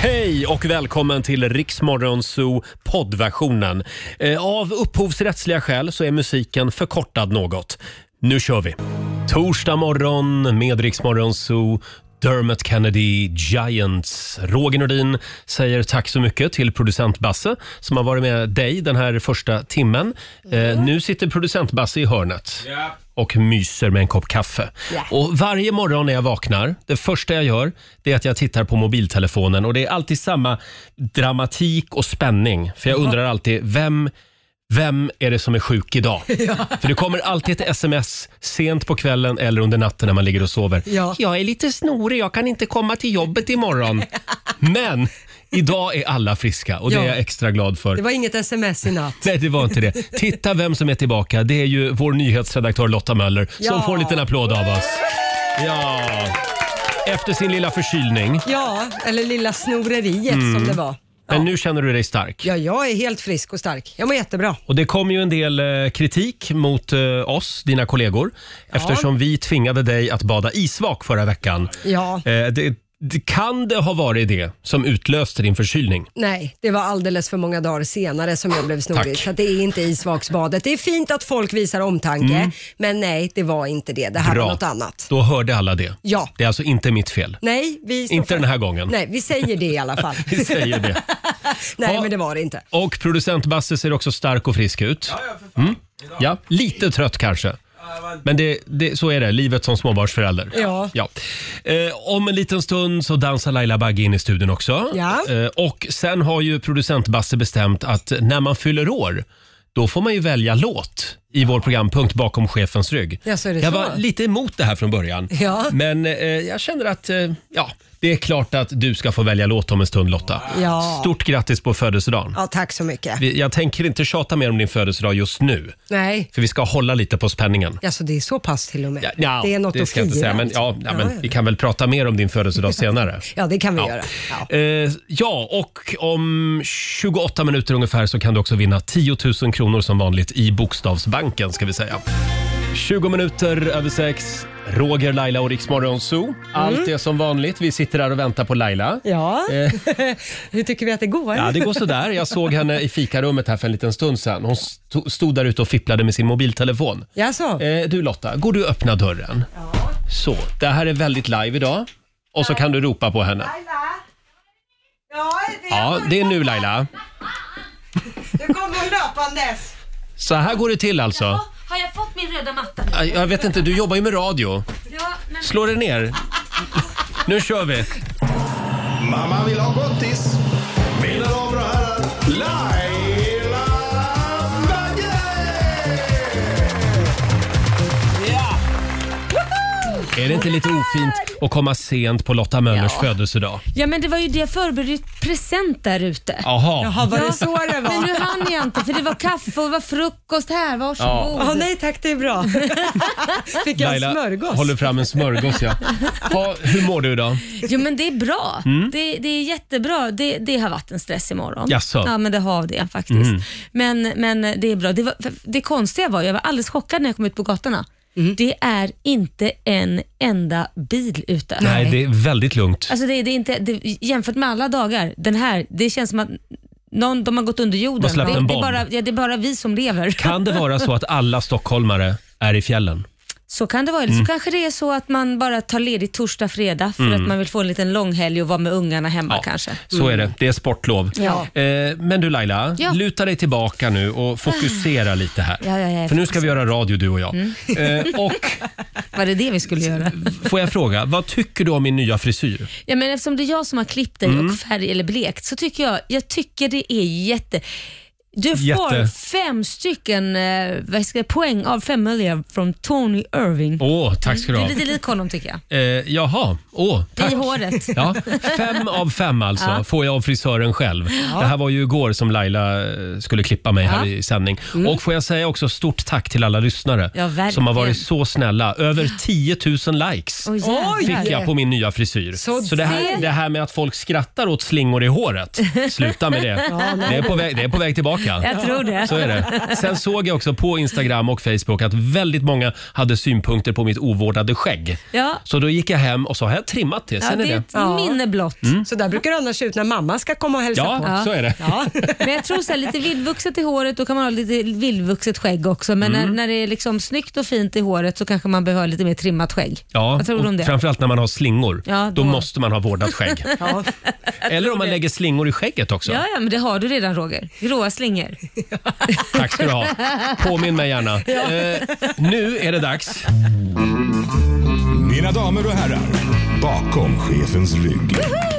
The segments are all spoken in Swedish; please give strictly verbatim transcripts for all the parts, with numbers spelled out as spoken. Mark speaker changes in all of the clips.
Speaker 1: Hej och välkommen till Riksmorgon Zoo poddversionen. Eh, av upphovsrättsliga skäl så är musiken förkortad något. Nu kör vi. Torsdag morgon med Riksmorgon Zoo. Dermot Kennedy, Giants. Roger Nordin säger tack så mycket till producent Basse som har varit med dig den här första timmen. Eh, nu sitter producent Basse i hörnet. Yeah. Och myser med en kopp kaffe. Yeah. Och varje morgon när jag vaknar, det första jag gör, det är att jag tittar på mobiltelefonen. Och det är alltid samma dramatik och spänning. För jag undrar alltid, vem, vem är det som är sjuk idag? Ja. För det kommer alltid ett sms sent på kvällen eller under natten när man ligger och sover. Ja. Jag är lite snorig, jag kan inte komma till jobbet imorgon. Men idag är alla friska och det ja. är jag extra glad för.
Speaker 2: Det var inget sms i natt.
Speaker 1: Nej, det var inte det. Titta vem som är tillbaka. Det är ju vår nyhetsredaktör Lotta Möller ja. som får en liten applåd av oss. Ja. Efter sin lilla förkylning.
Speaker 2: Ja, eller lilla snoreriet mm. som det var. Ja.
Speaker 1: Men nu känner du dig stark?
Speaker 2: Ja, jag är helt frisk och stark. Jag mår jättebra.
Speaker 1: Och det kom ju en del eh, kritik mot eh, oss, dina kollegor. Ja. Eftersom vi tvingade dig att bada isvak förra veckan.
Speaker 2: Ja.
Speaker 1: Eh, det, det, kan det ha varit det som utlöste din förkylning?
Speaker 2: Nej, det var alldeles för många dagar senare som jag blev snorig. Så det är inte isvaksbadet. Det är fint att folk visar omtanke. Mm. Men nej, det var inte det. Det här
Speaker 1: Bra.
Speaker 2: var något annat.
Speaker 1: Då hörde alla det.
Speaker 2: Ja.
Speaker 1: Det är alltså inte mitt fel.
Speaker 2: Nej, vi
Speaker 1: inte den här gången.
Speaker 2: Nej, vi säger det i alla fall.
Speaker 1: Vi säger det.
Speaker 2: Nej,
Speaker 1: ja.
Speaker 2: men det var det inte.
Speaker 1: Och producent Basse ser också stark och frisk ut.
Speaker 3: Ja, ja, för fan. Mm.
Speaker 1: Ja, lite trött kanske. Men det, det, så är det, livet som småbarnsförälder.
Speaker 2: Ja.
Speaker 1: Ja. Eh, om en liten stund så dansar Laila Bagge in i studion också.
Speaker 2: Ja.
Speaker 1: Eh, och sen har ju producent Basse bestämt att när man fyller år, då får man ju välja låt i vår programpunkt Bakom chefens rygg.
Speaker 2: Ja, så är det
Speaker 1: jag
Speaker 2: så.
Speaker 1: var lite emot det här från början.
Speaker 2: Ja.
Speaker 1: Men eh, jag känner att eh, ja, det är klart att du ska få välja låt om en stund, Lotta.
Speaker 2: Ja.
Speaker 1: Stort grattis på födelsedagen.
Speaker 2: Ja, tack så mycket.
Speaker 1: Vi, jag tänker inte tjata mer om din födelsedag just nu.
Speaker 2: Nej.
Speaker 1: För vi ska hålla lite på spänningen.
Speaker 2: Ja, så det är så pass till och med.
Speaker 1: Ja, ja,
Speaker 2: det är något
Speaker 1: det
Speaker 2: att
Speaker 1: ska jag inte säga, men, ja, ja, men vi kan väl prata mer om din födelsedag senare.
Speaker 2: Ja, det kan vi
Speaker 1: ja.
Speaker 2: göra. Ja.
Speaker 1: Eh, ja, och om tjugoåtta minuter ungefär så kan du också vinna tio tusen kronor som vanligt i Bokstavsbanken, ska vi säga. tjugo minuter över sex. Roger, Laila och Riksmorgon Zoo. Allt mm. är som vanligt. Vi sitter där och väntar på Laila.
Speaker 2: Ja. Eh. Hur tycker vi att det går?
Speaker 1: Ja, det går så där. Jag såg henne i fikarummet här för en liten stund sedan. Hon st- stod där ute och fipplade med sin mobiltelefon.
Speaker 2: Ja, så.
Speaker 1: Eh, du Lotta, går du öppna dörren?
Speaker 2: Ja.
Speaker 1: Så, det här är väldigt live idag. Och så kan du ropa på henne.
Speaker 2: Laila? Ja, det är,
Speaker 1: ja, det är nu Laila.
Speaker 2: Du kommer löpandes.
Speaker 1: Så här går det till alltså.
Speaker 4: Ja, har jag fått min röda matta?
Speaker 1: Jag vet inte, du jobbar ju med radio.
Speaker 4: Ja, men...
Speaker 1: Slå dig ner. Nu kör vi.
Speaker 3: Mamma vill ha gottis. Mina damer och herrar, Laila Bagge!
Speaker 1: Ja! Är det inte lite ofint att komma sent på Lotta Möllers ja. födelsedag?
Speaker 4: Ja, men det var ju det jag förberedde present där ute.
Speaker 1: Jaha.
Speaker 2: Jaha, var det så det var?
Speaker 4: Men nu hann jag inte, för det var kaffe och det var frukost här. Varsågod.
Speaker 2: Ja. Oh, nej tack, det är bra. Fick jag
Speaker 1: Laila
Speaker 2: en smörgås?
Speaker 1: håller fram en smörgås, ja. Ha, hur mår du idag?
Speaker 4: Jo, men det är bra. Mm. Det, det är jättebra. Det, det har varit en stress imorgon.
Speaker 1: Jaså?
Speaker 4: Ja, men det har det faktiskt. Mm. Men, men det är bra. Det, var, det konstiga var, jag var alldeles chockad när jag kom ut på gatorna. Mm. Det är inte en enda bil ute.
Speaker 1: Nej, det är väldigt lugnt.
Speaker 4: Alltså det, det är inte, det, jämfört med alla dagar, den här, det känns som att någon, de har gått under jorden. Det, det, är bara, ja, det är bara vi som lever.
Speaker 1: Kan det vara så att alla stockholmare är i fjällen?
Speaker 4: Så kan det vara. Eller så mm. kanske det är så att man bara tar ledigt torsdag, fredag för mm. att man vill få en liten långhelg och vara med ungarna hemma ja, kanske. Mm.
Speaker 1: Så är det. Det är sportlov.
Speaker 4: Ja.
Speaker 1: Eh, men du Laila, ja. luta dig tillbaka nu och fokusera lite här.
Speaker 4: Ja, ja, ja,
Speaker 1: för nu ska vi göra radio, du och jag.
Speaker 4: Mm.
Speaker 1: Eh, och
Speaker 4: var det det vi skulle göra?
Speaker 1: Får jag fråga, vad tycker du om min nya frisyr?
Speaker 4: Ja, men eftersom det är jag som har klippt dig mm. och färg eller blekt, så tycker jag, jag tycker det är jätte... Du får
Speaker 1: Jätte.
Speaker 4: fem stycken eh, vad ska jag, poäng av fem möjliga från Tony Irving.
Speaker 1: Åh, tack ska du ha.
Speaker 4: Det är lite lik honom tycker jag.
Speaker 1: Eh, jaha, åh, tack.
Speaker 4: I håret.
Speaker 1: Ja, fem av fem alltså ja. får jag av frisören själv. Ja. Det här var ju igår som Laila skulle klippa mig ja. här i sändning. Mm. Och får jag säga också stort tack till alla lyssnare
Speaker 4: ja,
Speaker 1: som har varit så snälla. Över tio tusen likes
Speaker 4: oh,
Speaker 1: fick jag på min nya frisyr.
Speaker 2: Så,
Speaker 1: så det, här, det här med att folk skrattar åt slingor i håret, sluta med det. Ja, det, är på väg, det är på väg tillbaka.
Speaker 4: Jag tror det.
Speaker 1: Så är det. Sen såg jag också på Instagram och Facebook att väldigt många hade synpunkter på mitt ovårdade skägg.
Speaker 4: Ja.
Speaker 1: Så då gick jag hem och sa, har jag trimmat det länge sedan
Speaker 4: Ja,
Speaker 1: är
Speaker 4: det är
Speaker 1: det.
Speaker 4: ett ja. minne blott.
Speaker 1: Mm.
Speaker 2: Så där brukar det annars ut när mamma ska komma och hälsa
Speaker 1: Ja,
Speaker 2: på.
Speaker 1: så är det.
Speaker 2: Ja.
Speaker 4: Men jag tror så här, lite vildvuxet i håret, då kan man ha lite vildvuxet skägg också. Men
Speaker 1: Mm.
Speaker 4: när, när det är liksom snyggt och fint i håret så kanske man behöver ha lite mer trimmat skägg.
Speaker 1: Ja,
Speaker 4: Vad tror du om det?
Speaker 1: framförallt när man har slingor.
Speaker 4: Ja,
Speaker 1: då.
Speaker 4: då-
Speaker 1: måste man ha vårdat skägg.
Speaker 2: Ja.
Speaker 1: Eller om man lägger slingor i skägget också.
Speaker 4: Ja, ja, men det har du redan Roger. Gråa slingor.
Speaker 1: Tack ska du ha. Påminn mig gärna. Eh, nu är det dags.
Speaker 3: Mina damer och herrar, bakom chefens rygg.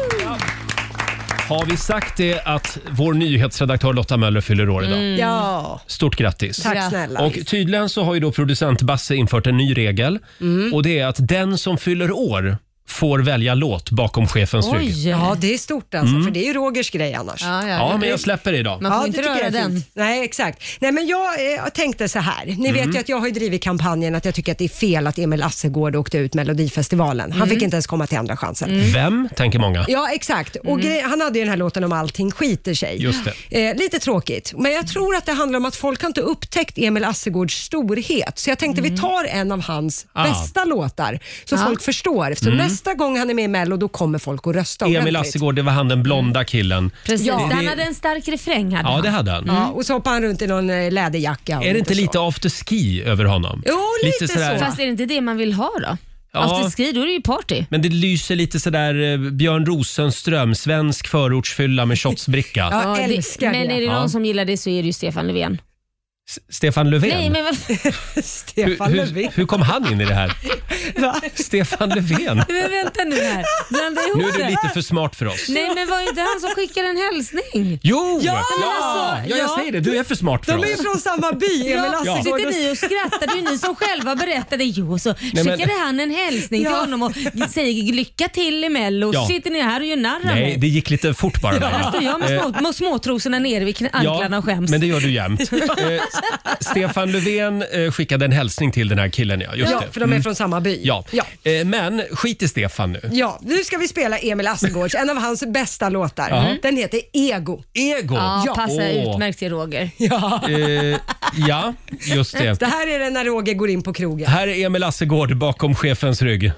Speaker 1: Har vi sagt det att vår nyhetsredaktör Lotta Möller fyller år idag?
Speaker 4: Mm.
Speaker 2: Ja.
Speaker 1: Stort grattis.
Speaker 2: Tack snälla.
Speaker 1: Och tydligen så har ju då producent Basse infört en ny regel.
Speaker 2: Mm.
Speaker 1: Och det är att den som fyller år får välja låt bakom chefens rygg.
Speaker 4: Oj!
Speaker 2: Ja, det är stort alltså,
Speaker 1: Mm.
Speaker 2: för det är ju Rogers grej annars.
Speaker 4: Ja, ja,
Speaker 1: Ja,
Speaker 4: det-
Speaker 1: men jag släpper det idag.
Speaker 4: Man får
Speaker 2: Ja,
Speaker 4: inte
Speaker 2: det tycker
Speaker 4: röra
Speaker 2: jag är
Speaker 4: den.
Speaker 2: fint. Nej, exakt. Nej, men jag eh, tänkte så här. Ni vet ju att jag har ju drivit kampanjen att jag tycker att det är fel att Emil Assegård åkte ut Melodifestivalen. Han fick inte ens komma till andra chansen.
Speaker 1: Vem, tänker många.
Speaker 2: Ja, exakt. Och grej, han hade ju den här låten om allting skiter sig.
Speaker 1: Just det.
Speaker 2: Eh, lite tråkigt. Men jag tror att det handlar om att folk har inte upptäckt Emil Assegårds storhet. Så jag tänkte vi tar en av hans
Speaker 1: Ah.
Speaker 2: bästa låtar så
Speaker 4: Ja.
Speaker 2: folk förstår. Så nästa gång han är med i Mello, då kommer folk att rösta
Speaker 1: Emil
Speaker 2: ordentligt.
Speaker 1: Assegård, det var han den blonda killen.
Speaker 4: Precis,
Speaker 2: Ja.
Speaker 4: han
Speaker 1: Det-
Speaker 4: hade en stark refräng. Hade
Speaker 1: Ja,
Speaker 4: han.
Speaker 1: det hade han.
Speaker 2: Ja, och så hoppar han runt i någon eh, läderjacka. och
Speaker 1: Är det inte
Speaker 2: så.
Speaker 1: lite after ski över honom?
Speaker 2: Jo, lite så.
Speaker 4: Fast är det inte det man vill ha då?
Speaker 1: Ja.
Speaker 4: Afterski, då är det ju party.
Speaker 1: Men det lyser lite sådär eh, Björn Rosenström, svensk förortsfylla med shotsbricka.
Speaker 2: Ja,
Speaker 4: Ja,
Speaker 2: älskar
Speaker 4: det, men
Speaker 2: det.
Speaker 4: är det någon
Speaker 1: Ja.
Speaker 4: som gillar det så är det ju Stefan Löfven.
Speaker 1: S- Stefan Löfven?
Speaker 4: Nej, men vad...
Speaker 1: hur,
Speaker 2: Stefan
Speaker 1: hur,
Speaker 2: Löfven.
Speaker 1: hur kom han in i det här?
Speaker 2: Va?
Speaker 1: Stefan Löfven?
Speaker 4: men vänta nu här. Blanda ihop
Speaker 1: Nu är du
Speaker 4: det.
Speaker 1: lite för smart för oss.
Speaker 4: Nej, men var inte han som skickade en hälsning?
Speaker 1: Jo!
Speaker 2: Ja,
Speaker 1: Ja,
Speaker 2: men
Speaker 4: alltså,
Speaker 1: ja, jag
Speaker 4: ja.
Speaker 1: säger det. Du är för smart för
Speaker 2: De är ju
Speaker 1: oss.
Speaker 2: från samma by, Emil
Speaker 4: Ja,
Speaker 2: Assegård.
Speaker 4: sitter ni och skrattar? Det är ju ni som själva berättade. Jo, så
Speaker 1: men-
Speaker 4: skickade han en hälsning till
Speaker 2: Ja.
Speaker 4: honom och säger lycka till i Mello.
Speaker 1: Ja.
Speaker 4: Så sitter ni här och gör narr av
Speaker 1: Nej,
Speaker 4: mig.
Speaker 1: det gick lite fort bara.
Speaker 4: Här
Speaker 1: Laila.
Speaker 4: står jag med
Speaker 1: Eh,
Speaker 4: små, med småtrosorna nere vid kn- anklarna och skäms.
Speaker 1: men det gör du jämt. Eh, Stefan Löfven eh, skickade en hälsning till den här killen. Ja, just
Speaker 2: Ja,
Speaker 1: det.
Speaker 2: för de är från samma by.
Speaker 1: Ja.
Speaker 2: Ja.
Speaker 1: Eh, men skit i Stefan nu.
Speaker 2: Ja, nu ska vi spela Emil Assegårds, en av hans bästa låtar.
Speaker 1: Ja.
Speaker 2: Den heter Ego.
Speaker 1: Ego.
Speaker 4: Ja,
Speaker 2: Ja.
Speaker 4: passar
Speaker 1: Åh.
Speaker 4: utmärkt till Roger.
Speaker 2: Ja.
Speaker 1: Eh, ja, just det.
Speaker 2: Det här är det när Roger går in på krogen.
Speaker 1: Här är Emil Assegård bakom chefens rygg.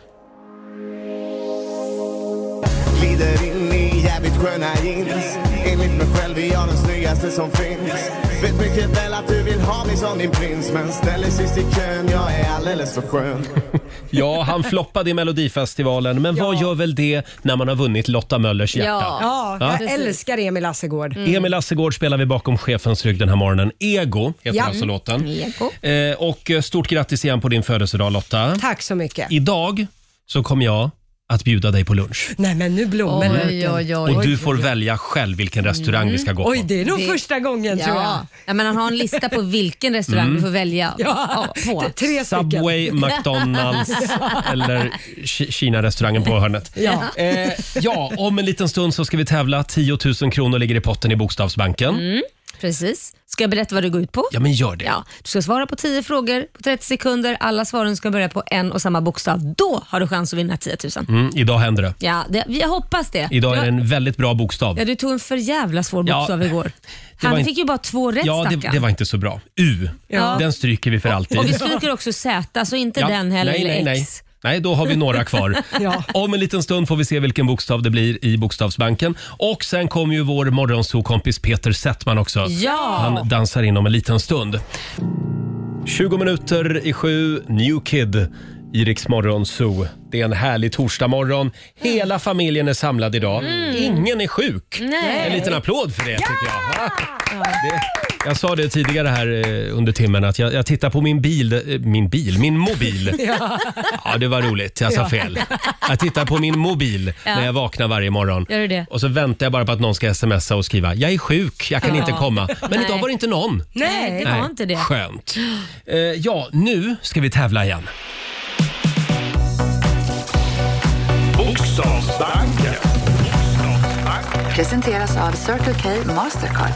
Speaker 5: Glider in i jävligt sköna jeans. Enligt mig själv är jag den snyggaste som finns. Vet mycket väl att du vill ha mig som din prins, men ställer sist i kön, jag är alldeles för skön.
Speaker 1: Ja, han floppade i Melodifestivalen, men vad gör väl det när man har vunnit Lotta Möllers hjärta?
Speaker 4: Ja.
Speaker 2: Ja,
Speaker 1: Ja.
Speaker 2: jag
Speaker 4: Precis.
Speaker 2: älskar Emil Assegård.
Speaker 1: Emil Assegård spelar vi bakom chefens rygg den här morgonen. Ego heter
Speaker 2: Ja.
Speaker 1: alltså låten.
Speaker 4: Ego.
Speaker 1: Eh, och stort grattis igen på din födelsedag Lotta.
Speaker 2: Tack så mycket.
Speaker 1: Idag så kommer jag att bjuda dig på lunch.
Speaker 2: Nej men nu blommar
Speaker 4: Oj, oj, oj.
Speaker 1: Och du får välja själv vilken restaurang vi ska gå på.
Speaker 2: Oj, det är nog
Speaker 4: Det-
Speaker 2: första gången tror jag.
Speaker 4: Ja. Ja, men han har en lista på vilken restaurang
Speaker 1: Mm.
Speaker 4: du får välja
Speaker 2: Ja,
Speaker 4: på.
Speaker 2: tre stycken.
Speaker 1: Subway, McDonalds eller Ki- Kina-restaurangen på hörnet.
Speaker 2: Ja.
Speaker 1: Eh, ja, om en liten stund så ska vi tävla. tio tusen kronor ligger i potten i Bokstavsbanken.
Speaker 4: Precis. Ska jag berätta vad det går ut på?
Speaker 1: Ja, men gör det.
Speaker 4: Ja, du ska svara på tio frågor på trettio sekunder. Alla svaren ska börja på en och samma bokstav. Då har du chans att vinna tio tusen.
Speaker 1: Mm, idag händer det.
Speaker 4: Ja, det, jag hoppas det.
Speaker 1: Idag är det
Speaker 4: jag,
Speaker 1: en väldigt bra bokstav.
Speaker 4: ja, du tog en för jävla svår
Speaker 1: Ja,
Speaker 4: bokstav igår.
Speaker 1: det
Speaker 4: Han
Speaker 1: var in-
Speaker 4: fick ju bara två rätt,
Speaker 1: Ja, det,
Speaker 4: stackarn.
Speaker 1: det var inte så bra. U,
Speaker 4: Ja.
Speaker 1: den stryker vi för alltid.
Speaker 4: Och vi stryker också Z, så inte
Speaker 1: Ja,
Speaker 4: den heller,
Speaker 1: nej, nej,
Speaker 4: eller
Speaker 1: nej.
Speaker 4: X.
Speaker 1: Nej, då har vi några kvar.
Speaker 2: Ja.
Speaker 1: Om en liten stund får vi se vilken bokstav det blir i Bokstavsbanken. Och sen kommer ju vår morgonsokompis Peter Settman också.
Speaker 4: Ja.
Speaker 1: Han dansar in om en liten stund. tjugo minuter i sju, New Kid i Rix Morgon Zoo. Det är en härlig torsdagmorgon. Hela familjen är samlad idag. Ingen är sjuk.
Speaker 4: Nej.
Speaker 1: En liten applåd för det tycker jag. Det, jag sa det tidigare här eh, under timmen att jag, jag tittar på min bil, eh, min bil, min mobil. Ja, det var roligt. Jag sa fel. Jag tittar på min mobil när jag vaknar varje morgon.
Speaker 4: Gör du det?
Speaker 1: Och så väntar jag bara på att någon ska smsa och skriva jag är sjuk, jag kan
Speaker 4: Ja.
Speaker 1: inte komma. Men
Speaker 4: Nej.
Speaker 1: idag var det inte någon.
Speaker 4: Nej, det var inte det.
Speaker 1: Skönt. Eh, ja, nu ska vi tävla igen.
Speaker 3: Bokstavsbanken.
Speaker 6: Presenteras av Circle K Mastercard.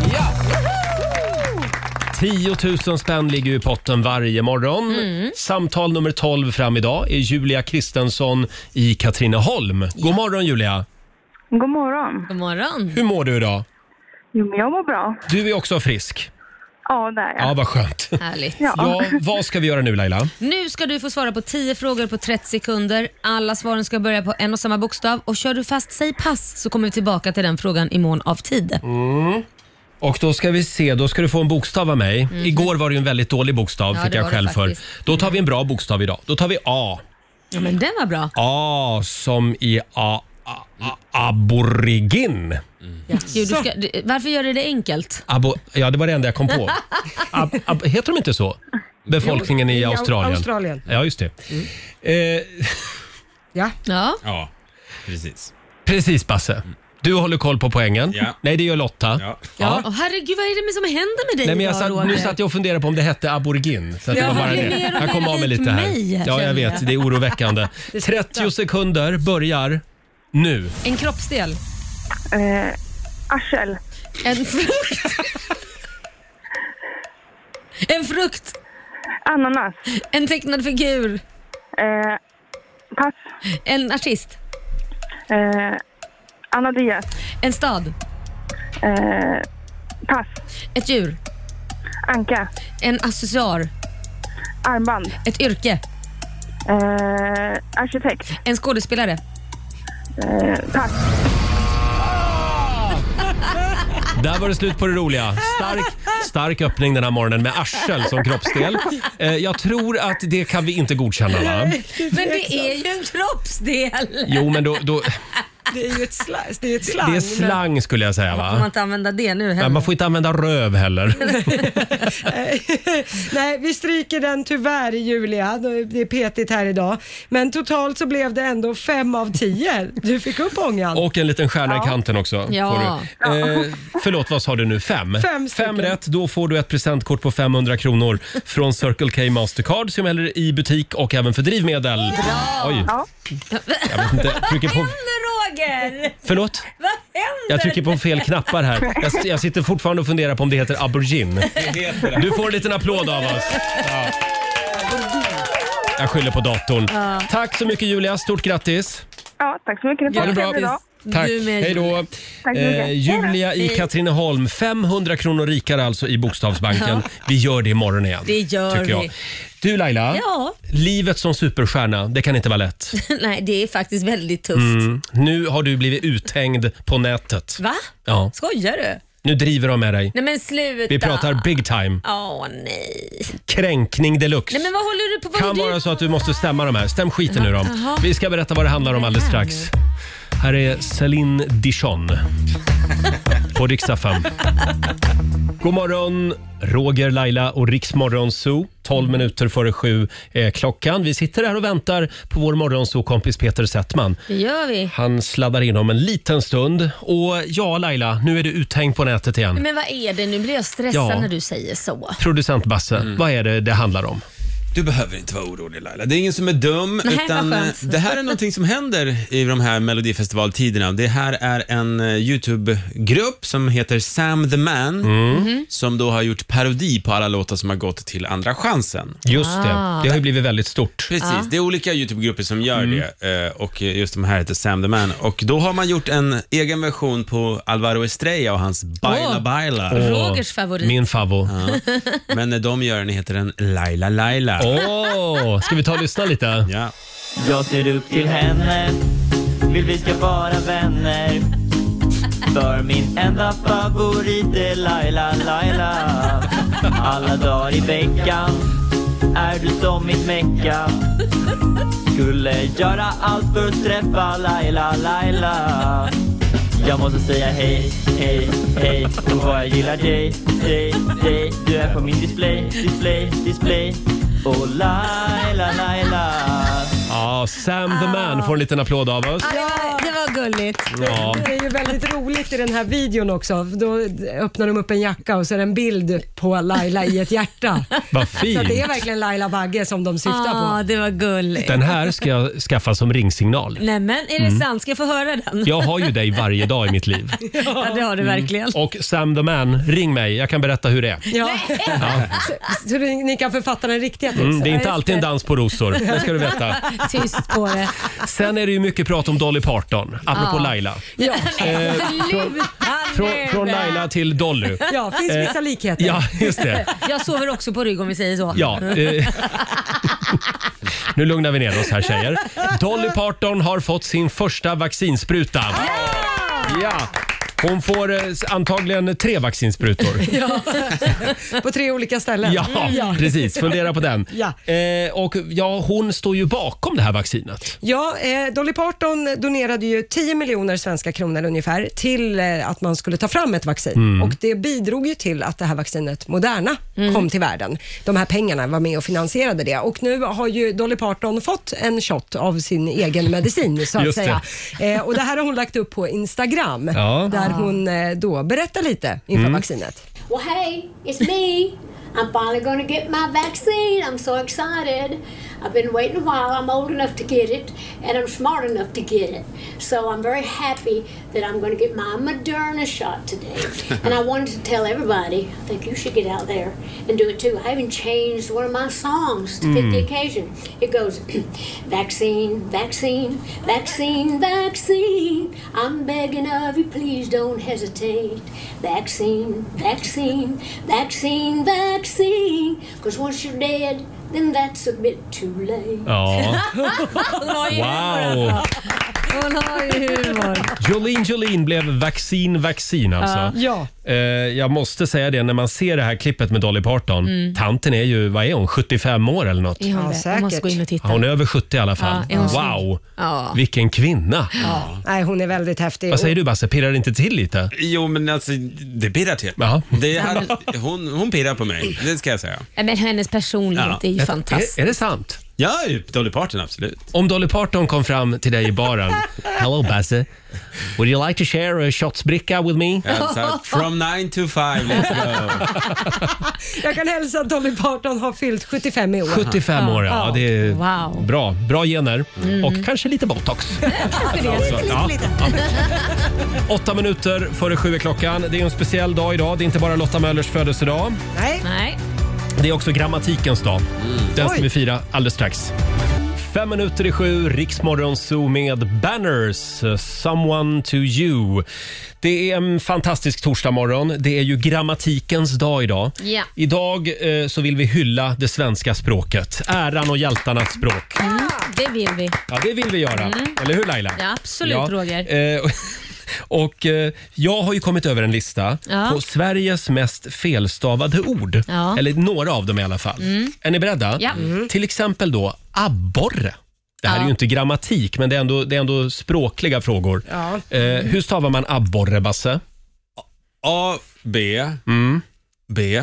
Speaker 1: tio tusen spänn ligger ju i potten varje morgon.
Speaker 4: Mm.
Speaker 1: Samtal nummer tolv fram idag är Julia Kristensson i Katrineholm. God morgon Julia.
Speaker 7: God morgon.
Speaker 4: God morgon.
Speaker 1: Hur mår du idag?
Speaker 7: Jo, men jag mår bra.
Speaker 1: Du är också frisk.
Speaker 7: Ja, det är jag.
Speaker 1: Ja, vad skönt.
Speaker 4: Härligt.
Speaker 7: Ja.
Speaker 1: Ja, vad ska vi göra nu Laila?
Speaker 4: Nu ska du få svara på tio frågor på trettio sekunder. Alla svaren ska börja på en och samma bokstav. Och kör du fast säg pass så kommer vi tillbaka till den frågan i mån av tid.
Speaker 1: Mm. Och då ska vi se, då ska du få en bokstav av mig. Mm. Igår var det ju en väldigt dålig bokstav,
Speaker 4: Ja,
Speaker 1: fick
Speaker 4: det
Speaker 1: jag
Speaker 4: var det
Speaker 1: själv för.
Speaker 4: faktiskt.
Speaker 1: Då tar vi en bra bokstav idag. Då tar vi A.
Speaker 4: Ja, men den var bra.
Speaker 1: A som i a, a, a, aborigin.
Speaker 4: Ja. Jo, du ska, du, varför gör du det enkelt?
Speaker 1: Abo, ja, det var det enda jag kom på. Ab, ab, heter de inte så? Befolkningen i
Speaker 2: I
Speaker 1: Australien.
Speaker 2: Australien.
Speaker 1: Ja, just det.
Speaker 2: Mm.
Speaker 1: Eh,
Speaker 2: Ja.
Speaker 4: Ja.
Speaker 8: Ja, precis.
Speaker 1: precis, Basse. Du håller koll på poängen.
Speaker 8: Ja.
Speaker 1: Nej, det gör Lotta.
Speaker 8: Ja.
Speaker 4: Ja. Åh, herregud, vad är det som händer med dig
Speaker 1: Nej, men jag
Speaker 4: idag,
Speaker 1: satt,
Speaker 4: Roger?
Speaker 1: nu satt jag och funderade på om det hette aborigin. Så att det
Speaker 4: Ja,
Speaker 1: var bara
Speaker 4: det är
Speaker 1: det.
Speaker 4: mer och
Speaker 1: Jag kom
Speaker 4: mer
Speaker 1: av mig
Speaker 4: likt
Speaker 1: lite här.
Speaker 4: mig här,
Speaker 1: Ja, jag
Speaker 4: känner
Speaker 1: vet.
Speaker 4: jag.
Speaker 1: Det är oroväckande. trettio sekunder börjar nu.
Speaker 4: En kroppsdel.
Speaker 7: Eh, arsel.
Speaker 4: En frukt. En frukt.
Speaker 7: Ananas.
Speaker 4: En tecknad figur.
Speaker 7: Eh, pass.
Speaker 4: En artist.
Speaker 7: Eh, Anna Diaz.
Speaker 4: En stad.
Speaker 7: Eh, pass.
Speaker 4: Ett djur.
Speaker 7: Anka.
Speaker 4: En accessoar.
Speaker 7: Armband.
Speaker 4: Ett yrke.
Speaker 7: Eh, arkitekt.
Speaker 4: En skådespelare.
Speaker 7: Eh, pass.
Speaker 1: Där var det slut på det roliga. Stark, stark öppning den här morgonen med arsel som kroppsdel. Eh, jag tror att det kan vi inte godkänna, va?
Speaker 4: Men det är ju en kroppsdel.
Speaker 1: Jo, men då... då
Speaker 2: Det är ju ett, slang, det är ett slang.
Speaker 1: det är slang skulle jag säga,
Speaker 4: Får man
Speaker 1: va?
Speaker 4: inte använda det nu heller?
Speaker 1: Men man får inte använda röv heller.
Speaker 2: Nej, vi stryker den tyvärr, Julia. Det är petigt här idag. Men totalt så blev det ändå fem av tio. Du fick upp ångan.
Speaker 1: Och en liten stjärna i kanten också.
Speaker 4: Ja.
Speaker 1: Får du. Eh, förlåt, vad sa du nu? Fem?
Speaker 2: Fem stycken.
Speaker 1: Fem rätt, då får du ett presentkort på femhundra kronor från Circle K Mastercard som gäller i butik och även för drivmedel. Oj,
Speaker 7: Ja.
Speaker 1: jag vet inte. Trycker på...
Speaker 4: Roger!
Speaker 1: Förlåt?
Speaker 4: Vad händer?
Speaker 1: Jag trycker på fel knappar här. Jag, jag sitter fortfarande och funderar på om det heter aborigin. Du får en liten applåd av oss. Ja. Jag skyller på datorn.
Speaker 4: Ja.
Speaker 1: Tack så mycket Julia, stort grattis.
Speaker 7: Ja, tack så mycket.
Speaker 1: Ha det bra.
Speaker 7: Trevlig dag.
Speaker 1: Tack,
Speaker 4: Du med,
Speaker 1: hej då.
Speaker 7: Tack så mycket.
Speaker 1: Eh, Julia i Katrineholm, femhundra kronor rikare alltså i Bokstavsbanken. Vi gör det imorgon igen.
Speaker 4: Det gör
Speaker 1: tycker jag.
Speaker 4: vi.
Speaker 1: Du Laila,
Speaker 4: Ja.
Speaker 1: livet som superstjärna, det kan inte vara lätt.
Speaker 4: Nej, det är faktiskt väldigt tufft.
Speaker 1: Mm. Nu har du blivit uthängd på nätet.
Speaker 4: Va?
Speaker 1: Ja.
Speaker 4: Skojar du?
Speaker 1: Nu driver de med dig.
Speaker 4: Nej men sluta.
Speaker 1: Vi pratar big time.
Speaker 4: Åh nej.
Speaker 1: Kränkning deluxe.
Speaker 4: Nej men vad håller du på? Vad
Speaker 1: Kan
Speaker 4: är du?
Speaker 1: vara så att du måste stämma de här. Stäm skiten nu dem.
Speaker 4: Jaha.
Speaker 1: Vi ska berätta vad det handlar om alldeles strax. Här är Céline Dion på Rix F M. God morgon, Roger, Laila och Rix Morgonzoo. tolv minuter före sju är klockan. Vi sitter här och väntar på vår Morgonzoo-kompis Peter Settman.
Speaker 4: Det gör vi.
Speaker 1: Han sladdar in om en liten stund. Och ja, Laila, nu är du uthängd på nätet igen.
Speaker 4: Men vad är det? Nu blir jag stressad
Speaker 1: Ja.
Speaker 4: när du säger så.
Speaker 1: Producent Basse,
Speaker 8: Mm.
Speaker 1: vad är det det handlar om?
Speaker 8: Du behöver inte vara orolig Laila. Det är ingen som är dum.
Speaker 4: Nej,
Speaker 8: utan
Speaker 4: vad skönt.
Speaker 8: det här är någonting som händer i de här Melodifestivaltiderna. Det här är en eh, YouTube-grupp som heter Sam the Man
Speaker 1: Mm.
Speaker 8: som då har gjort parodi på alla låtar som har gått till Andra chansen.
Speaker 1: Just det,
Speaker 4: Ah.
Speaker 1: det har ju blivit väldigt stort.
Speaker 8: Precis,
Speaker 4: Ja.
Speaker 8: det är olika YouTube-grupper som gör
Speaker 1: Mm.
Speaker 8: det eh, och just de här heter Sam the Man. Och då har man gjort en egen version på Alvaro Estrella och hans Baila
Speaker 4: Åh.
Speaker 8: Baila.
Speaker 1: Åh,
Speaker 4: Rogers favorit.
Speaker 1: Min favvo.
Speaker 8: Ja. Men när de gör den heter den Laila Laila.
Speaker 1: Åh, ska vi ta och lyssna lite?
Speaker 8: Ja.
Speaker 9: Jag ser upp till henne, vill vi ska vara vänner. För min enda favorit är Laila Laila. Alla dagar i veckan är du som mitt mecka. Skulle göra allt för att träffa Laila Laila. Jag måste säga hej, hej, hej. Och vad jag gillar dig, dig, dig. Du är på min display, display, display. Och Laila, Laila.
Speaker 1: Ja, Sam the Man får en liten applåd av oss.
Speaker 4: Ja, det var gulligt.
Speaker 1: Ja.
Speaker 2: Det är ju väldigt roligt i den här videon också. Då öppnar de upp en jacka och så är det en bild på Laila i ett hjärta.
Speaker 1: Vad
Speaker 2: Så
Speaker 1: fint.
Speaker 2: att det är verkligen Laila Bagge som de syftar
Speaker 4: Ja,
Speaker 2: på.
Speaker 4: det var gulligt.
Speaker 1: Den här ska jag skaffa som ringsignal.
Speaker 4: Nej men är det sant? Ska jag få höra den?
Speaker 1: Jag har ju dig varje dag i mitt liv.
Speaker 4: Ja, det har du verkligen.
Speaker 1: Och Sam the Man, ring mig. Jag kan berätta hur det är.
Speaker 2: Ja. Så, så ni kan författa den riktiga texten.
Speaker 1: Mm, det är inte alltid en dans på rosor, det ska du veta.
Speaker 4: Tyst Visst på det.
Speaker 1: Sen är det ju mycket prat om Dolly Parton, apropå
Speaker 4: Ja.
Speaker 1: Laila.
Speaker 2: Ja,
Speaker 1: Eh,
Speaker 4: Sluta
Speaker 1: från,
Speaker 4: nu.
Speaker 1: från Laila till Dolly.
Speaker 2: ja finns
Speaker 1: Eh,
Speaker 2: vissa likheter.
Speaker 1: Ja, just det.
Speaker 4: Jag sover också på rygg om vi säger så.
Speaker 1: Ja, eh, nu lugnar vi ner oss här tjejer. Dolly Parton har fått sin första vaccinspruta. Ja! Hon får eh, antagligen tre vaccinsprutor.
Speaker 2: Ja. På tre olika ställen.
Speaker 1: Ja, precis. Fundera på den.
Speaker 2: Ja.
Speaker 1: Eh, och ja, hon står ju bakom det här vaccinet.
Speaker 2: Ja, eh, Dolly Parton donerade ju tio miljoner svenska kronor ungefär till eh, att man skulle ta fram ett vaccin.
Speaker 1: Mm.
Speaker 2: Och det bidrog ju till att det här vaccinet Moderna kom till världen. De här pengarna var med och finansierade det. Och nu har ju Dolly Parton fått en shot av sin egen medicin, så att
Speaker 1: Just
Speaker 2: säga. Eh, och det här har hon lagt upp på Instagram,
Speaker 1: Ja.
Speaker 2: där hon eh, då berättar lite inför vaccinet.
Speaker 10: Well, hey, it's me. I'm finally going to get my vaccine. I'm so excited. I've been waiting a while. I'm old enough to get it, and I'm smart enough to get it. So I'm very happy that I'm going to get my Moderna shot today. And I wanted to tell everybody, I think you should get out there and do it too. I even changed one of my songs to fit the occasion. It goes, vaccine, vaccine, vaccine, vaccine. I'm begging of you, please don't hesitate. Vaccine, vaccine, vaccine, vaccine. Because once you're dead, then that's a bit too late.
Speaker 1: Ja.
Speaker 4: Hon har ju humor,
Speaker 1: Wow!
Speaker 4: alltså. Hon har ju humor.
Speaker 1: Jolene Jolene blev vaccin vaccin alltså.
Speaker 2: Ja.
Speaker 1: Eh, jag måste säga det, när man ser det här klippet med Dolly Parton.
Speaker 4: Mm.
Speaker 1: Tanten är ju, vad är hon, sjuttiofem år eller något?
Speaker 4: Är hon
Speaker 2: Ja,
Speaker 4: det?
Speaker 2: säkert.
Speaker 4: Jag måste gå in och titta.
Speaker 1: Ja, hon är över sjuttio i alla fall.
Speaker 4: Ja, är hon
Speaker 1: Wow!
Speaker 4: Ja.
Speaker 1: Vilken kvinna!
Speaker 2: Ja. Nej, hon är väldigt häftig.
Speaker 1: Vad säger du Basse, pirrar det inte till lite?
Speaker 8: Jo, men alltså, det pirrar till.
Speaker 1: Ja.
Speaker 8: Det här, hon, hon pirrar på mig, det ska jag säga.
Speaker 4: Men hennes personlighet
Speaker 8: Ja.
Speaker 4: är ju
Speaker 1: Är,
Speaker 4: fantastisk.
Speaker 1: är det sant?
Speaker 8: Ja, Dolly Parton, absolut.
Speaker 1: Om Dolly Parton kom fram till dig i baren. Hello Basse, would you like to share a shotsbricka with me?
Speaker 8: Alltså, from nine to five, let's go.
Speaker 2: Jag kan hälsa att Dolly Parton har fyllt sjuttiofem i år.
Speaker 1: sjuttiofem år, ja. Det är
Speaker 4: Wow.
Speaker 1: bra. Bra gener. Och kanske lite botox. Så, ja. Åtta minuter före sju är klockan. Det är en speciell dag idag. Det är inte bara Lotta Möllers födelsedag.
Speaker 2: Nej.
Speaker 4: Nej.
Speaker 1: Det är också grammatikens dag. Den ska
Speaker 2: Oj.
Speaker 1: vi fira alldeles strax. Fem minuter i sju, Riksmorgon Zoo med Banners, uh, Someone to you. Det är en fantastisk torsdagmorgon. Det är ju grammatikens dag idag.
Speaker 4: Ja.
Speaker 1: Idag eh, så vill vi hylla det svenska språket. Äran och hjältarnas språk.
Speaker 4: Mm, det vill vi.
Speaker 1: Ja, det vill vi göra. Eller hur Laila?
Speaker 4: Ja, absolut, Roger.
Speaker 1: Eh, och eh, jag har ju kommit över en lista
Speaker 4: Ja.
Speaker 1: på Sveriges mest felstavade ord.
Speaker 4: Ja.
Speaker 1: Eller några av dem i alla fall. Är ni beredda?
Speaker 4: Ja. Mm.
Speaker 1: Till exempel då abborre. Det här
Speaker 4: Ja.
Speaker 1: är ju inte grammatik, men det är ändå, det är ändå språkliga frågor.
Speaker 2: Ja.
Speaker 1: Eh, hur stavar man abborre, Basse?
Speaker 8: A, B,
Speaker 1: Mm.
Speaker 8: B,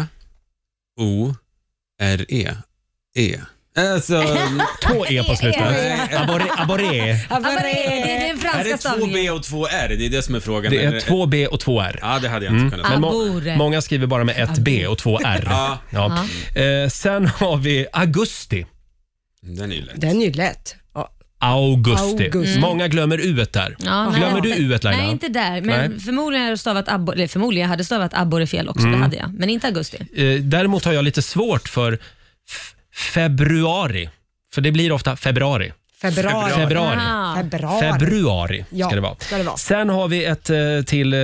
Speaker 8: O, R, E. E. Alltså,
Speaker 1: Två E på slutet. Abborre. abborre.
Speaker 4: Ja, vad är det? Det är den
Speaker 8: är
Speaker 4: franska
Speaker 8: det två
Speaker 4: stavningen.
Speaker 8: B och två R? Det är det som är frågan.
Speaker 1: Det är
Speaker 8: Eller-
Speaker 1: två B och två R.
Speaker 8: Ja, det hade jag inte kunnat säga.
Speaker 1: Men må-
Speaker 4: Abborre.
Speaker 1: många skriver bara med ett B och två R.
Speaker 8: Ja.
Speaker 1: Ja. Eh, sen har vi augusti.
Speaker 8: Den är ju lätt.
Speaker 2: Den är ju lätt. Ja.
Speaker 1: Augusti.
Speaker 2: Augusti.
Speaker 1: Många glömmer U där.
Speaker 4: Ja, nej.
Speaker 1: Glömmer du U Laila?
Speaker 4: Nej, inte där. Men
Speaker 1: Nej.
Speaker 4: förmodligen hade jag stavat abborre, eller förmodligen hade jag stavat abborre fel också.
Speaker 1: Mm.
Speaker 4: Det hade jag. Men inte augusti.
Speaker 1: Eh, däremot har jag lite svårt för f- februari. För det blir ofta februari.
Speaker 2: Februari.
Speaker 1: Februari.
Speaker 4: Ah.
Speaker 2: Februari.
Speaker 1: Februari ska
Speaker 2: Ja,
Speaker 1: det vara.
Speaker 2: ska det vara.
Speaker 1: Sen har vi ett eh, till eh,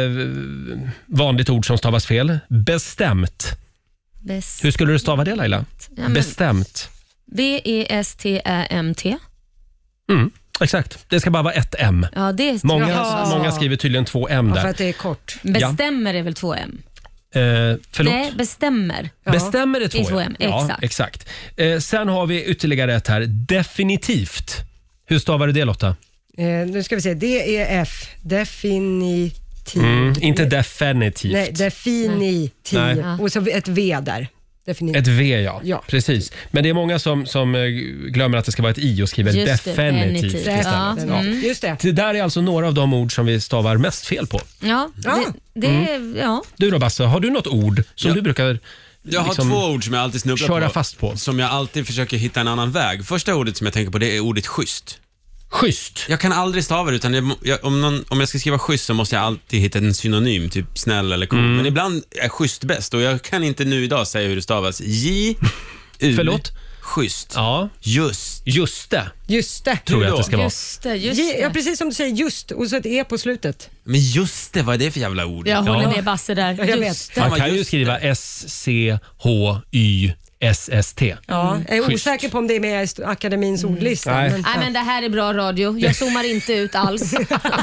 Speaker 1: vanligt ord som stavas fel. Bestämt.
Speaker 4: Bes-
Speaker 1: Hur skulle du stava det Laila?
Speaker 4: Ja, men-
Speaker 1: Bestämt.
Speaker 4: B E S T Ä M T.
Speaker 1: Mm, exakt. Det ska bara vara ett M.
Speaker 4: Ja, det är
Speaker 1: Många,
Speaker 2: Jaha.
Speaker 1: många skriver tydligen två M
Speaker 2: Ja, för
Speaker 1: där.
Speaker 2: att det är kort.
Speaker 4: Bestämmer är väl två M?
Speaker 1: Eh, förlåt?
Speaker 4: Nej, bestämmer.
Speaker 2: Ja.
Speaker 1: Bestämmer det
Speaker 4: Det är
Speaker 1: två
Speaker 4: två
Speaker 1: M?
Speaker 4: M,
Speaker 1: Ja,
Speaker 4: exakt.
Speaker 1: exakt. Eh, sen har vi ytterligare ett här. Definitivt. Hur stavar du det Lotta?
Speaker 2: Eh, nu ska vi se. D E F. Definitiv.
Speaker 1: Mm, inte definitivt.
Speaker 2: Nej, definitiv.
Speaker 1: Nej.
Speaker 2: Och så ett V där. Definitiv.
Speaker 1: Ett V ja.
Speaker 2: Ja.
Speaker 1: Precis. Men det är många som, som eh, glömmer att det ska vara ett I och skriver
Speaker 4: Just det,
Speaker 1: definitivt
Speaker 4: definitivt.
Speaker 1: istället.
Speaker 4: Ja.
Speaker 1: Ja.
Speaker 4: Mm.
Speaker 2: Just det.
Speaker 1: Det där är alltså några av de ord som vi stavar mest fel på.
Speaker 4: Ja,
Speaker 2: Ja.
Speaker 4: det, det ja.
Speaker 1: Du då Basse, har du något ord som
Speaker 8: Ja.
Speaker 1: du brukar
Speaker 8: Jag har
Speaker 1: liksom
Speaker 8: två ord som jag alltid snubblar
Speaker 1: köra
Speaker 8: på.
Speaker 1: fast på?
Speaker 8: Som jag alltid försöker hitta en annan väg. Första ordet som jag tänker på det är ordet schysst.
Speaker 1: Schysst.
Speaker 8: Jag kan aldrig stava det, utan jag, jag, om, någon, om jag ska skriva schysst så måste jag alltid hitta en synonym, typ snäll eller cool.
Speaker 1: Mm.
Speaker 8: Men ibland är schysst bäst och jag kan inte nu idag säga hur det stavas. J, U,
Speaker 1: Förlåt?
Speaker 8: schysst.
Speaker 1: Ja.
Speaker 8: Just.
Speaker 1: Just det.
Speaker 2: Just det.
Speaker 1: Tror jag att det ska vara.
Speaker 4: Just det, just det.
Speaker 2: Ja, precis som du säger, just och så ett e på slutet.
Speaker 8: Men just det, vad är det för jävla ord?
Speaker 4: Jag håller
Speaker 1: Ja.
Speaker 4: med Basse där.
Speaker 2: Ja, jag
Speaker 4: Just
Speaker 2: vet.
Speaker 4: det.
Speaker 1: Man kan ju
Speaker 8: just
Speaker 1: skriva S C H Y S S T.
Speaker 2: Ja, jag är
Speaker 1: Schysst.
Speaker 2: osäker på om det är med i akademins ordlista.
Speaker 1: Nej.
Speaker 2: Men,
Speaker 4: Nej, men det här är bra radio. Jag zoomar inte ut alls.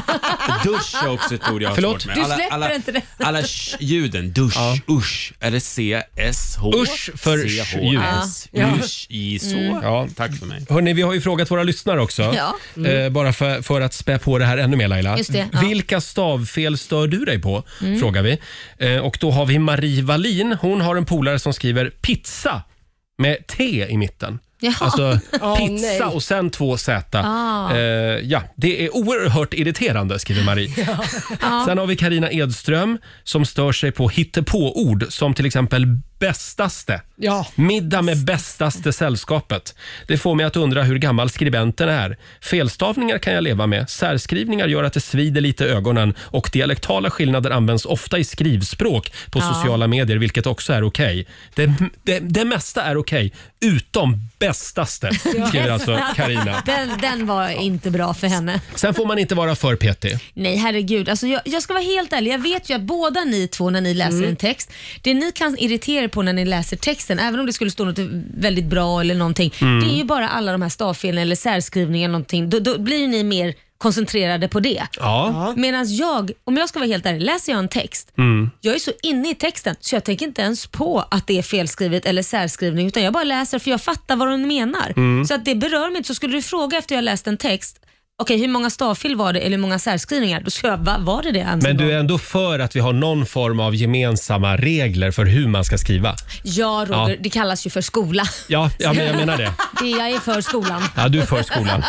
Speaker 8: Dusch är också ett ord jag har
Speaker 1: Förlåt?
Speaker 8: svårt med.
Speaker 4: Du
Speaker 8: Alla,
Speaker 4: släpper
Speaker 8: alla,
Speaker 4: inte det.
Speaker 8: alla sh-ljuden. Dusch,
Speaker 1: Ja.
Speaker 8: usch. Är det C S H?
Speaker 1: Usch för
Speaker 8: C H
Speaker 1: ljud.
Speaker 8: S.
Speaker 2: Ja.
Speaker 8: Usch i så.
Speaker 1: Ja.
Speaker 8: Tack för mig.
Speaker 1: Hörrni, vi har ju frågat våra lyssnare också.
Speaker 4: Ja.
Speaker 1: Eh, bara för, för att spä på det här ännu mer, Laila.
Speaker 4: Just det, ja.
Speaker 1: Vilka stavfel stör du dig på? Frågar vi. Eh, och då har vi Marie Wallin. Hon har en polare som skriver pizza med T i mitten.
Speaker 4: Jaha.
Speaker 1: Alltså
Speaker 2: Åh,
Speaker 1: pizza
Speaker 2: nej.
Speaker 1: och sen två Z.
Speaker 4: Ah.
Speaker 1: Eh, ja, det är oerhört irriterande, skriver Marie. Sen har vi Karina Edström som stör sig på hittepåord som till exempel bästaste.
Speaker 2: ja.
Speaker 1: Middag med bästaste sällskapet. Det får mig att undra hur gammal skribenten är. Felstavningar kan jag leva med. Särskrivningar gör att det svider lite i ögonen och dialektala skillnader används ofta i skrivspråk på
Speaker 4: Ja.
Speaker 1: sociala medier, vilket också är okej. Det, det, det mesta är okej, utom bästaste, skriver alltså Karina.
Speaker 4: Den, den var inte bra för henne.
Speaker 1: Sen får man inte vara för petig.
Speaker 4: Nej, herregud. Alltså, jag, jag ska vara helt ärlig. Jag vet ju att båda ni två, när ni läser en text, det ni kan irritera er på när ni läser texten, även om det skulle stå något väldigt bra eller någonting, det är ju bara alla de här stavfelen eller särskrivningar någonting. Då, då blir ju ni mer koncentrerade på det.
Speaker 1: Ja.
Speaker 4: Medan jag, om jag ska vara helt ärlig, läser jag en text, jag är så inne i texten så jag tänker inte ens på att det är felskrivet eller särskrivning, utan jag bara läser för jag fattar vad de menar. Så att det berör mig inte. Så skulle du fråga efter jag läst en text, okej, hur många stavfel var det eller hur många särskrivningar? Då ska jag, va, var det det ens?
Speaker 1: Men du är ändå för att vi har någon form av gemensamma regler för hur man ska skriva?
Speaker 4: Ja, Roger,
Speaker 1: Ja.
Speaker 4: det kallas ju för skola.
Speaker 1: Ja, ja men jag menar det.
Speaker 4: Det, jag är för skolan.
Speaker 1: Ja, du är för skolan.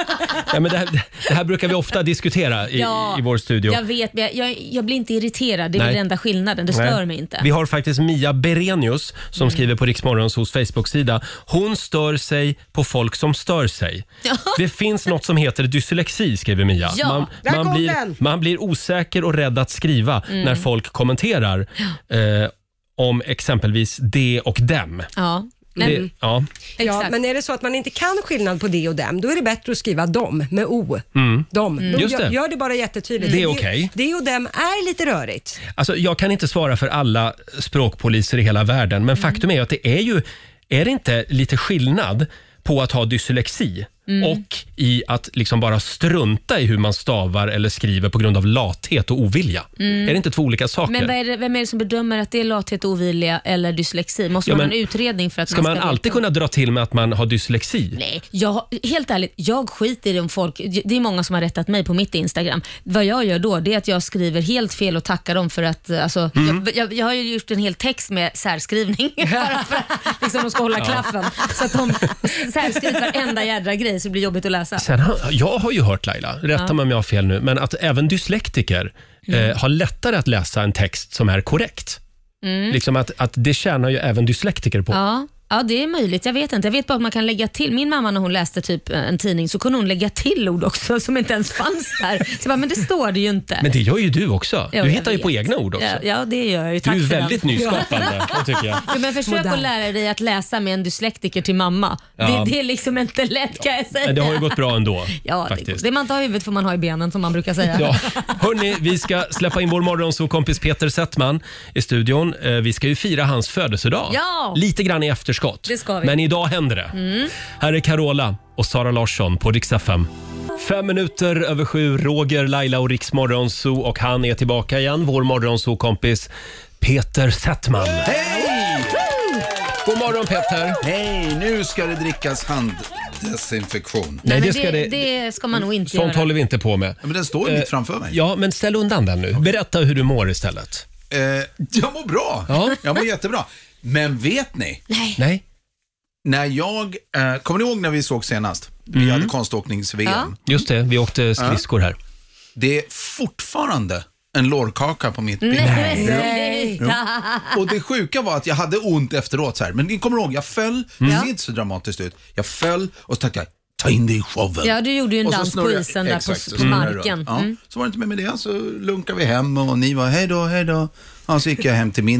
Speaker 1: Ja, men det, här, det här brukar vi ofta diskutera i,
Speaker 4: Ja,
Speaker 1: i vår studio.
Speaker 4: Jag vet, men jag, jag, jag blir inte irriterad. Det är
Speaker 1: Nej.
Speaker 4: väl den enda skillnaden. Det stör
Speaker 1: Nej.
Speaker 4: mig inte.
Speaker 1: Vi har faktiskt Mia Berenius som
Speaker 4: Mm.
Speaker 1: skriver på Riksmorgons hos Facebook-sida. Hon stör sig på folk som stör sig.
Speaker 4: Ja.
Speaker 1: Det finns något som heter dyslexi, skriver Mia.
Speaker 4: Ja,
Speaker 1: man,
Speaker 2: där
Speaker 1: man,
Speaker 2: kom
Speaker 1: blir,
Speaker 2: den.
Speaker 1: man blir osäker och rädd att skriva
Speaker 4: Mm.
Speaker 1: när folk kommenterar eh, om exempelvis de och dem.
Speaker 4: Ja. Men,
Speaker 1: Det, ja.
Speaker 2: Ja,
Speaker 4: exakt.
Speaker 2: men är det så att man inte kan skillnad på det och dem, då är det bättre att skriva dem med O. Dem. Då
Speaker 1: Mm. Just det.
Speaker 2: gör, gör det bara jättetydligt.
Speaker 1: Det är
Speaker 2: För
Speaker 1: okej.
Speaker 2: Det och dem är lite rörigt.
Speaker 1: Alltså, jag kan inte svara för alla språkpoliser i hela världen, men faktum är ju att det är ju, är det inte lite skillnad på att ha dyslexi och i att liksom bara strunta i hur man stavar eller skriver på grund av lathet och ovilja? Är det inte två olika saker?
Speaker 4: Men vad är det, vem är det som bedömer att det är lathet, ovilja eller dyslexi? Måste
Speaker 1: Ja,
Speaker 4: man ha
Speaker 1: men
Speaker 4: en utredning för att
Speaker 1: Ska
Speaker 4: man
Speaker 1: man
Speaker 4: ska
Speaker 1: alltid
Speaker 4: veta?
Speaker 1: kunna dra till med att man har dyslexi?
Speaker 4: Nej, jag, helt ärligt, jag skiter i om folk, det är många som har rättat mig på mitt Instagram. Vad jag gör då, det är att jag skriver helt fel och tackar dem för att, alltså,
Speaker 1: Mm.
Speaker 4: jag, jag, jag har ju gjort en hel text med särskrivning bara för att liksom, de ska hålla klaffen. Så att de särskriver varenda jädra grej så det blir jobbigt att läsa.
Speaker 1: Sen har, jag har ju hört, Laila, rätta mig om jag har fel nu, men att även dyslektiker
Speaker 4: Mm.
Speaker 1: eh, har lättare att läsa en text som är korrekt. Liksom att, att det tjänar ju även dyslektiker på.
Speaker 4: Ja. Ja, det är möjligt. Jag vet inte. Jag vet bara att man kan lägga till. Min mamma, när hon läste typ en tidning, så kunde hon lägga till ord också som inte ens fanns där. Så jag bara, men det står det ju inte.
Speaker 1: Men det gör ju du också.
Speaker 4: Ja,
Speaker 1: Du
Speaker 4: jag
Speaker 1: hittar ju
Speaker 4: vet.
Speaker 1: på egna ord också.
Speaker 4: Ja, ja, det gör jag ju. Tack
Speaker 1: Du är
Speaker 4: för
Speaker 1: väldigt
Speaker 4: den.
Speaker 1: nyskapande, det tycker jag.
Speaker 4: Ja, men försök
Speaker 2: Modern.
Speaker 4: att lära dig att läsa med en dyslektiker till mamma.
Speaker 1: Ja.
Speaker 4: Det, det är liksom inte lätt, kan jag säga.
Speaker 1: Men det har ju gått bra ändå.
Speaker 4: Ja, det,
Speaker 1: faktiskt.
Speaker 4: det man inte har i huvudet får man ha i benen, som man brukar säga.
Speaker 1: Ja. Hörrni, vi ska släppa in vår morgonsåkompis Peter Settman i studion. Eh, Vi ska ju fira hans födelsedag.
Speaker 4: Ja.
Speaker 1: Lite grann i efterskott.
Speaker 4: Det ska vi.
Speaker 1: Men idag händer det.
Speaker 4: Mm.
Speaker 1: Här är Carola och Sara Larsson på Rix F M. Fem minuter över sju, Roger, Laila och Rix Morgonzoo, och han är tillbaka igen, vår morgonzoo-kompis Peter Settman.
Speaker 11: Hej!
Speaker 1: God morgon Peter!
Speaker 11: Hej, nu ska det drickas handdesinfektion.
Speaker 1: Nej,
Speaker 4: men
Speaker 1: det ska
Speaker 4: det,
Speaker 1: det,
Speaker 4: det ska man nog inte
Speaker 1: sånt
Speaker 4: göra.
Speaker 1: håller vi inte på med.
Speaker 11: Ja, men den står ju
Speaker 1: Eh,
Speaker 11: mitt framför mig.
Speaker 1: Ja, men ställ undan den nu. Berätta hur du mår istället.
Speaker 11: Eh, jag mår bra.
Speaker 1: Ja.
Speaker 11: Jag mår jättebra. Men vet ni,
Speaker 1: Nej?
Speaker 11: när jag, eh, kommer ni ihåg när vi såg senast? Vi
Speaker 1: Mm.
Speaker 11: hade konståknings-V M.
Speaker 4: Ja.
Speaker 1: Just det, vi åkte skridskor här.
Speaker 11: Det är fortfarande en lårkaka på mitt ben.
Speaker 4: Nej, nej.
Speaker 11: Och det sjuka var att jag hade ont efteråt så här. Men ni kommer ihåg, jag föll, det ser inte så dramatiskt ut. Jag föll och så tänkte jag, ta in det i showen.
Speaker 4: Ja, du gjorde ju en
Speaker 11: Och så
Speaker 4: dans på
Speaker 11: snurrade jag-
Speaker 4: isen där
Speaker 11: exakt,
Speaker 4: på,
Speaker 11: så
Speaker 4: på
Speaker 11: snurrade jag
Speaker 4: marken.
Speaker 11: runt. Ja,
Speaker 4: Mm.
Speaker 11: så var det inte med med det, så lunkade vi hem och ni var hej då, hej då. Ja, så gick jag hem till min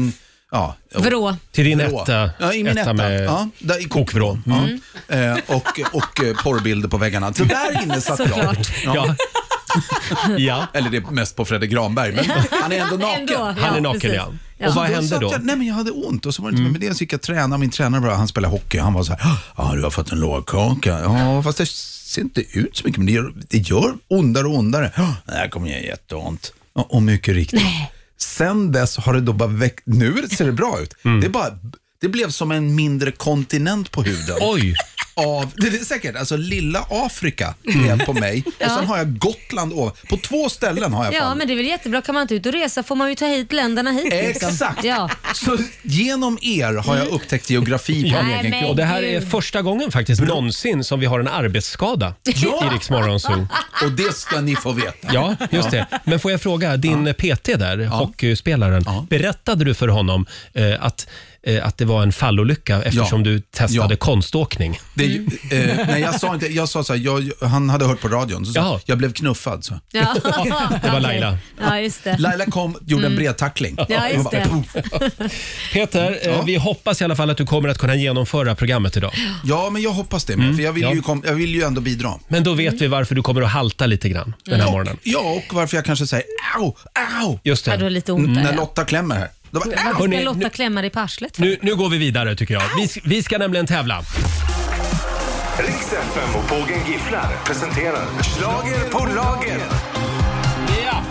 Speaker 11: Ja,
Speaker 4: Vrå.
Speaker 1: Till din
Speaker 11: Vrå.
Speaker 1: etta,
Speaker 11: Ja, i min
Speaker 1: etta
Speaker 11: etta.
Speaker 1: med
Speaker 11: Ja, där i
Speaker 1: kokvrå. Mm.
Speaker 11: Ja. Eh, och, och eh, porrbilder på väggarna. Så där inne satt jag.
Speaker 4: Såklart.
Speaker 1: Ja. Ja.
Speaker 11: Eller det är mest på Fredrik Granberg, men han är ändå naken.
Speaker 4: Ändå, ja,
Speaker 1: Han är naken,
Speaker 4: precis.
Speaker 1: ja.
Speaker 4: Ja.
Speaker 1: Och vad
Speaker 11: Då
Speaker 1: hände
Speaker 11: satt
Speaker 1: då?
Speaker 11: Jag, nej men jag hade ont och så var det inte mm. med det så gick jag träna. Min tränare bara, han spelar hockey. Han var så här, ja du har fått en lårkaka. Ja fast det ser inte ut så mycket, men det gör, det gör ondare och ondare. Det här kommer ge jätteont. Ja, och mycket riktigt. Nej. Sen dess har det då bara väckt, nu ser det bra ut. Mm. Det, är bara, det blev som en mindre kontinent på huden.
Speaker 1: Oj!
Speaker 11: Av, det är säkert, alltså lilla Afrika är på mig och
Speaker 4: Ja.
Speaker 11: sen har jag Gotland over. På två ställen har jag
Speaker 4: Ja,
Speaker 11: fan.
Speaker 4: men det är väl jättebra. Kan man inte ut och resa får man ju ta hit länderna hit. Liksom.
Speaker 11: Exakt.
Speaker 4: Ja.
Speaker 11: Så genom er har jag upptäckt geografi på
Speaker 1: Ja,
Speaker 11: min
Speaker 4: Nej,
Speaker 11: egen
Speaker 4: men-
Speaker 11: kropp.
Speaker 1: Och det här är
Speaker 4: Gud.
Speaker 1: första gången faktiskt någonsin som vi har en arbetsskada
Speaker 11: Ja.
Speaker 1: i Rix Morgon Zoo.
Speaker 11: Och det ska ni få veta.
Speaker 1: Ja, just det. Men får jag fråga, din P T där, hockeyspelaren,
Speaker 11: Ja.
Speaker 1: berättade du för honom eh, att, eh, att det var en fallolycka eftersom
Speaker 11: Ja.
Speaker 1: du testade
Speaker 11: Ja.
Speaker 1: konståkning?
Speaker 11: Det är ju, eh, nej, jag sa inte, jag sa så här, jag, han hade hört på radion, så sa,
Speaker 1: Jaha.
Speaker 11: jag blev knuffad. Så.
Speaker 4: Ja.
Speaker 1: Det var Laila.
Speaker 4: Ja, just det.
Speaker 11: Laila kom, gjorde en bredtackling.
Speaker 4: Ja, just det.
Speaker 1: Peter, eh,
Speaker 11: Ja.
Speaker 1: vi hoppas i alla fall att du kommer att kunna genomföra programmet idag.
Speaker 11: Ja, men jag hoppas det med, för jag vill,
Speaker 1: Ja.
Speaker 11: ju kom, jag vill ju ändå bidra.
Speaker 1: Men då vet vi varför du kommer att halta lite grann den här morgonen.
Speaker 11: Ja, och varför jag kanske säger au, au,
Speaker 1: Just
Speaker 4: Ja, du har
Speaker 1: det.
Speaker 4: lite ont där.
Speaker 11: när
Speaker 4: Ja.
Speaker 11: Lotta klämmer här. Då bara,
Speaker 4: Varför
Speaker 1: Hörrni,
Speaker 4: ska Lotta
Speaker 1: nu-
Speaker 4: klämma dig på arslet för?
Speaker 1: Nu, nu går vi vidare tycker jag. Vi, vi ska nämligen tävla.
Speaker 3: Rix F M och Pågen Gifflar presenterar Schlager på lager.
Speaker 1: Ja.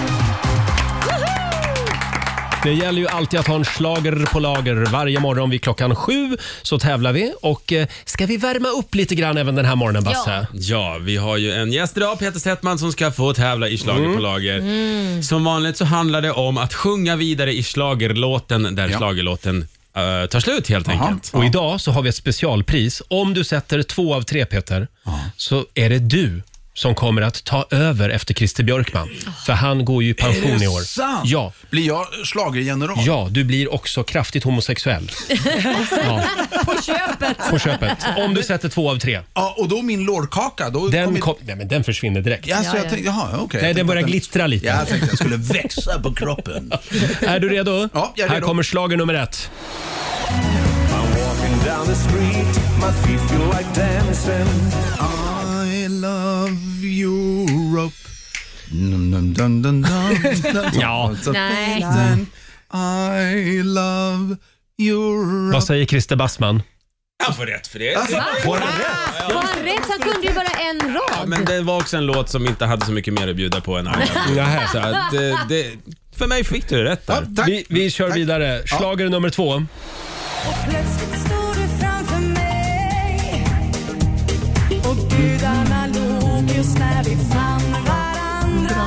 Speaker 1: Det gäller ju alltid att ha en schlager på lager. Varje morgon vid klockan sju så tävlar vi. Och eh, ska vi värma upp lite grann även den här morgonen, Basse?
Speaker 8: Ja, vi har ju en gäst idag, Peter Settman, som ska få tävla i Schlager på lager. Som vanligt så handlar det om att sjunga vidare i schlagerlåten där
Speaker 11: Ja.
Speaker 8: schlagerlåten uh, tar slut helt
Speaker 11: Aha.
Speaker 8: enkelt.
Speaker 1: Och idag så har vi ett specialpris. Om du sätter två av tre, Peter, så är det du som kommer att ta över efter Christer Björkman. För han går ju i pension
Speaker 11: är det
Speaker 1: i år.
Speaker 11: sant?
Speaker 1: Ja.
Speaker 11: Blir jag schlagergeneral?
Speaker 1: Ja, du blir också kraftigt homosexuell. Ja,
Speaker 4: På köpet.
Speaker 1: på köpet. Om du sätter två av tre.
Speaker 11: Ja, och då min lårkaka, då
Speaker 1: Den,
Speaker 11: kommer-
Speaker 1: kom, nej, men den försvinner direkt.
Speaker 11: Ja, så
Speaker 4: Ja,
Speaker 11: jag
Speaker 4: ja.
Speaker 11: tänkte, jaha, okej.
Speaker 1: Nej,
Speaker 11: Jag
Speaker 1: den börjar
Speaker 11: tänkte att
Speaker 1: glittra lite.
Speaker 11: Ja, jag tänkte att jag skulle växa på kroppen.
Speaker 1: Är du redo?
Speaker 11: Ja, jag är
Speaker 1: Här
Speaker 11: redo.
Speaker 1: kommer schlager nummer ett.
Speaker 3: I'm walking down the street, my feet feel like dancing.
Speaker 11: I love Europe. Dun, dun, dun, dun, dun.
Speaker 1: Ja.
Speaker 11: It's a
Speaker 4: Nej.
Speaker 11: feeling. I love Europe.
Speaker 1: Vad säger Christer Bassman?
Speaker 8: Han får rätt för det.
Speaker 11: Alltså,
Speaker 1: Får han rätt?
Speaker 4: Var han rätt? Han kunde ju bara en
Speaker 8: Ja,
Speaker 4: rad.
Speaker 8: men det var också en låt som inte hade så mycket mer att bjuda på än andra.
Speaker 1: Nähä.
Speaker 8: Så att, det, det, för mig fick du rätt
Speaker 11: ja,
Speaker 8: där.
Speaker 11: tack.
Speaker 1: Vi, vi kör
Speaker 11: Tack.
Speaker 1: vidare. Schlager nummer två.
Speaker 12: Plötsligt stod du framför mig och gudarna låg just när vi fann varandra.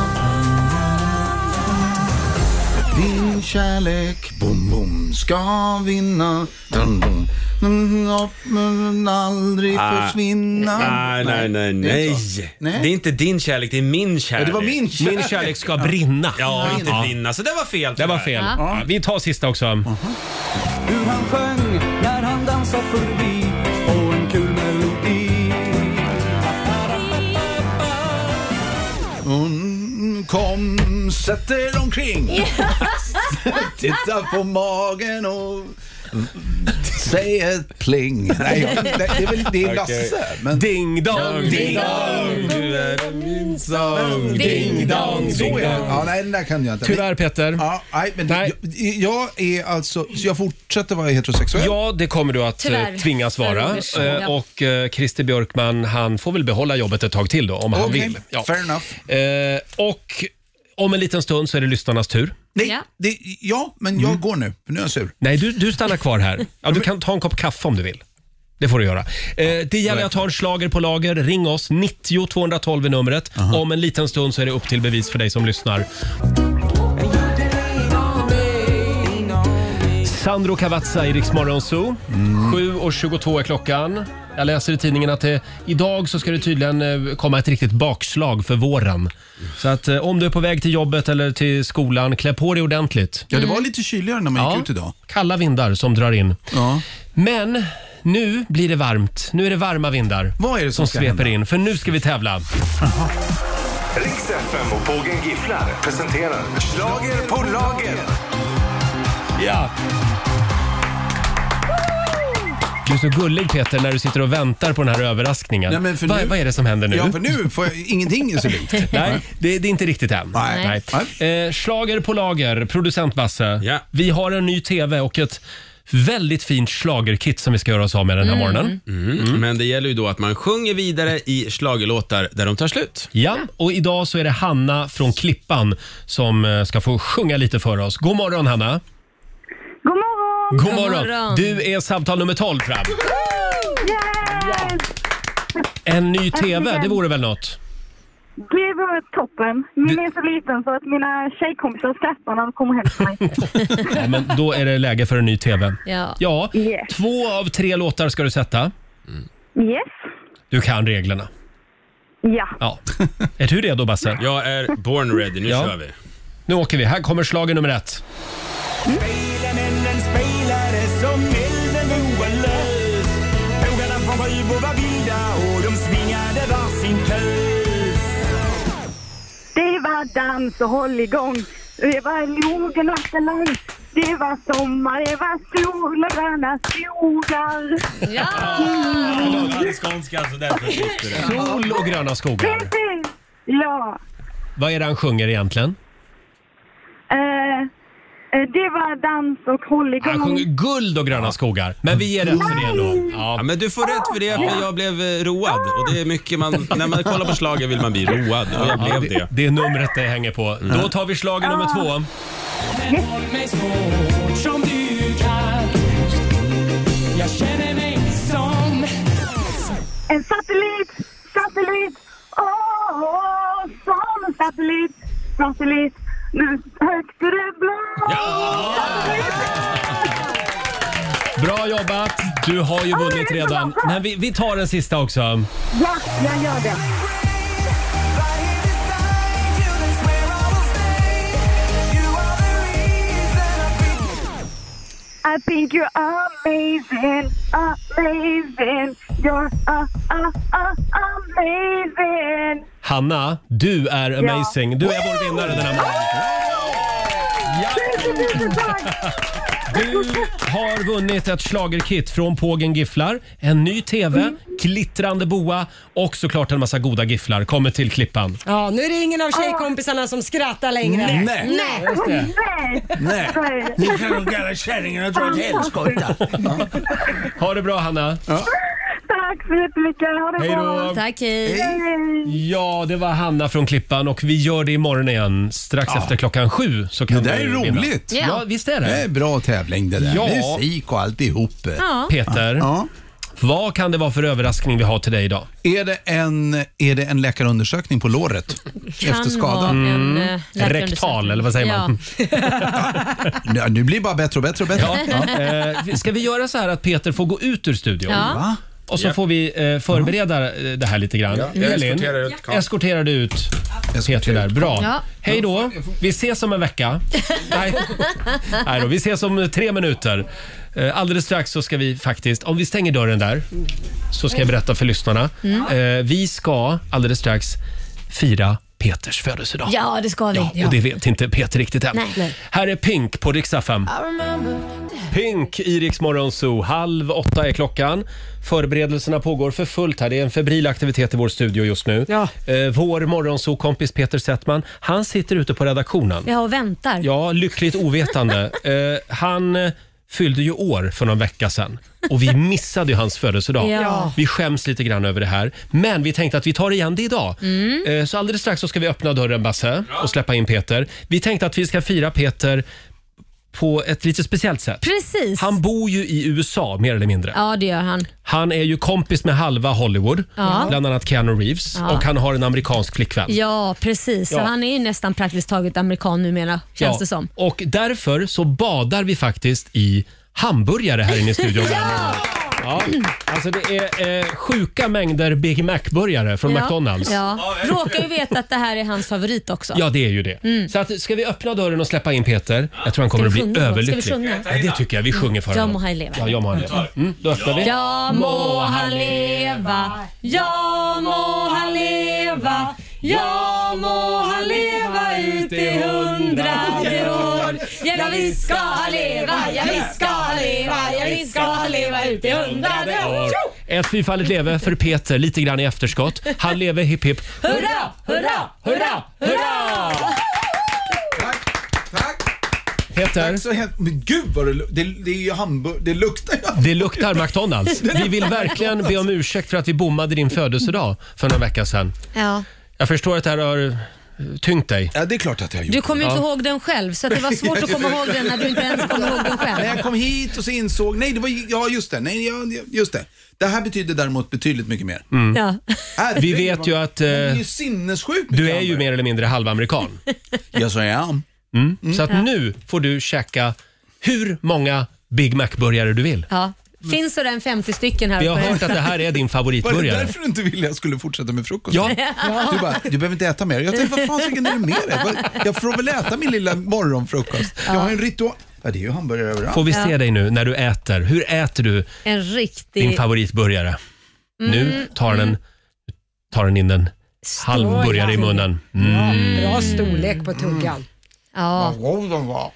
Speaker 11: Din kärlek, bom bom, ska vinna. Dun, dun, dun, upp, men aldrig
Speaker 8: Ah.
Speaker 11: försvinna.
Speaker 8: Nej, nej, nej,
Speaker 11: Det är
Speaker 8: nej.
Speaker 11: så. Nej.
Speaker 8: Det är inte din kärlek, det är min
Speaker 11: Ja,
Speaker 8: kärlek.
Speaker 11: det var min kärlek.
Speaker 1: Min kärlek ska brinna.
Speaker 8: Ja, inte
Speaker 1: Ja.
Speaker 8: vinna. Så det var fel.
Speaker 1: Det var
Speaker 8: tyvärr.
Speaker 1: fel.
Speaker 4: Ja.
Speaker 1: Ja, vi tar sista också.
Speaker 12: Hur han sjöng när han dansade förbi och en kul melodi.
Speaker 11: Mm, kom, sätt er omkring. Titta på magen och säg ett pling. Nej, det, det är väl det är Lasse. Men
Speaker 1: Ding dong, ding dong.
Speaker 8: Du är min sång.
Speaker 1: Ding dong,
Speaker 11: så
Speaker 1: ding
Speaker 11: är det.
Speaker 1: dong.
Speaker 11: Ja, nej, den där kan jag inte.
Speaker 1: Tyvärr Peter.
Speaker 11: Ja, nej, men
Speaker 1: Nej.
Speaker 11: Jag, jag är alltså, så jag fortsätter vara heterosexuell.
Speaker 1: Ja, det kommer du att
Speaker 4: Tyvärr.
Speaker 1: eh, tvingas vara.
Speaker 4: För Roger,
Speaker 1: Eh,
Speaker 4: ja.
Speaker 1: Och eh, Christer Björkman, han får väl behålla jobbet ett tag till då, om han
Speaker 11: Okej,
Speaker 1: vill. Ja.
Speaker 11: fair enough.
Speaker 1: Eh, och om en liten stund så är det lyssnarnas tur.
Speaker 11: Nej,
Speaker 4: Ja.
Speaker 11: det, ja, men jag går nu, för nu är jag sur.
Speaker 1: Nej, du, du stannar kvar här. Ja, du kan ta en kopp kaffe om du vill. Det får du göra. Eh, det gäller att ha en schlager på lager. Ring oss, nittio tvåhundratolv är numret. Om en liten stund så är det upp till bevis för dig som lyssnar. Sandro Cavazza i Rix Morgon Zoo. sju och tjugotvå är klockan. Jag läser i tidningen att det, idag så ska det tydligen eh, komma ett riktigt bakslag för våren. Så att eh, om du är på väg till jobbet eller till skolan, klä på dig ordentligt.
Speaker 11: Ja, det var lite kyligare när man
Speaker 1: Ja.
Speaker 11: gick ut idag.
Speaker 1: Kalla vindar som drar in.
Speaker 11: Ja.
Speaker 1: Men nu blir det varmt. Nu är det varma vindar
Speaker 11: Vad är det som ska
Speaker 1: sveper
Speaker 11: hända?
Speaker 1: in. För nu ska vi tävla.
Speaker 3: Rix F M och Pågen Gifflar presenterar Schlager på lager.
Speaker 1: Ja. Du är så gullig Peter när du sitter och väntar på den här överraskningen.
Speaker 11: Nej, men för
Speaker 1: Va,
Speaker 11: nu-
Speaker 1: vad är det som händer nu?
Speaker 11: Ja, för nu får jag ingenting är så lugnt.
Speaker 1: Nej, det, det är inte riktigt än.
Speaker 11: Nej.
Speaker 1: Nej. Eh, Schlager på lager, producent Basse.
Speaker 8: Ja.
Speaker 1: Vi har en ny tv och ett väldigt fint schlagerkit som vi ska göra oss av med den här morgonen.
Speaker 8: Mm. Men det gäller ju då att man sjunger vidare i schlagerlåtar där de tar slut.
Speaker 1: Ja, och idag så är det Hanna från Klippan som eh, ska få sjunga lite för oss. God morgon Hanna.
Speaker 7: God morgon!
Speaker 1: God morgon. Du är samtal nummer tolv fram.
Speaker 7: Yes!
Speaker 1: En ny tv, det vore väl något?
Speaker 7: Det var toppen. Min är så liten så att mina tjejkompisar skrattar när de kommer hem till mig.
Speaker 1: Ja, men då är det läge för en ny tv.
Speaker 4: Ja.
Speaker 1: Ja,
Speaker 7: Yes.
Speaker 1: två av tre låtar ska du sätta.
Speaker 7: Yes.
Speaker 1: Du kan reglerna.
Speaker 7: Ja.
Speaker 1: Ja. Är du redo Basse?
Speaker 8: Jag är born ready, nu
Speaker 1: Ja.
Speaker 8: kör vi.
Speaker 1: Nu åker vi. Här kommer slagen nummer ett.
Speaker 12: Spelmännen spelade som elden oerlös. Fåglarna från Sjöbo var vilda och de svingade varsin tös.
Speaker 7: Det var dans och håll igång. Det var logen och land. Det var sommar, det var sol och gröna skogar.
Speaker 4: Ja!
Speaker 8: Jag hade skånska så därför visste det.
Speaker 1: Sol och gröna skogar.
Speaker 7: Precis. Ja.
Speaker 1: Vad är det han sjunger egentligen?
Speaker 7: Eh, eh, det var dans och håll igång.
Speaker 1: Han sjunger guld och gröna skogar. Men vi ger rätt för det då.
Speaker 8: Ja,
Speaker 1: Ja.
Speaker 8: men du får rätt för det, för jag blev eh, road. Och det är mycket man, när man kollar på schlager vill man bli road. Och jag
Speaker 1: Ja,
Speaker 8: blev
Speaker 1: det,
Speaker 8: det.
Speaker 1: det är numret det hänger på. Då tar vi slagen nummer två.
Speaker 12: Men håll mig så hårt som du kan. Jag känner mig som
Speaker 7: En satellit, satellit. Åh, oh, som en satellit, satellit. Nu högt i det blå.
Speaker 1: Bra jobbat. Du har ju vunnit redan. Men vi, vi tar den sista också.
Speaker 7: Ja, jag gör det. I think you're amazing, amazing. You're uh, uh, uh, amazing.
Speaker 1: Hanna, du är amazing. Du är vår vinnare den här morgonen.
Speaker 7: Tusen tack.
Speaker 1: Du har vunnit ett schlagerkit från Pågen Gifflar, en ny tv, glittrande boa och såklart en massa goda gifflar kommer till Klippan.
Speaker 2: Ja, nu är det ingen av tjejkompisarna som skrattar längre.
Speaker 11: Nej.
Speaker 2: Nej.
Speaker 1: Just det.
Speaker 7: Nej.
Speaker 11: Nej. Ni kan nog kalla kärringarna dra ett helskotta.
Speaker 1: Ha det bra Hanna.
Speaker 7: Tack så jättemycket. Ha det
Speaker 1: Hej
Speaker 7: bra.
Speaker 1: då.
Speaker 4: Tack, hej.
Speaker 7: Hej.
Speaker 1: Ja, det var Hanna från Klippan och vi gör det imorgon igen strax
Speaker 11: Ja.
Speaker 1: efter klockan sju. Så kan
Speaker 11: Det där
Speaker 1: du
Speaker 11: är
Speaker 1: vinna.
Speaker 11: roligt.
Speaker 4: Ja.
Speaker 1: Ja, visst är
Speaker 11: Det är
Speaker 1: det.
Speaker 11: bra tävling det där.
Speaker 1: Ja.
Speaker 11: Musik och alltihop.
Speaker 4: Ja.
Speaker 1: Peter,
Speaker 11: Ja.
Speaker 1: vad kan det vara för överraskning vi har till dig idag?
Speaker 11: Är det en, är det en läkarundersökning på låret efter skadan?
Speaker 4: Vara en, eh, läkarundersökning.
Speaker 1: Rektal, eller vad säger man?
Speaker 11: Ja, nu blir det bara bättre och bättre och bättre.
Speaker 1: Ja. Eh, ska vi göra så här att Peter får gå ut ur studion?
Speaker 4: Ja.
Speaker 11: Va?
Speaker 1: Och så
Speaker 8: Ja.
Speaker 1: får vi eh, förbereda eh, det här lite grann.
Speaker 8: jag
Speaker 1: Elin,
Speaker 8: eskorterar ut Karl.
Speaker 1: eskorterar du ut Peter där. Bra.
Speaker 4: Ja.
Speaker 1: Hej då. Vi ses om en vecka. Nej. Nej då, vi ses om tre minuter. Eh, alldeles strax så ska vi faktiskt, om vi stänger dörren där, så ska jag berätta för lyssnarna. Eh, vi ska alldeles strax fira Peters födelsedag.
Speaker 4: Ja, det ska vi.
Speaker 1: Ja, och det vet inte Peter riktigt än.
Speaker 4: Nej. Nej.
Speaker 1: Här är Pink på Rix F M. Pink i Rix Morgon Zoo. Halv åtta är klockan. Förberedelserna pågår för fullt här. Det är en febril aktivitet i vår studio just nu.
Speaker 2: Ja.
Speaker 1: Eh, vår morgonzoo-kompis Peter Settman, han sitter ute på redaktionen.
Speaker 4: Ja, och väntar.
Speaker 1: Ja, lyckligt ovetande. Eh, han eh, fyllde ju år för någon vecka sedan och vi missade ju hans födelsedag.
Speaker 4: Ja.
Speaker 1: Vi skäms lite grann över det här. Men vi tänkte att vi tar igen det idag.
Speaker 4: Mm.
Speaker 1: Eh, så alldeles strax så ska vi öppna dörren, Basse, och släppa in Peter. Vi tänkte att vi ska fira Peter på ett lite speciellt sätt.
Speaker 4: Precis.
Speaker 1: Han bor ju i U S A mer eller mindre.
Speaker 4: Ja, det gör han.
Speaker 1: Han är ju kompis med halva Hollywood,
Speaker 4: Ja.
Speaker 1: bland annat Keanu Reeves,
Speaker 4: Ja.
Speaker 1: och han har en amerikansk flickvän.
Speaker 4: Ja, precis.
Speaker 1: Ja.
Speaker 4: Så han är ju nästan praktiskt taget amerikan numera, känns
Speaker 1: Ja,
Speaker 4: det som.
Speaker 1: Och därför så badar vi faktiskt i hamburgare här inne i studion. Ja, alltså det är eh, sjuka mängder Big Mac-burgare från
Speaker 4: Ja.
Speaker 1: McDonalds.
Speaker 4: Ja. Råkar ju veta att det här är hans favorit också.
Speaker 1: Ja, det är ju det.
Speaker 4: Mm.
Speaker 1: Så att, ska vi öppna dörren och släppa in Peter? Jag tror han kommer att
Speaker 4: Ska
Speaker 1: bli
Speaker 4: vi sjunga då?
Speaker 1: överlycklig.
Speaker 4: Ska vi sjunga?
Speaker 1: Ja, det tycker jag. Vi sjunger för
Speaker 4: Ja
Speaker 1: honom.
Speaker 4: må han leva.
Speaker 1: Ja, ja må han leva. Mm, då öppnar vi.
Speaker 4: Ja må han leva, ja må han leva, ja må han leva ut i hundrade år. Ja vi ska leva, ja vi ska leva, ja vi ska leva ut i hundrade år.
Speaker 1: Ett fyrfaldigt leve för Peter, lite grann i efterskott. Han lever hipp hipp.
Speaker 4: Hurra, hurra, hurra, hurra!
Speaker 1: Peter.
Speaker 11: Tack så hemskt. Men gud vad det, det, det är ju hamburg, det luktar ju.
Speaker 1: Det luktar McDonalds. Vi vill verkligen be om ursäkt för att vi bommade din födelsedag för några veckor sedan.
Speaker 4: Ja.
Speaker 1: Jag förstår att det här har tyngt dig.
Speaker 11: Ja, det är klart att jag har gjort.
Speaker 4: Du kommer ju inte
Speaker 1: Ja.
Speaker 4: ihåg den själv, så att det var svårt att komma ihåg den när du inte ens kommer ihåg den själv.
Speaker 11: När jag kom hit och så insåg, nej det var, ja just det, nej ja, just det. Det här betyder däremot betydligt mycket mer.
Speaker 1: Mm.
Speaker 4: Ja.
Speaker 11: Herregud,
Speaker 1: Vi vet ju att eh,
Speaker 11: det är ju sinnessjukt.
Speaker 1: du är ju mer eller mindre halvamerikan.
Speaker 11: Ja, så är jag.
Speaker 1: Mm. Så att
Speaker 4: Ja.
Speaker 1: nu får du käka hur många Big Mac-burgare du vill.
Speaker 4: Ja. Finns det en femtio stycken här?
Speaker 1: Vi har
Speaker 4: på
Speaker 1: hört att det här är din
Speaker 11: Var det
Speaker 1: favoritburgare.
Speaker 11: därför du inte ville jag skulle fortsätta med frukost?
Speaker 1: Ja.
Speaker 11: Du bara, du behöver inte äta mer. Jag tänkte, vad fan ska jag göra med det? Jag får väl äta min lilla morgonfrukost. Jag har en ritual. Ja, det är ju hamburgare överallt.
Speaker 1: Får vi se
Speaker 4: Ja.
Speaker 1: dig nu när du äter? Hur äter du
Speaker 4: En riktig...
Speaker 1: din favoritburgare?
Speaker 4: Mm,
Speaker 1: Nu tar den, tar den in en halv burgare i munnen. Mm.
Speaker 2: Ja, bra storlek på tuggan.
Speaker 4: Ja.
Speaker 11: Vad god de var.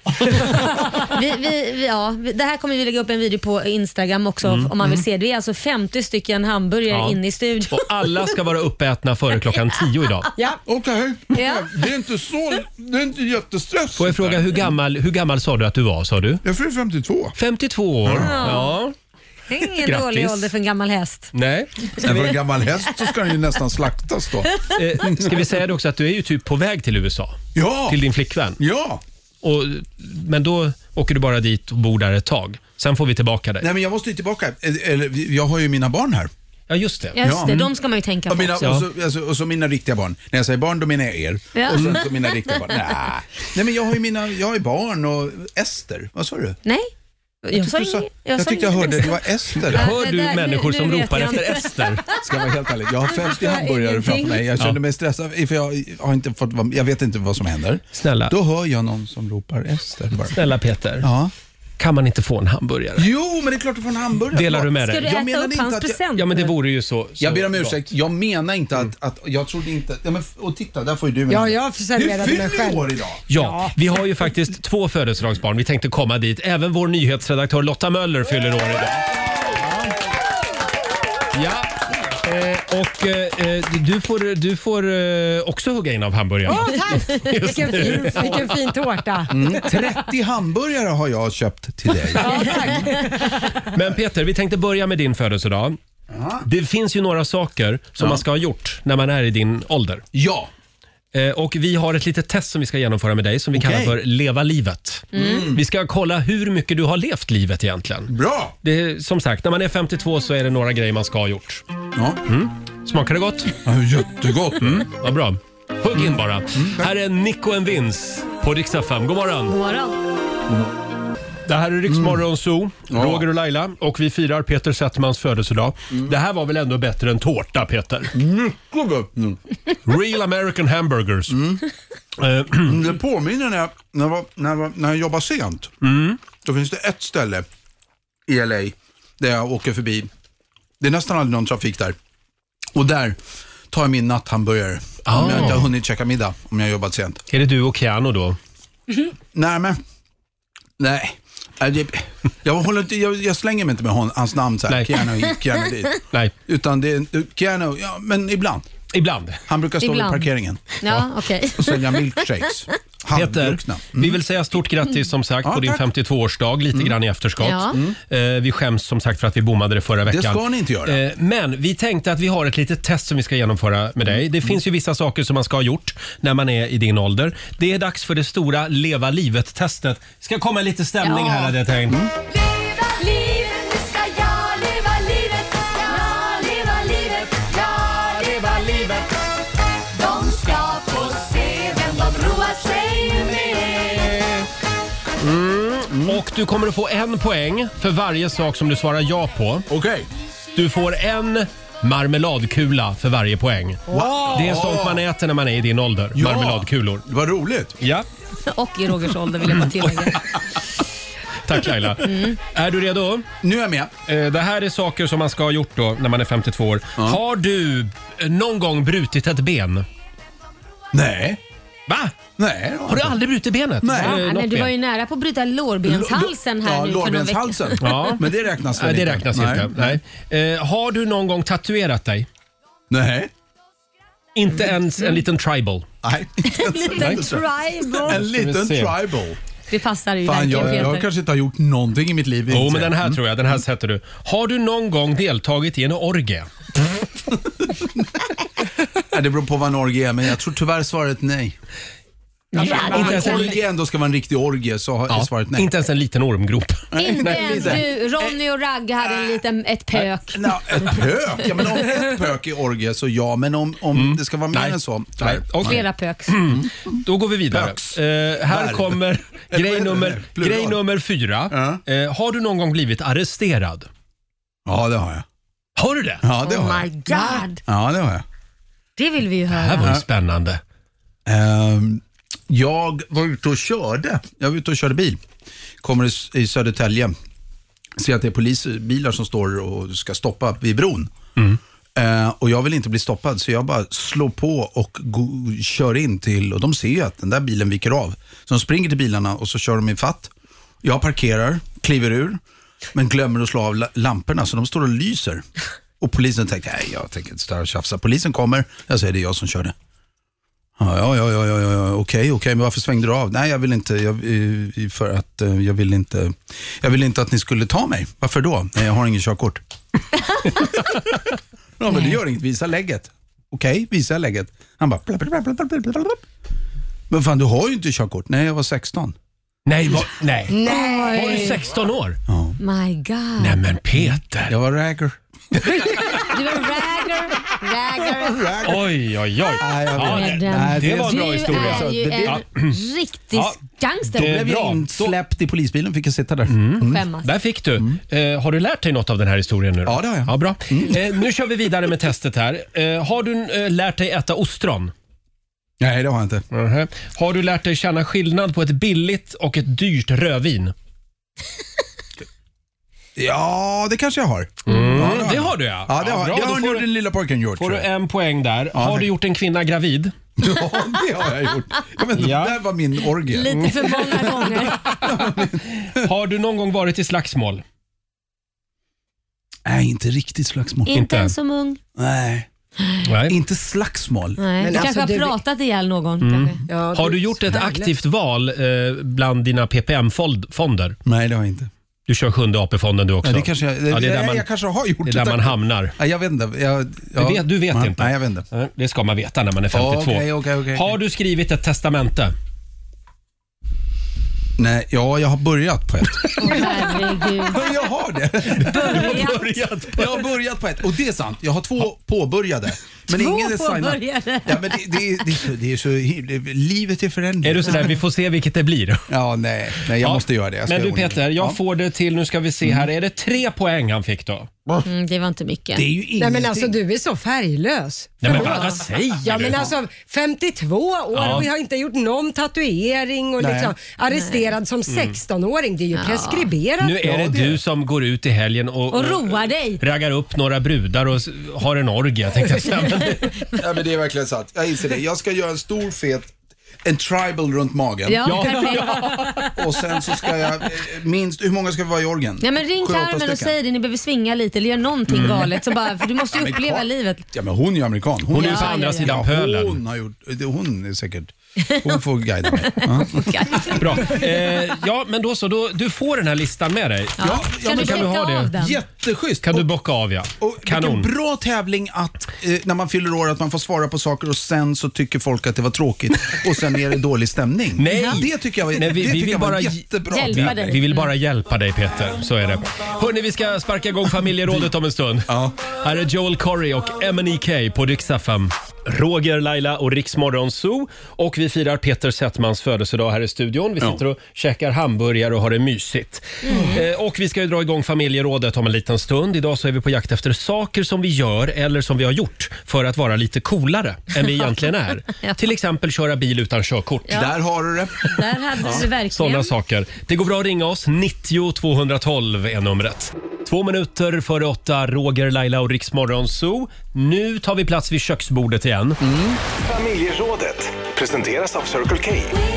Speaker 4: Vi, vi, vi, ja. vi- Det här kommer vi lägga upp en video på Instagram också om man vill se. Det är alltså femtio stycken hamburgare
Speaker 1: Ja.
Speaker 4: inne i studion.
Speaker 1: Och alla ska vara uppätna före klockan tio idag.
Speaker 2: Ja.
Speaker 11: Okej,
Speaker 4: Ja.
Speaker 11: det är inte så, det är inte jättestressigt.
Speaker 1: Får jag fråga, hur gammal, hur gammal sa du att du var, sa du?
Speaker 11: Jag fyller femtiotvå.
Speaker 1: femtiotvå år. Ja.
Speaker 4: Det är ingen
Speaker 1: Grattis.
Speaker 4: dålig ålder för en gammal häst.
Speaker 1: Nej.
Speaker 11: Men för en gammal häst så ska den ju nästan slaktas då.
Speaker 1: Eh, ska vi säga det också att du är ju typ på väg till U S A?
Speaker 11: Ja.
Speaker 1: Till din flickvän?
Speaker 11: Ja.
Speaker 1: Och, men då åker du bara dit och bor där ett tag. Sen får vi tillbaka dig.
Speaker 11: Nej, men jag måste ju tillbaka. Eller, jag har ju mina barn här.
Speaker 1: Ja, just det.
Speaker 4: Just
Speaker 11: Ja.
Speaker 4: det, de ska man ju tänka
Speaker 11: Och,
Speaker 4: på
Speaker 11: mina,
Speaker 4: också.
Speaker 11: och, så, alltså, och så mina riktiga barn. När jag säger barn, då menar jag er.
Speaker 4: Ja.
Speaker 11: Och sen så mina riktiga barn. Nej. Nej, men jag har ju mina, jag har ju barn och Ester. Vad sa du?
Speaker 4: Nej, jag,
Speaker 11: Jag
Speaker 4: sa
Speaker 11: tyckte, du sa,
Speaker 4: inget.
Speaker 11: jag
Speaker 4: sa
Speaker 11: tyckte jag
Speaker 4: inget.
Speaker 11: hörde det var Ester.
Speaker 1: Hör du
Speaker 4: det där-
Speaker 1: människor
Speaker 4: nu-
Speaker 1: som
Speaker 4: nu vet
Speaker 1: ropar
Speaker 4: jag
Speaker 1: efter
Speaker 4: inte.
Speaker 1: Ester?
Speaker 11: Ska jag vara helt ärlig. Jag har femtio
Speaker 4: Jag
Speaker 11: hamburgare
Speaker 4: ingenting.
Speaker 11: framför mig. Jag känner
Speaker 1: Ja.
Speaker 11: mig stressad för jag har inte fått, vad- jag vet inte vad som händer.
Speaker 1: Snälla,
Speaker 11: Då hör jag någon som ropar Ester bara.
Speaker 1: snälla Peter.
Speaker 11: Ja.
Speaker 1: Kan man inte få en hamburgare?
Speaker 11: Jo, men det är klart du får en hamburgare.
Speaker 1: Delar du med
Speaker 4: Ska
Speaker 1: dig?
Speaker 4: du
Speaker 11: Jag
Speaker 4: äta
Speaker 11: menade
Speaker 4: upp
Speaker 11: inte
Speaker 4: hans
Speaker 11: att jag-
Speaker 4: present?
Speaker 1: Ja, men det vore ju så, så
Speaker 11: Jag ber om
Speaker 1: bra.
Speaker 11: ursäkt. Jag menar inte att, att jag trodde inte... Ja, men, och titta, där får ju du en.
Speaker 2: Ja, jag
Speaker 11: Du
Speaker 2: serverade mig
Speaker 11: fyller
Speaker 2: själv.
Speaker 11: år idag.
Speaker 1: Ja, vi har ju faktiskt två födelsedagsbarn. Vi tänkte komma dit. Även vår nyhetsredaktör Lotta Möller fyller år idag. Ja, eh, och eh, du får, du får eh, också hugga in av hamburgaren.
Speaker 2: Åh, tack! Vilken fin, vilken fin tårta.
Speaker 11: Mm. trettio hamburgare har jag köpt till dig.
Speaker 2: Ja, tack.
Speaker 1: Men Peter, vi tänkte börja med din födelsedag. Det finns ju några saker som
Speaker 11: Ja.
Speaker 1: man ska ha gjort när man är i din ålder.
Speaker 11: Ja.
Speaker 1: Eh, Och vi har ett litet test som vi ska genomföra med dig som vi
Speaker 11: Okej.
Speaker 1: kallar för Leva livet.
Speaker 11: Mm.
Speaker 1: Vi ska kolla hur mycket du har levt livet egentligen.
Speaker 11: Bra.
Speaker 1: Det är, som sagt, när man är femtiotvå så är det några grejer man ska ha gjort.
Speaker 11: Ja.
Speaker 1: Smakar det gott?
Speaker 11: Ja, jättegott.
Speaker 1: Mm, vad bra. Hugg in bara. Här är Nico and Vince på Rix F M. God morgon.
Speaker 4: God morgon.
Speaker 1: Det här är Rix Morgon Zoo,
Speaker 11: Ja.
Speaker 1: Roger och Laila, och vi firar Peter Settmans födelsedag. Det här var väl ändå bättre än tårta, Peter?
Speaker 11: Mycket gott. Mm.
Speaker 1: Real American Hamburgers. Eh,
Speaker 11: Det påminner när jag, när jag, var, när jag, var, när jag jobbar sent. Då finns det ett ställe i L A där jag åker förbi. Det är nästan aldrig någon trafik där. Och där tar jag min natthamburgare.
Speaker 1: Ah.
Speaker 11: Om jag inte har hunnit käka middag. Om jag har jobbat sent.
Speaker 1: Är det du och Keanu då?
Speaker 11: Nej, men... Nej. Äh, det- Jag, håller inte, jag, jag slänger mig inte med hon, hans namn så här.
Speaker 1: Nej.
Speaker 11: Keanu hit, Keanu dit.
Speaker 1: Nej,
Speaker 11: Utan det är Keanu, ja, men ibland.
Speaker 1: ibland.
Speaker 11: Han brukar stå
Speaker 4: Ibland.
Speaker 11: vid parkeringen
Speaker 4: Ja, okej.
Speaker 11: och sälja milkshakes.
Speaker 1: Peter,
Speaker 11: Handruckna.
Speaker 1: vi vill säga stort grattis som sagt
Speaker 11: Ja,
Speaker 1: på din
Speaker 11: tack.
Speaker 1: femtiotvåårsdag, lite grann i efterskott.
Speaker 4: Ja.
Speaker 1: Eh, vi skäms som sagt för att vi bommade det förra veckan.
Speaker 11: Det ska ni inte göra.
Speaker 1: Eh, men vi tänkte att vi har ett litet test som vi ska genomföra med dig. Det finns ju vissa saker som man ska ha gjort när man är i din ålder. Det är dags för det stora Leva livet-testet. Ska komma lite stämning
Speaker 4: Ja.
Speaker 1: här hade jag tänkt.
Speaker 4: Mm.
Speaker 13: Leva livet, nu ska jag leva livet. Jag leva livet, jag leva livet. De ska få se vem de roar sig med.
Speaker 1: Mm. Och du kommer att få en poäng för varje sak som du svarar ja på.
Speaker 11: Okej.
Speaker 1: Du får en marmeladkula för varje poäng.
Speaker 11: Wow.
Speaker 1: Det är sånt man äter när man är i din ålder.
Speaker 11: Ja.
Speaker 1: Marmeladkulor.
Speaker 11: Vad roligt.
Speaker 1: Ja.
Speaker 4: Och i Rogers ålder vill jag bara tillägga.
Speaker 1: Tack Laila.
Speaker 4: Mm.
Speaker 1: Är du redo?
Speaker 11: Nu är jag med.
Speaker 1: Eh, Det här är saker som man ska ha gjort då när man är femtiotvå år. Har du eh, någon gång brutit ett ben?
Speaker 11: Nej.
Speaker 1: Va?
Speaker 11: Nej.
Speaker 1: Har du aldrig brutit benet?
Speaker 11: Nej.
Speaker 1: Eller
Speaker 4: Ja,
Speaker 1: något
Speaker 4: men du var
Speaker 1: ben?
Speaker 4: ju nära på att bryta lårbenshalsen här
Speaker 11: Ja,
Speaker 4: nu för några
Speaker 11: lårbenshalsen.
Speaker 4: veckor.
Speaker 11: Ja. Men det räknas väl
Speaker 1: Nej, det
Speaker 11: inte?
Speaker 1: räknas inte. Nej. Eh, har du någon gång tatuerat dig?
Speaker 11: Nej.
Speaker 1: Inte ens en liten tribal?
Speaker 11: Nej, inte ens
Speaker 4: En liten tribal.
Speaker 11: En liten
Speaker 1: se.
Speaker 11: tribal.
Speaker 4: Det passar ju
Speaker 11: Fan,
Speaker 4: verkligen,
Speaker 11: jag, jag
Speaker 4: Peter.
Speaker 11: kanske inte har gjort någonting i mitt liv.
Speaker 1: Jo,
Speaker 11: inte.
Speaker 1: men den här
Speaker 11: Mm.
Speaker 1: tror jag. Den här sätter du. Har du någon gång deltagit i en orgie?
Speaker 11: Ja, det beror på vad en orgie är, men jag tror tyvärr svaret nej.
Speaker 1: Ja,
Speaker 11: Om
Speaker 1: inte ens
Speaker 11: en
Speaker 1: en,
Speaker 11: orgie ändå ska vara en riktig orgie så har
Speaker 1: ja,
Speaker 11: svaret nej.
Speaker 1: inte ens en liten ormgrop.
Speaker 4: Inte
Speaker 11: Nej,
Speaker 4: ens
Speaker 11: lite.
Speaker 4: du, Ronny och Ragge hade en liten, ett pök.
Speaker 11: Nå, ett pök? Ja, men om ett pök är orgie så ja, men om, om det ska vara mer
Speaker 1: Nej.
Speaker 11: än så.
Speaker 1: Nej. Okay.
Speaker 4: Flera pöks.
Speaker 1: Då går vi vidare.
Speaker 11: Pöks.
Speaker 1: Eh, här
Speaker 11: Där.
Speaker 1: kommer grej nummer,
Speaker 11: Plural.
Speaker 1: grej nummer fyra.
Speaker 11: Ja.
Speaker 1: Eh, har du någon gång blivit arresterad?
Speaker 11: Ja, det har jag.
Speaker 1: Har du det?
Speaker 11: Ja, det har
Speaker 4: Oh
Speaker 11: jag.
Speaker 4: my god.
Speaker 11: Ja, det har jag.
Speaker 4: Det vill vi ju
Speaker 1: Det här var
Speaker 4: höra.
Speaker 1: ju spännande.
Speaker 11: Ehm, jag var ute och körde. Jag var ute och körde bil. Kommer i, i Södertälje. Ser att det är polisbilar som står och ska stoppa vid bron.
Speaker 1: Mm.
Speaker 11: Eh, och jag vill inte bli stoppad så jag bara slår på och go- kör in till, och de ser ju att den där bilen viker av. Så de springer till bilarna och så kör de i fatt. Jag parkerar, kliver ur, men glömmer att slå av la- lamporna så de står och lyser. Och polisen tänkte, nej jag tänker inte stå och tjafsa. Polisen kommer, jag säger det är jag som körde. Ja, ja, ja, ja, ja, ja. okej, okej, men varför svängde du av? Nej, jag vill inte, jag, eh, för att eh, jag vill inte, jag vill inte att ni skulle ta mig. Varför då? Nej, jag har ingen körkort. Ja, men det gör inget, visa lägget. Okej, visa lägget. Han bara, bla, bla, bla, bla, bla, bla, bla. Men fan, du har ju inte körkort. Nej, jag var sexton.
Speaker 1: Nej, va, nej.
Speaker 4: Nej.
Speaker 1: Var du sexton år?
Speaker 11: Ja.
Speaker 4: My god.
Speaker 1: Nej men Peter.
Speaker 11: Jag var ragger.
Speaker 4: Du var ragger, ragger.
Speaker 1: Oj, oj, oj.
Speaker 11: Nej, jag
Speaker 1: Ja,
Speaker 11: vet.
Speaker 1: det,
Speaker 11: Nej,
Speaker 1: det
Speaker 11: det-
Speaker 1: var en bra
Speaker 4: Du
Speaker 1: historia.
Speaker 4: är ju
Speaker 11: Det- det-
Speaker 4: en riktig
Speaker 1: Ja.
Speaker 4: gangster.
Speaker 1: Det-
Speaker 11: Jag blev
Speaker 1: bra.
Speaker 11: insläppt i polisbilen, fick jag sitta där. Mm.
Speaker 4: Skämmas.
Speaker 1: Där fick du. Eh, har du lärt dig något av den här historien nu då?
Speaker 11: Ja, det har jag.
Speaker 1: Ja, bra. Eh, nu kör vi vidare med testet här. Eh, har du eh, lärt dig äta ostron?
Speaker 11: Nej, det har jag inte.
Speaker 1: Mhm. Har du lärt dig känna skillnad på ett billigt och ett dyrt rödvin?
Speaker 11: Ja, det kanske jag har.
Speaker 1: Mm,
Speaker 11: Ja,
Speaker 1: det har du ja.
Speaker 11: Ja, det har,
Speaker 1: bra.
Speaker 11: det
Speaker 1: Då
Speaker 11: har
Speaker 1: får
Speaker 11: nu
Speaker 1: du-
Speaker 11: den lilla pojken gjort.
Speaker 1: Får du
Speaker 11: tror jag.
Speaker 1: en poäng där.
Speaker 11: Ja,
Speaker 1: har
Speaker 11: tack.
Speaker 1: du gjort en kvinna gravid?
Speaker 11: Ja, det har jag gjort. Ja, men
Speaker 1: Ja.
Speaker 11: Det där var min orgie.
Speaker 4: Lite för många gånger.
Speaker 1: Har du någon gång varit i slagsmål?
Speaker 11: Nej, inte riktigt slagsmål.
Speaker 4: Inte ens som ung.
Speaker 11: Nej,
Speaker 1: Nej.
Speaker 11: inte slagsmål.
Speaker 4: Nej.
Speaker 2: Men
Speaker 4: Du
Speaker 2: alltså,
Speaker 4: kanske har
Speaker 2: du-
Speaker 4: pratat ihjäl någon.
Speaker 1: Mm.
Speaker 4: Kanske.
Speaker 2: Ja,
Speaker 1: Har du gjort ett
Speaker 2: härligt.
Speaker 1: aktivt val eh, bland dina P P M-fonder?
Speaker 11: Nej, det har jag inte.
Speaker 1: Du kör sjunde A P-fonden du också?
Speaker 11: Ja, det kanske jag,
Speaker 1: Ja, det är där
Speaker 11: nej,
Speaker 1: man,
Speaker 11: jag kanske har gjort
Speaker 1: det är där man hamnar.
Speaker 11: Ja, jag vet inte. Jag,
Speaker 1: Du vet, du vet
Speaker 11: ja,
Speaker 1: inte?
Speaker 11: Nej, jag vet inte.
Speaker 1: Nej, det ska man veta när man är femtiotvå.
Speaker 11: Okej, okej, okej.
Speaker 1: Har du skrivit ett testamente?
Speaker 11: Nej, ja, jag har börjat på ett.
Speaker 4: Åh, herregud.
Speaker 11: Jag har det.
Speaker 1: Börjat på
Speaker 11: Jag har börjat på ett. Och det är sant. Jag har två påbörjade. Men
Speaker 4: Två
Speaker 11: ingen är signat.
Speaker 4: påbörjade.
Speaker 11: Ja, men det, det, det, är så, det är så... det- Livet är föränderligt.
Speaker 1: Är du sådär, vi får se vilket det blir.
Speaker 11: Ja, nej. Nej, jag
Speaker 1: Ja,
Speaker 11: måste göra det. Jag ska
Speaker 1: Men du
Speaker 11: göra ordning.
Speaker 1: Peter, jag
Speaker 11: Ja.
Speaker 1: får det till, nu ska vi se här, är det tre poäng han fick då?
Speaker 4: Mm, det var inte mycket.
Speaker 11: Det är ju
Speaker 2: Nej
Speaker 11: ingenting.
Speaker 2: men alltså du är så färglös.
Speaker 1: Nej, men
Speaker 2: Förlåt.
Speaker 1: vad, vad säger
Speaker 2: Ja
Speaker 1: du?
Speaker 2: men alltså femtiotvå år
Speaker 1: Ja.
Speaker 2: och vi har inte gjort någon tatuering och
Speaker 11: Nej.
Speaker 2: liksom arresterad som sexton-åring. Det är ju preskriberat.
Speaker 1: Nu är det
Speaker 11: Ja, det är
Speaker 1: du
Speaker 11: det.
Speaker 1: som går ut i helgen och,
Speaker 4: Och roar dig.
Speaker 1: raggar upp några brudar och s- har en orgie, tänkte jag säga. Men det-
Speaker 11: Ja, men det är verkligen sant. Jag inser det. Jag ska göra en stor fet, en tribal runt magen.
Speaker 4: Ja,
Speaker 1: Ja.
Speaker 4: perfekt.
Speaker 11: Och sen så ska jag, eh, minst, hur många ska vi vara i orgen?
Speaker 4: Ja, men ring
Speaker 11: Sju, åtta
Speaker 4: Carmen och
Speaker 11: stycken.
Speaker 4: säg det, ni behöver svinga lite eller göra någonting galet. Så bara, för du måste ju
Speaker 11: Men
Speaker 4: uppleva
Speaker 11: Carl-
Speaker 4: livet.
Speaker 11: Ja, men hon är ju amerikan.
Speaker 1: Hon är ju
Speaker 4: Ja,
Speaker 1: på
Speaker 4: ja,
Speaker 1: andra
Speaker 4: ja.
Speaker 1: sidan
Speaker 11: Ja,
Speaker 1: pölen.
Speaker 11: hon har gjort, det- hon är säkert, hon får guida mig. Ja.
Speaker 1: Bra. Eh, ja, men då så. Då, du får den här listan med dig.
Speaker 4: Ja.
Speaker 11: ja,
Speaker 4: Kan
Speaker 11: men
Speaker 4: du
Speaker 1: kan du
Speaker 4: checka
Speaker 1: ha det?
Speaker 4: av den?
Speaker 11: Jätteschysst.
Speaker 1: Kan du
Speaker 11: Och-
Speaker 1: bocka av, ja.
Speaker 11: Och
Speaker 1: Kanon.
Speaker 11: vilken bra tävling att eh, när man fyller år att man får svara på saker och sen så tycker folk att det var tråkigt och sen är det dålig stämning.
Speaker 1: Nej.
Speaker 11: Det tycker jag var,
Speaker 1: Nej, vi-
Speaker 11: det
Speaker 1: vi
Speaker 11: tycker
Speaker 1: vill
Speaker 11: jag var
Speaker 1: bara
Speaker 11: jättebra.
Speaker 4: hjälpa
Speaker 11: tävling.
Speaker 4: dig.
Speaker 1: Vi vill bara hjälpa dig Peter, så är det. Hörrni, vi ska sparka igång familjerådet om en stund.
Speaker 11: Ja.
Speaker 1: Här är Joel Corey och M and E K på Rix F M. Roger, Laila och Rix Morgon Zoo. Och vi firar Peter Settmans födelsedag här i studion. Vi sitter och käkar hamburgare och har det mysigt. Eh, och vi ska ju dra igång familjerådet om en liten stund. Idag så är vi på jakt efter saker som vi gör eller som vi har gjort för att vara lite coolare än vi egentligen är.
Speaker 4: Ja.
Speaker 1: Till exempel köra bil utan körkort.
Speaker 11: Där har du det.
Speaker 4: Där hade du verkligen.
Speaker 1: Sådana saker. Det går bra att ringa oss. nittio tvåhundratolv är numret. Två minuter före åtta, Roger, Laila och Riksmorgon Zoo. Nu tar vi plats vid köksbordet igen.
Speaker 3: Mm. Familjerådet presenteras av Circle K.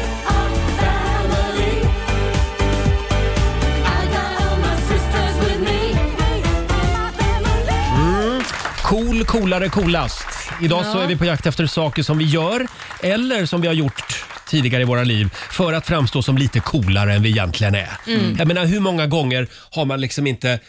Speaker 1: Mm. Cool, coolare, coolast. Idag
Speaker 4: Ja.
Speaker 1: så är vi på jakt efter saker som vi gör eller som vi har gjort tidigare i våra liv för att framstå som lite coolare än vi egentligen är.
Speaker 4: Mm.
Speaker 1: Jag menar, hur många gånger har man liksom inte eh,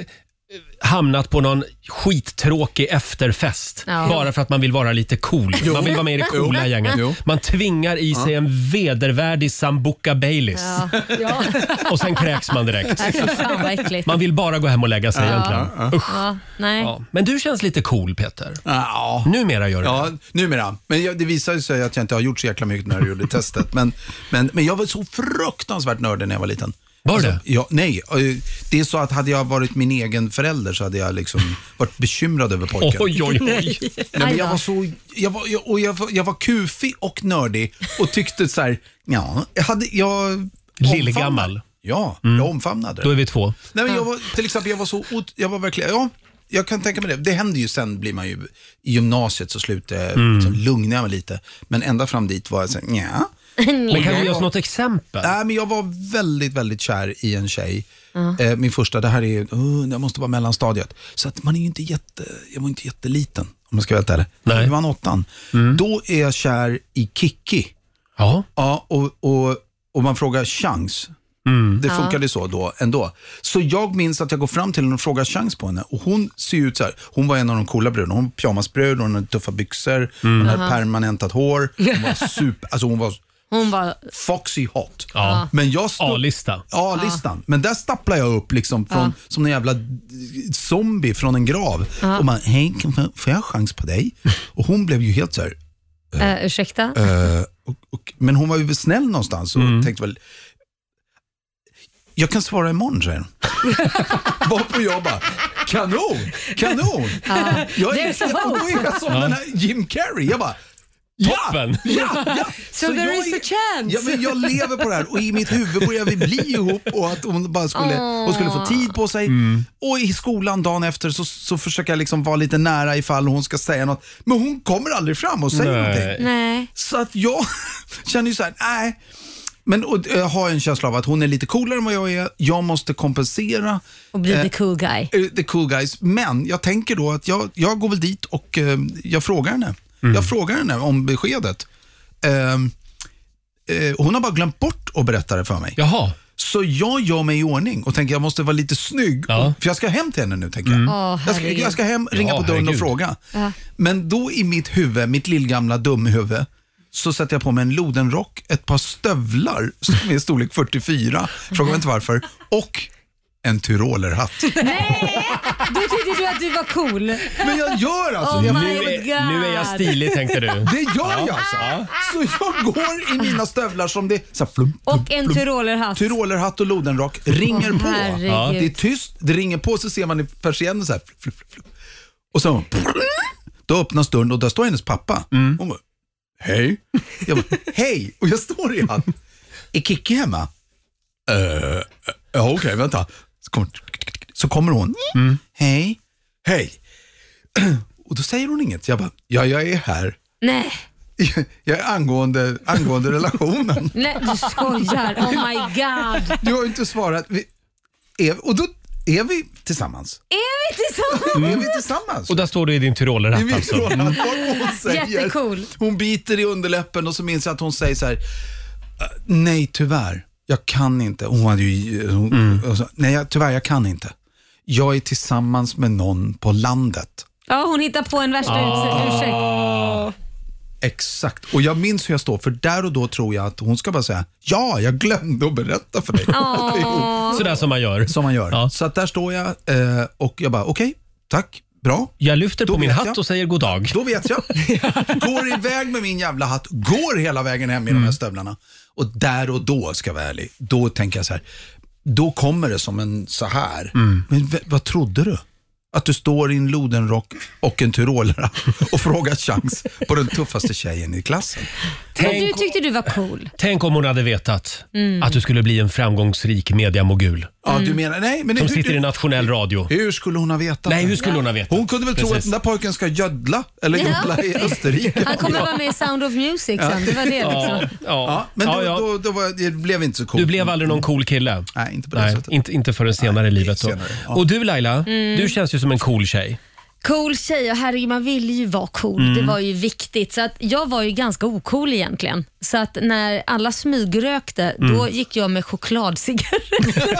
Speaker 1: hamnat på någon skittråkig efterfest
Speaker 4: Ja.
Speaker 1: bara för att man vill vara lite cool.
Speaker 11: Jo.
Speaker 1: Man vill vara med i det coola
Speaker 11: Jo.
Speaker 1: gänget.
Speaker 11: Jo.
Speaker 1: Man tvingar i sig en vedervärdig Sambuca Baileys
Speaker 4: Ja. Ja.
Speaker 1: och sen kräks man direkt.
Speaker 4: Nej, fy fan vad äckligt.
Speaker 1: Man vill bara gå hem och lägga sig
Speaker 4: Ja.
Speaker 1: egentligen. Usch.
Speaker 4: Ja, nej.
Speaker 1: Ja. Men du känns lite cool, Peter.
Speaker 11: Ja.
Speaker 1: Numera gör du
Speaker 11: Ja,
Speaker 1: det.
Speaker 11: numera. Men jag, det visar sig att jag inte har gjort så jäkla mycket när jag gjorde testet. Men, men, men jag var så fruktansvärt nördig när jag var liten.
Speaker 1: Var
Speaker 11: alltså,
Speaker 1: det?
Speaker 11: Ja, nej, det är så att hade jag varit min egen förälder så hade jag liksom varit bekymrad över pojken.
Speaker 1: Oj, oj, oj.
Speaker 11: Nej, men jag var så, jag var, jag, och jag, var, jag var kufig och nördig och tyckte så här, ja, jag hade, jag
Speaker 1: Lillgammal.
Speaker 11: omfamnade. Ja,
Speaker 1: Mm.
Speaker 11: jag omfamnade det.
Speaker 1: Då är vi två.
Speaker 11: Nej, men jag var, till exempel, jag var så, ot- jag var verkligen, ja, jag kan tänka mig det. Det händer ju sen, blir man ju i gymnasiet så slutar
Speaker 1: Mm.
Speaker 11: liksom, lugnar jag mig lite. Men ända fram dit var jag så här, nja.
Speaker 1: Men kan du ge oss något exempel?
Speaker 11: Nej, men jag var väldigt, väldigt kär i en tjej.
Speaker 4: Ja.
Speaker 11: Eh, min första, det här är, uh, det måste vara mellanstadiet. Så att man är ju inte jätte, jag var inte jätteliten, om man ska vara helt ärlig.
Speaker 1: Nej.
Speaker 11: Det var en åttan. Då är jag kär i Kiki.
Speaker 1: Ja.
Speaker 11: Ja, och, och, och man frågar chans.
Speaker 1: Mm.
Speaker 11: Det
Speaker 4: Ja.
Speaker 11: funkade så då ändå. Så jag minns att jag går fram till henne och frågar chans på henne. Och hon ser ut så här. Hon var en av de coola bröderna. Hon var pyjamasbröd, hon hade tuffa byxor, hon hade
Speaker 4: Aha.
Speaker 11: permanentat hår. Hon var super, alltså hon var
Speaker 4: Hon bara...
Speaker 11: foxy hot.
Speaker 1: Ja.
Speaker 11: Men jag stod,
Speaker 1: A-lista.
Speaker 11: A-listan. Men där stapplar jag upp liksom från, som en jävla zombie från en grav.
Speaker 4: Ja.
Speaker 11: Och man, hej, kan- får jag ha chans på dig? Och hon blev ju helt så här.
Speaker 4: Uh, ursäkta?
Speaker 11: eh, och, och, men hon var ju snäll någonstans och
Speaker 1: Mm.
Speaker 11: tänkte väl, jag kan svara imorgon, säger hon. Varpå jag bara, kanon, kanon.
Speaker 4: Ja.
Speaker 11: Jag
Speaker 4: Det är
Speaker 11: är,
Speaker 4: så
Speaker 11: jag,
Speaker 4: hope.
Speaker 11: då är jag som den här Jim Carrey. Jag bara,
Speaker 1: Toppen.
Speaker 11: ja, ja.
Speaker 2: So there
Speaker 11: jag,
Speaker 2: is a chance.
Speaker 11: Ja, men jag lever på det här och i mitt huvud börjar vi bli ihop och att hon bara skulle, hon skulle få tid på sig. Och i skolan dagen efter så, så försöker jag liksom vara lite nära ifall hon ska säga något. Men hon kommer aldrig fram och säger
Speaker 1: Nej.
Speaker 11: någonting.
Speaker 4: Nej.
Speaker 11: Så att jag känner ju så här, nej. Men och, jag har en känsla av att hon är lite coolare än vad jag är. Jag måste kompensera.
Speaker 4: Och bli
Speaker 11: Eh,
Speaker 4: the cool guy.
Speaker 11: eh, The cool guys. Men jag tänker då att jag, jag går väl dit och eh, jag frågar henne. Jag frågar henne om beskedet. Eh, eh, hon har bara glömt bort att berätta det för mig.
Speaker 1: Jaha.
Speaker 11: Så jag gör mig i ordning och tänker jag måste vara lite snygg.
Speaker 1: Ja.
Speaker 11: För jag ska hem till henne nu, tänker jag.
Speaker 4: Åh,
Speaker 11: Jag ska,
Speaker 4: herregud.
Speaker 11: jag ska hem, ringa
Speaker 1: Ja,
Speaker 11: på dörren och
Speaker 1: herregud.
Speaker 11: fråga.
Speaker 4: Ja.
Speaker 11: Men då i mitt huvud, mitt lillgamla dumhuvud, så sätter jag på mig en lodenrock, ett par stövlar som är storlek fyrtiofyra, frågar mig inte varför, och en tyrolerhatt.
Speaker 4: Nej! Då tyckte du att du var cool.
Speaker 11: Men jag gör alltså,
Speaker 4: Oh
Speaker 11: jag,
Speaker 4: my
Speaker 1: Nu är,
Speaker 4: God.
Speaker 1: nu är jag stilig, tänkte du.
Speaker 11: det gör jag alltså. Så jag går i mina stövlar som det så här, flum, flum,
Speaker 4: Och en
Speaker 11: flum.
Speaker 4: tyrolerhatt.
Speaker 11: Tyrolerhatt och lodenrock ringer
Speaker 4: Åh,
Speaker 11: på.
Speaker 4: herregud.
Speaker 11: Ja. Det är tyst, det ringer på, så ser man i persiennen så här. Flup, flup, flup. Och så då öppnas dörren och där står hennes pappa. Hon bara, hej. Jag bara, hej. Och jag står i han. Är Kiki hemma? Uh, ja, okej, okay, vänta. Så kommer, så kommer hon. Hej. Hej. Och då säger hon inget. Jag bara, ja, jag är här.
Speaker 4: Nej.
Speaker 11: Jag är angående, angående relationen.
Speaker 4: Nej, du skojar. Oh my God.
Speaker 11: Du har ju inte svarat. Vi, är, och då är vi tillsammans.
Speaker 4: Är vi tillsammans?
Speaker 11: Är vi tillsammans?
Speaker 1: Och där står du i din
Speaker 11: I
Speaker 1: tyrolerhatt
Speaker 11: min
Speaker 1: alltså.
Speaker 11: fråga, vad hon säger.
Speaker 4: Jättecool.
Speaker 11: Hon biter i underläppen och så minns jag att hon säger så här: nej, tyvärr. Jag kan inte. Hon hade ju, hon,
Speaker 1: Mm.
Speaker 11: och så, nej, jag, tyvärr, jag kan inte. Jag är tillsammans med någon på landet.
Speaker 4: Ja, hon hittar på en värsta
Speaker 1: Ah.
Speaker 4: ursäkt.
Speaker 11: Exakt. Och jag minns hur jag står, för där och då tror jag att hon ska bara säga, ja, jag glömde att berätta för dig.
Speaker 4: Åh.
Speaker 1: Sådär som man gör.
Speaker 11: Som man gör.
Speaker 1: Ja.
Speaker 11: Så att där står jag eh, och jag bara, okej, tack, bra.
Speaker 1: Jag lyfter
Speaker 11: Då
Speaker 1: på min
Speaker 11: vet
Speaker 1: hatt
Speaker 11: jag.
Speaker 1: och säger god dag.
Speaker 11: Då vet jag. Går iväg med min jävla hatt, går hela vägen hem i
Speaker 1: Mm.
Speaker 11: de här stövlarna. Och där och då, ska jag vara ärlig, då tänker jag så här, då kommer det som en så här.
Speaker 1: Mm.
Speaker 11: Men v- vad trodde du? Att du står i en lodenrock och en tyrolera och frågar chans på den tuffaste tjejen i klassen.
Speaker 4: Men du tyckte du var cool.
Speaker 1: Tänk om hon hade vetat
Speaker 4: Mm.
Speaker 1: att du skulle bli en framgångsrik mediamogul.
Speaker 11: Ja, du menar, nej, men
Speaker 1: Som
Speaker 11: hur,
Speaker 1: sitter i nationell radio.
Speaker 11: Hur skulle hon ha vetat?
Speaker 1: Nej, hur skulle hon ha vetat?
Speaker 11: Hon kunde väl tro
Speaker 1: Precis.
Speaker 11: att den där pojken ska gödla eller
Speaker 4: Ja.
Speaker 11: joddla i Österrike.
Speaker 4: Han kommer vara med i Sound of Music sen. Det var det
Speaker 1: Ja,
Speaker 4: liksom.
Speaker 1: ja.
Speaker 11: Ja, men då,
Speaker 1: Ja, ja.
Speaker 11: Då, då var, det blev inte så coolt.
Speaker 1: Du blev aldrig någon cool kille?
Speaker 11: Nej, inte på det
Speaker 1: Nej,
Speaker 11: sättet.
Speaker 1: inte, inte förrän senare i livet. Då.
Speaker 11: senare, ja.
Speaker 1: Och du Laila,
Speaker 4: Mm.
Speaker 1: du känns ju som en cool tjej.
Speaker 4: Cool tjej och herregud, man vill ju vara cool.
Speaker 1: Mm.
Speaker 4: Det var ju viktigt. Så att jag var ju ganska ocool egentligen. Så att när alla smygrökte,
Speaker 1: Mm.
Speaker 4: då gick jag med chokladcigaretter.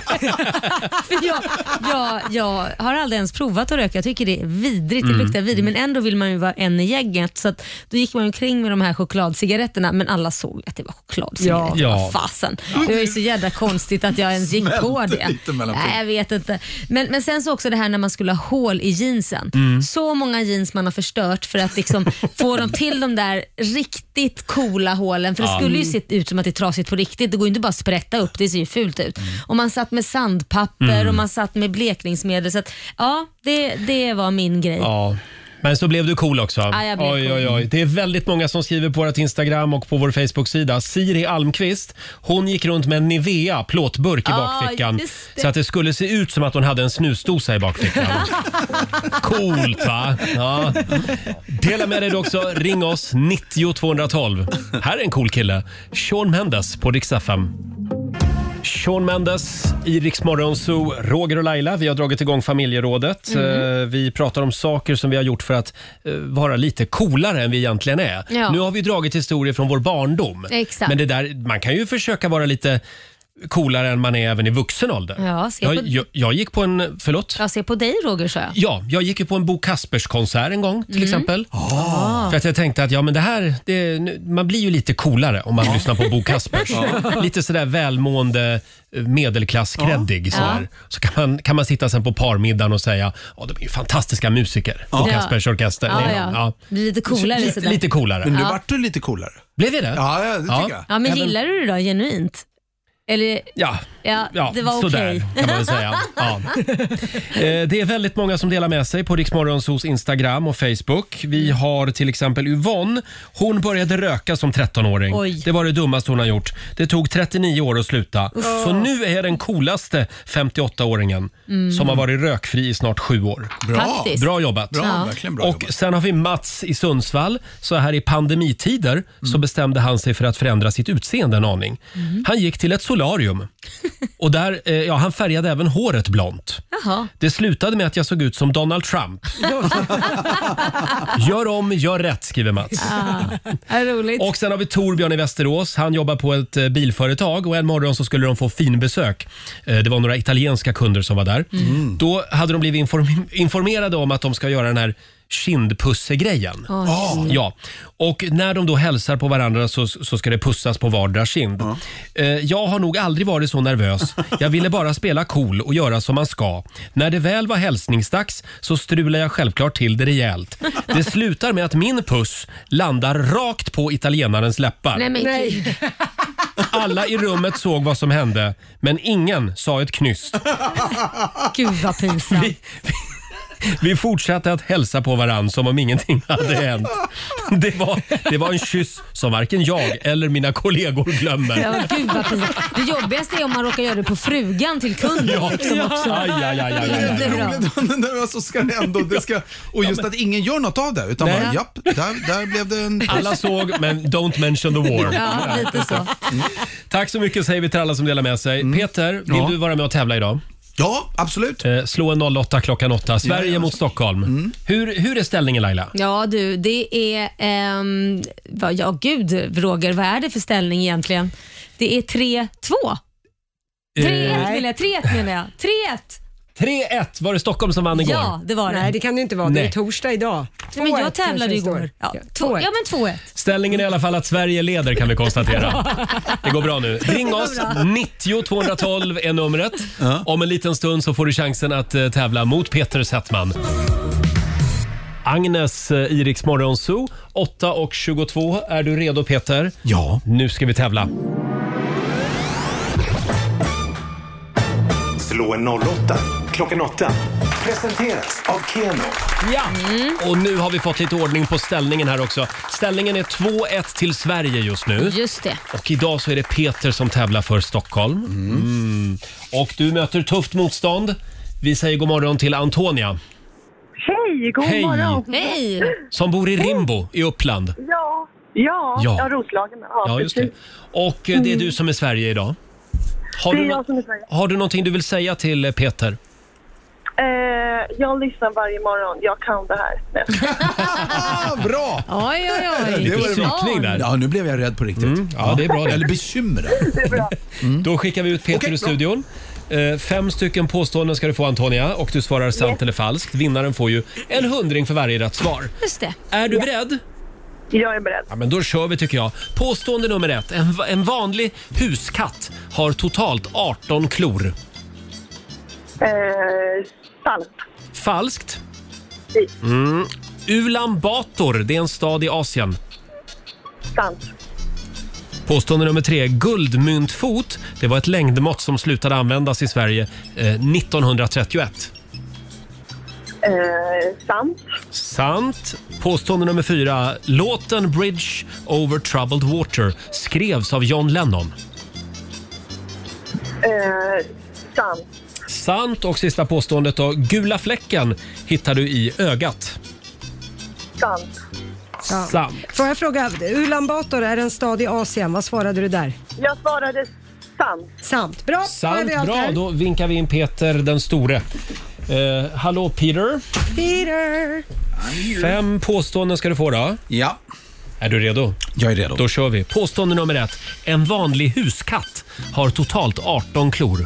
Speaker 4: För jag, jag, jag har aldrig ens provat att röka. Jag tycker det är vidrigt, det
Speaker 1: Mm.
Speaker 4: luktar vidrigt. Men ändå vill man ju vara en i gänget. Så att då gick man omkring med de här chokladcigaretterna. Men alla såg att det var chokladcigaretter.
Speaker 1: Ja.
Speaker 4: Ja. Fasen. Det var ju så jävla konstigt att jag ens gick på
Speaker 11: Smälte
Speaker 4: det.
Speaker 11: lite mellan
Speaker 4: Nej, jag vet inte. Men, men sen så också det här när man skulle ha hål i jeansen.
Speaker 1: Mm.
Speaker 4: Så många jeans man har förstört för att liksom få dem till de där riktigt coola hålen. För det
Speaker 1: Ja.
Speaker 4: skulle ju se ut som att det är trasigt på riktigt. Det går ju inte bara att sprätta upp, det ser ju fult ut. Och man satt med sandpapper
Speaker 1: Mm.
Speaker 4: och man satt med blekningsmedel. Så att, ja, det, det var min grej.
Speaker 1: Ja. Men så blev du cool också.
Speaker 4: Ja, jag blev
Speaker 1: oj,
Speaker 4: cool.
Speaker 1: oj, oj. Det är väldigt många som skriver på vårt Instagram och på vår Facebook-sida. Siri Almqvist, hon gick runt med en Nivea plåtburk i
Speaker 4: Ja,
Speaker 1: bakfickan.
Speaker 4: just det.
Speaker 1: Så att det skulle se ut som att hon hade en snusdosa i bakfickan. Coolt va? Ja. Dela med dig också. Ring oss nittio tvåhundratolv. Här är en cool kille. Shawn Mendes på Rix F M. Shawn Mendes i Rix Morgon Zoo. Roger och Laila, vi har dragit igång familjerådet.
Speaker 4: Mm.
Speaker 1: Eh, Vi pratar om saker som vi har gjort för att eh, vara lite coolare än vi egentligen är.
Speaker 4: Ja.
Speaker 1: Nu har vi dragit historier från vår barndom.
Speaker 4: Exakt.
Speaker 1: Men det där, man kan ju försöka vara lite coolare än man är även i vuxen ålder.
Speaker 4: Ja, se på-
Speaker 1: jag, jag, jag gick på en, förlåt?
Speaker 4: Jag ser på dig Roger, så jag.
Speaker 1: Ja, jag gick ju på en Bo Kaspers-konsert en gång till
Speaker 4: Mm.
Speaker 1: exempel.
Speaker 4: Ah.
Speaker 1: För att jag tänkte att ja, men det här, det, nu- man blir ju lite coolare om man lyssnar på Bo Kaspers.
Speaker 11: Ja.
Speaker 1: Lite sådär välmående eh, medelklass-kreddig.
Speaker 11: Ja.
Speaker 1: Sådär. Så kan man, kan man sitta sen på parmiddagen och säga ja, de är ju fantastiska musiker. Bo
Speaker 4: Ja.
Speaker 1: Kaspers orkester.
Speaker 4: Ja,
Speaker 1: Det är
Speaker 4: ja.
Speaker 1: de. Ja.
Speaker 4: Blir lite coolare
Speaker 1: Lite,
Speaker 4: sådär.
Speaker 1: lite coolare.
Speaker 11: Men nu
Speaker 4: Ja.
Speaker 11: vart du lite coolare.
Speaker 1: Blev vi det?
Speaker 11: Ja, ja det tycker
Speaker 1: Ja.
Speaker 11: jag.
Speaker 4: Ja, men
Speaker 1: Även-
Speaker 4: gillar du det då genuint? Eller,
Speaker 1: Ja.
Speaker 4: ja,
Speaker 1: Ja,
Speaker 4: det var
Speaker 1: sådär
Speaker 4: okej.
Speaker 1: kan man väl säga. Ja. Eh, Det är väldigt många som delar med sig på Rix Morgonzoos Instagram och Facebook. Vi har till exempel Yvonne. Hon började röka som tretton-åring.
Speaker 4: Oj.
Speaker 1: Det var det dummaste hon har gjort. Det tog trettionio år att sluta. Så nu är den coolaste femtioåtta-åringen som har varit rökfri i snart sju år.
Speaker 11: Bra.
Speaker 4: Faktiskt.
Speaker 1: Bra jobbat.
Speaker 11: Bra,
Speaker 4: Ja.
Speaker 11: verkligen bra
Speaker 1: Och
Speaker 11: jobbat.
Speaker 1: sen har vi Mats i Sundsvall. Så här i pandemitider så bestämde han sig för att förändra sitt utseende en aning. Han gick till ett solarium. Och där, eh, ja, han färgade även håret blont.
Speaker 4: Jaha.
Speaker 1: Det slutade med att jag såg ut som Donald Trump. Gör om, gör rätt, skriver Mats.
Speaker 4: Ja, roligt.
Speaker 1: Och sen har vi Torbjörn i Västerås. Han jobbar på ett eh, bilföretag och en morgon så skulle de få finbesök. Eh, det var några italienska kunder som var där. Då hade de blivit inform- informerade om att de ska göra den här kindpussegrejen.
Speaker 4: Oj.
Speaker 1: Ja, och när de då hälsar på varandra så, så ska det pussas på vardera kind. Eh, jag har nog aldrig varit så nervös. Jag ville bara spela cool och göra som man ska. När det väl var hälsningsdags så strulade jag självklart till det rejält. Det slutar med att min puss landar rakt på italienarens läppar.
Speaker 4: Nej, men
Speaker 2: Nej.
Speaker 1: Alla i rummet såg vad som hände, men ingen sa ett knyst.
Speaker 4: gud vad pinsamt.
Speaker 1: Vi, vi, vi fortsatte att hälsa på varann som om ingenting hade hänt. Det var, det var en kyss som varken jag eller mina kollegor glömmer.
Speaker 4: Ja, gud vad pinsamt. Det jobbigaste är om man råkar göra det på frugan till kunden.
Speaker 1: Ja,
Speaker 4: liksom
Speaker 1: ja.
Speaker 4: också.
Speaker 1: Aj, aj, aj, aj, aj.
Speaker 4: Det är
Speaker 11: Det
Speaker 4: inte
Speaker 11: är
Speaker 4: bra.
Speaker 11: roligt om den där så ska det ändå, det ska, och just att ingen gör något av det utan
Speaker 1: Nej.
Speaker 11: bara japp, där, där blev det en...
Speaker 1: Alla såg, men don't mention the war.
Speaker 4: Ja, lite så.
Speaker 1: Tack så mycket säger vi till alla som delar med sig. Peter, vill
Speaker 11: Ja.
Speaker 1: du vara med och tävla idag?
Speaker 11: Ja, absolut.
Speaker 1: Eh, slå en noll åtta klockan åtta. Sverige
Speaker 11: Ja, ja.
Speaker 1: mot Stockholm. Hur, hur är ställningen Laila?
Speaker 4: Ja du, det är... ehm, vad, ja gud Roger, vad är det för ställning egentligen? Det är tre två. tre ett
Speaker 1: Eh,
Speaker 4: vill jag, tre ett menar jag. tre ett.
Speaker 1: tre ett var det Stockholm som vann igår.
Speaker 4: Ja, det var det.
Speaker 2: Nej, det kan det inte vara. Det är
Speaker 1: Nej.
Speaker 2: torsdag idag.
Speaker 4: Nej, men jag
Speaker 2: två ett
Speaker 4: tävlade
Speaker 2: kanske det
Speaker 4: igår.
Speaker 2: står.
Speaker 4: Ja,
Speaker 2: Ja,
Speaker 4: två,
Speaker 2: två ett.
Speaker 4: ja men två ett.
Speaker 1: Ställningen är i alla fall att Sverige leder kan vi konstatera. Det går bra nu. Ring oss, nittio tvåhundratolv är numret. Om en liten stund så får du chansen att eh, tävla mot Peter Settman. Agnes eh, i Rix Morgon Zoo, åtta och tjugotvå. Är du redo Peter?
Speaker 11: Ja.
Speaker 1: Nu ska vi tävla.
Speaker 3: Slå en noll åtta klockan åtta. presenteras av Keno.
Speaker 1: Ja, och nu har vi fått lite ordning på ställningen här också. Ställningen är två ett till Sverige just nu.
Speaker 4: Just det.
Speaker 1: Och idag så är det Peter som tävlar för Stockholm. Mm. Och du möter tufft motstånd. Vi säger god morgon till Antonia.
Speaker 7: Hej, god
Speaker 1: Hej.
Speaker 7: morgon.
Speaker 4: Hej!
Speaker 1: Som bor i Rimbo i Uppland.
Speaker 7: Ja, ja,
Speaker 1: Ja.
Speaker 7: ja. Roslagen. Ja,
Speaker 1: Ja, just det.
Speaker 7: precis.
Speaker 1: Och eh, det är du som är Sverige idag. Har
Speaker 7: Det
Speaker 1: du,
Speaker 7: är
Speaker 1: nå-
Speaker 7: jag som är Sverige.
Speaker 1: har du någonting du vill säga till eh, Peter?
Speaker 7: Eh, jag lyssnar varje morgon. Jag kan det här.
Speaker 11: Ah, bra!
Speaker 4: Oj, oj, oj.
Speaker 1: Lite
Speaker 11: var det bra.
Speaker 1: psykning där.
Speaker 11: Ja, nu blev jag rädd på riktigt.
Speaker 1: Mm, ja, det är bra det.
Speaker 11: Eller bekymrad.
Speaker 7: Det är bra.
Speaker 1: Då skickar vi ut Peter
Speaker 11: Okej,
Speaker 1: i studion. Eh, Fem stycken påståenden ska du få, Antonia, och du svarar sant
Speaker 7: Yes.
Speaker 1: eller falskt. Vinnaren får ju en hundring för varje rätt svar.
Speaker 4: Just det.
Speaker 1: Är du beredd?
Speaker 7: Jag är beredd.
Speaker 1: Ja, men då kör vi tycker jag. Påstående nummer ett. En, va- en vanlig huskatt har totalt arton klor.
Speaker 7: Eh, sant.
Speaker 1: Falskt.
Speaker 7: Precis.
Speaker 1: Mm. Ulan Bator, det är en stad i Asien.
Speaker 7: Sant.
Speaker 1: Påstående nummer tre. Guldmyntfot, det var ett längdmått som slutade användas i Sverige eh, nittonhundratrettioett.
Speaker 7: Eh, sant.
Speaker 1: Sant. Påstående nummer fyra. Låten Bridge over Troubled Water skrevs av John Lennon.
Speaker 7: Eh, sant.
Speaker 1: Sant. Och sista påståendet då. Gula fläcken hittar du i ögat.
Speaker 7: Sant.
Speaker 2: Ja.
Speaker 1: Sant.
Speaker 2: Får jag fråga, Ulan Bator är en stad i Asien. Vad svarade du där?
Speaker 7: Jag svarade sant.
Speaker 2: Sant. Bra. Då är
Speaker 1: Sant.
Speaker 2: vi allt
Speaker 1: Bra,
Speaker 2: här.
Speaker 1: då vinkar vi in Peter den store. Eh, hallå Peter.
Speaker 2: Peter.
Speaker 1: Fem påståenden ska du få då.
Speaker 11: Ja,
Speaker 1: Är du redo?
Speaker 11: jag är redo.
Speaker 1: Då kör vi. Påstående nummer ett. En vanlig huskatt har totalt arton klor.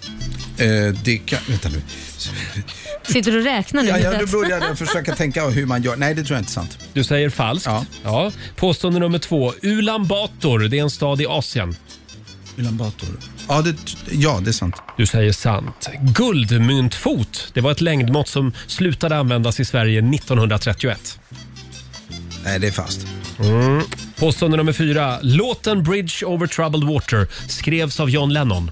Speaker 11: Eh, det kan... Vänta nu.
Speaker 4: Sitter du och räknar nu?
Speaker 11: Ja, ja,
Speaker 4: lite?
Speaker 11: då började jag försöka tänka hur man gör. Nej, det tror jag inte är sant.
Speaker 1: Du säger falskt.
Speaker 11: Ja.
Speaker 1: Ja. Påstående nummer två. Ulan Bator, det är en stad i Asien.
Speaker 11: Ulan Bator. Ja, det, ja, det är sant.
Speaker 1: Du säger sant. Guldmyntfot, det var ett längdmått som slutade användas i Sverige nittonhundratrettioett.
Speaker 11: Nej, det är fast.
Speaker 1: Mm. Påstående nummer fyra. Låten Bridge over Troubled Water skrevs av John Lennon.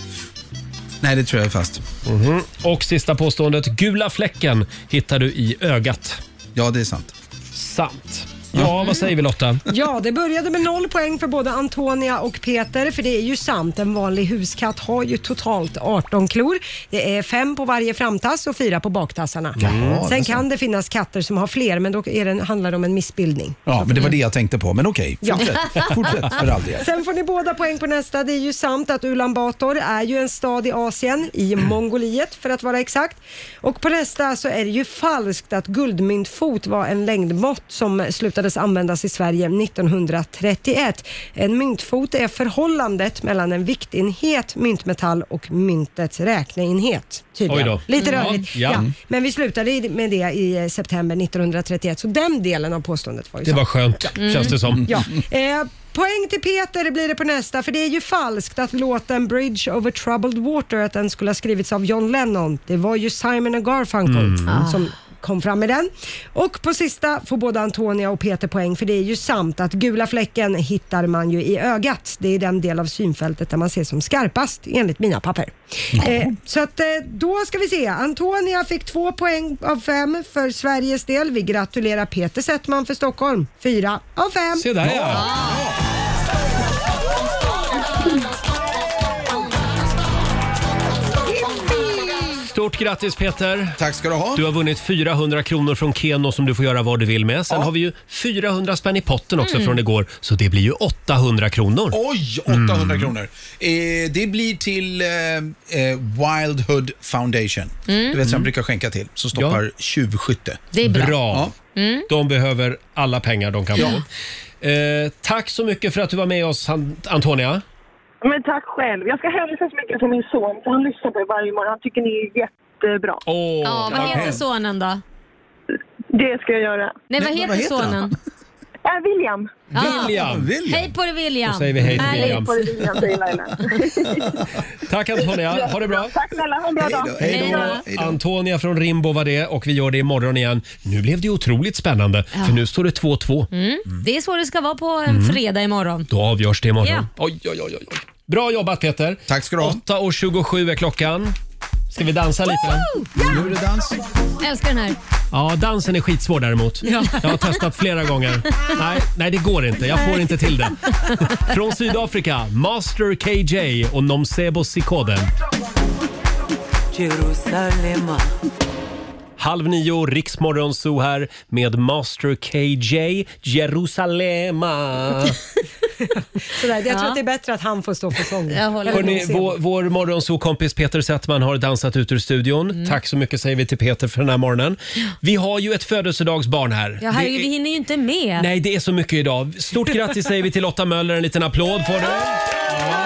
Speaker 11: Nej, det tror jag är fast.
Speaker 1: Mhm. Och sista påståendet. Gula fläcken hittar du i ögat.
Speaker 11: Ja, det är sant.
Speaker 1: Sant. Ja, vad säger vi Lotta?
Speaker 2: Ja, det började med noll poäng för både Antonia och Peter, för det är ju sant. En vanlig huskatt har ju totalt arton klor. Det är fem på varje framtass och fyra på baktassarna.
Speaker 11: Jaha, det är
Speaker 2: Sen
Speaker 11: sant.
Speaker 2: kan det finnas katter som har fler, men då är det, handlar det om en missbildning.
Speaker 11: Ja, men det var det jag tänkte på. Men okej,
Speaker 2: Ja.
Speaker 11: fortsätt. Fortsätt för all del.
Speaker 2: Sen får ni båda poäng på nästa. Det är ju sant att Ulan Bator är ju en stad i Asien, i Mongoliet för att vara exakt. Och på nästa så är det ju falskt att guldmyntfot var en längdmått som slutades användas i Sverige nittonhundratrettioett. En myntfot är förhållandet mellan en viktenhet myntmetall och myntets räkneenhet. Tydligen.
Speaker 1: Oj då.
Speaker 2: Lite
Speaker 1: Ja,
Speaker 2: rörigt.
Speaker 1: ja.
Speaker 2: Ja. Men vi slutade i- med det i september nittonhundratrettioett, så den delen av påståendet var ju
Speaker 1: Det
Speaker 2: sant.
Speaker 1: var skönt, känns det som.
Speaker 2: Ja. Eh, poäng till Peter blir det på nästa, för det är ju falskt att låten Bridge over Troubled Water att den skulle ha skrivits av John Lennon. Det var ju Simon and Garfunkel
Speaker 1: Mm.
Speaker 2: som kom fram med den. Och på sista får både Antonia och Peter poäng, för det är ju sant att gula fläcken hittar man ju i ögat. Det är den del av synfältet där man ser som skarpast enligt mina papper. Eh, så att eh, då ska vi se. Antonia fick två poäng av fem för Sveriges del. Vi gratulerar Peter Settman för Stockholm. Fyra av fem.
Speaker 1: Se där ja. Stort grattis Peter.
Speaker 11: Tack ska du ha.
Speaker 1: Du har vunnit fyrahundra kronor från Keno som du får göra vad du vill med. Sen har vi ju fyrahundra spänn i potten också
Speaker 11: Mm.
Speaker 1: från igår. Så det blir ju åttahundra kronor.
Speaker 11: Oj, åttahundra kronor. Eh, det blir till eh, eh, Wildhood Foundation.
Speaker 4: Mm.
Speaker 11: Du vet som jag brukar skänka till. Som stoppar
Speaker 1: Ja.
Speaker 11: tjuvskytte.
Speaker 4: Det är bra.
Speaker 1: Bra.
Speaker 4: Mm.
Speaker 1: De behöver alla pengar de kan
Speaker 11: Ja.
Speaker 1: få. Eh, tack så mycket för att du var med oss, Han- Antonia.
Speaker 7: Men tack själv. Jag ska hälsa så mycket till min son, för han lyssnar på er varje morgon. Han tycker ni är jättebra.
Speaker 1: Åh,
Speaker 4: Ja, vad heter sonen då?
Speaker 7: Det ska jag göra.
Speaker 4: Nej, vad
Speaker 11: Men
Speaker 4: heter
Speaker 11: vad heter han?
Speaker 4: sonen?
Speaker 7: Äh, William.
Speaker 1: William.
Speaker 11: William.
Speaker 4: Hej på dig William.
Speaker 1: Då säger vi hej till
Speaker 4: Härligt.
Speaker 1: William.
Speaker 7: På det William, säger Laila.
Speaker 1: Tack Antonia, ha det bra.
Speaker 7: Tack snälla, ha en bra dag.
Speaker 11: Hej
Speaker 1: Hej
Speaker 11: då.
Speaker 1: då.
Speaker 11: Hej då.
Speaker 1: Antonia från Rimbo var det och vi gör det imorgon igen. Nu blev det otroligt spännande för nu står det två två.
Speaker 4: Mm. Det är så det ska vara på en fredag imorgon.
Speaker 1: Då avgörs det imorgon.
Speaker 4: Ja.
Speaker 1: Oj, oj, oj, oj. Bra jobbat Peter.
Speaker 11: Tack ska du ha.
Speaker 1: åtta och tjugosju är klockan. Ska vi dansa lite?
Speaker 11: Ja. Nu är det dans.
Speaker 4: Älskar den här.
Speaker 1: Ja, dansen är skitsvår däremot.
Speaker 4: Ja.
Speaker 1: Jag har testat flera gånger. Nej, nej, det går inte. Jag får inte till det. Från Sydafrika, Master K J och Nomsebo Sikode.
Speaker 14: Jerusalem.
Speaker 1: Halv nio, Riksmorgon Zoo här med Master K J, Jerusalema.
Speaker 2: Sådär, jag tror
Speaker 4: Ja.
Speaker 2: att det är bättre att han får stå för sången.
Speaker 4: Jag håller
Speaker 2: Eller
Speaker 1: Hörrni,
Speaker 2: Nomsebo.
Speaker 1: vår, vår morgonzoo-kompis Peter Settman har dansat ut ur studion.
Speaker 4: Mm.
Speaker 1: Tack så mycket säger vi till Peter för den här morgonen. Vi har ju ett födelsedagsbarn här.
Speaker 4: Ja, herregud,
Speaker 1: Det
Speaker 4: vi
Speaker 1: är-
Speaker 4: hinner ju inte med.
Speaker 1: Nej, det är så mycket idag. Stort grattis säger vi till Lotta Möller. En liten applåd får du. Ja.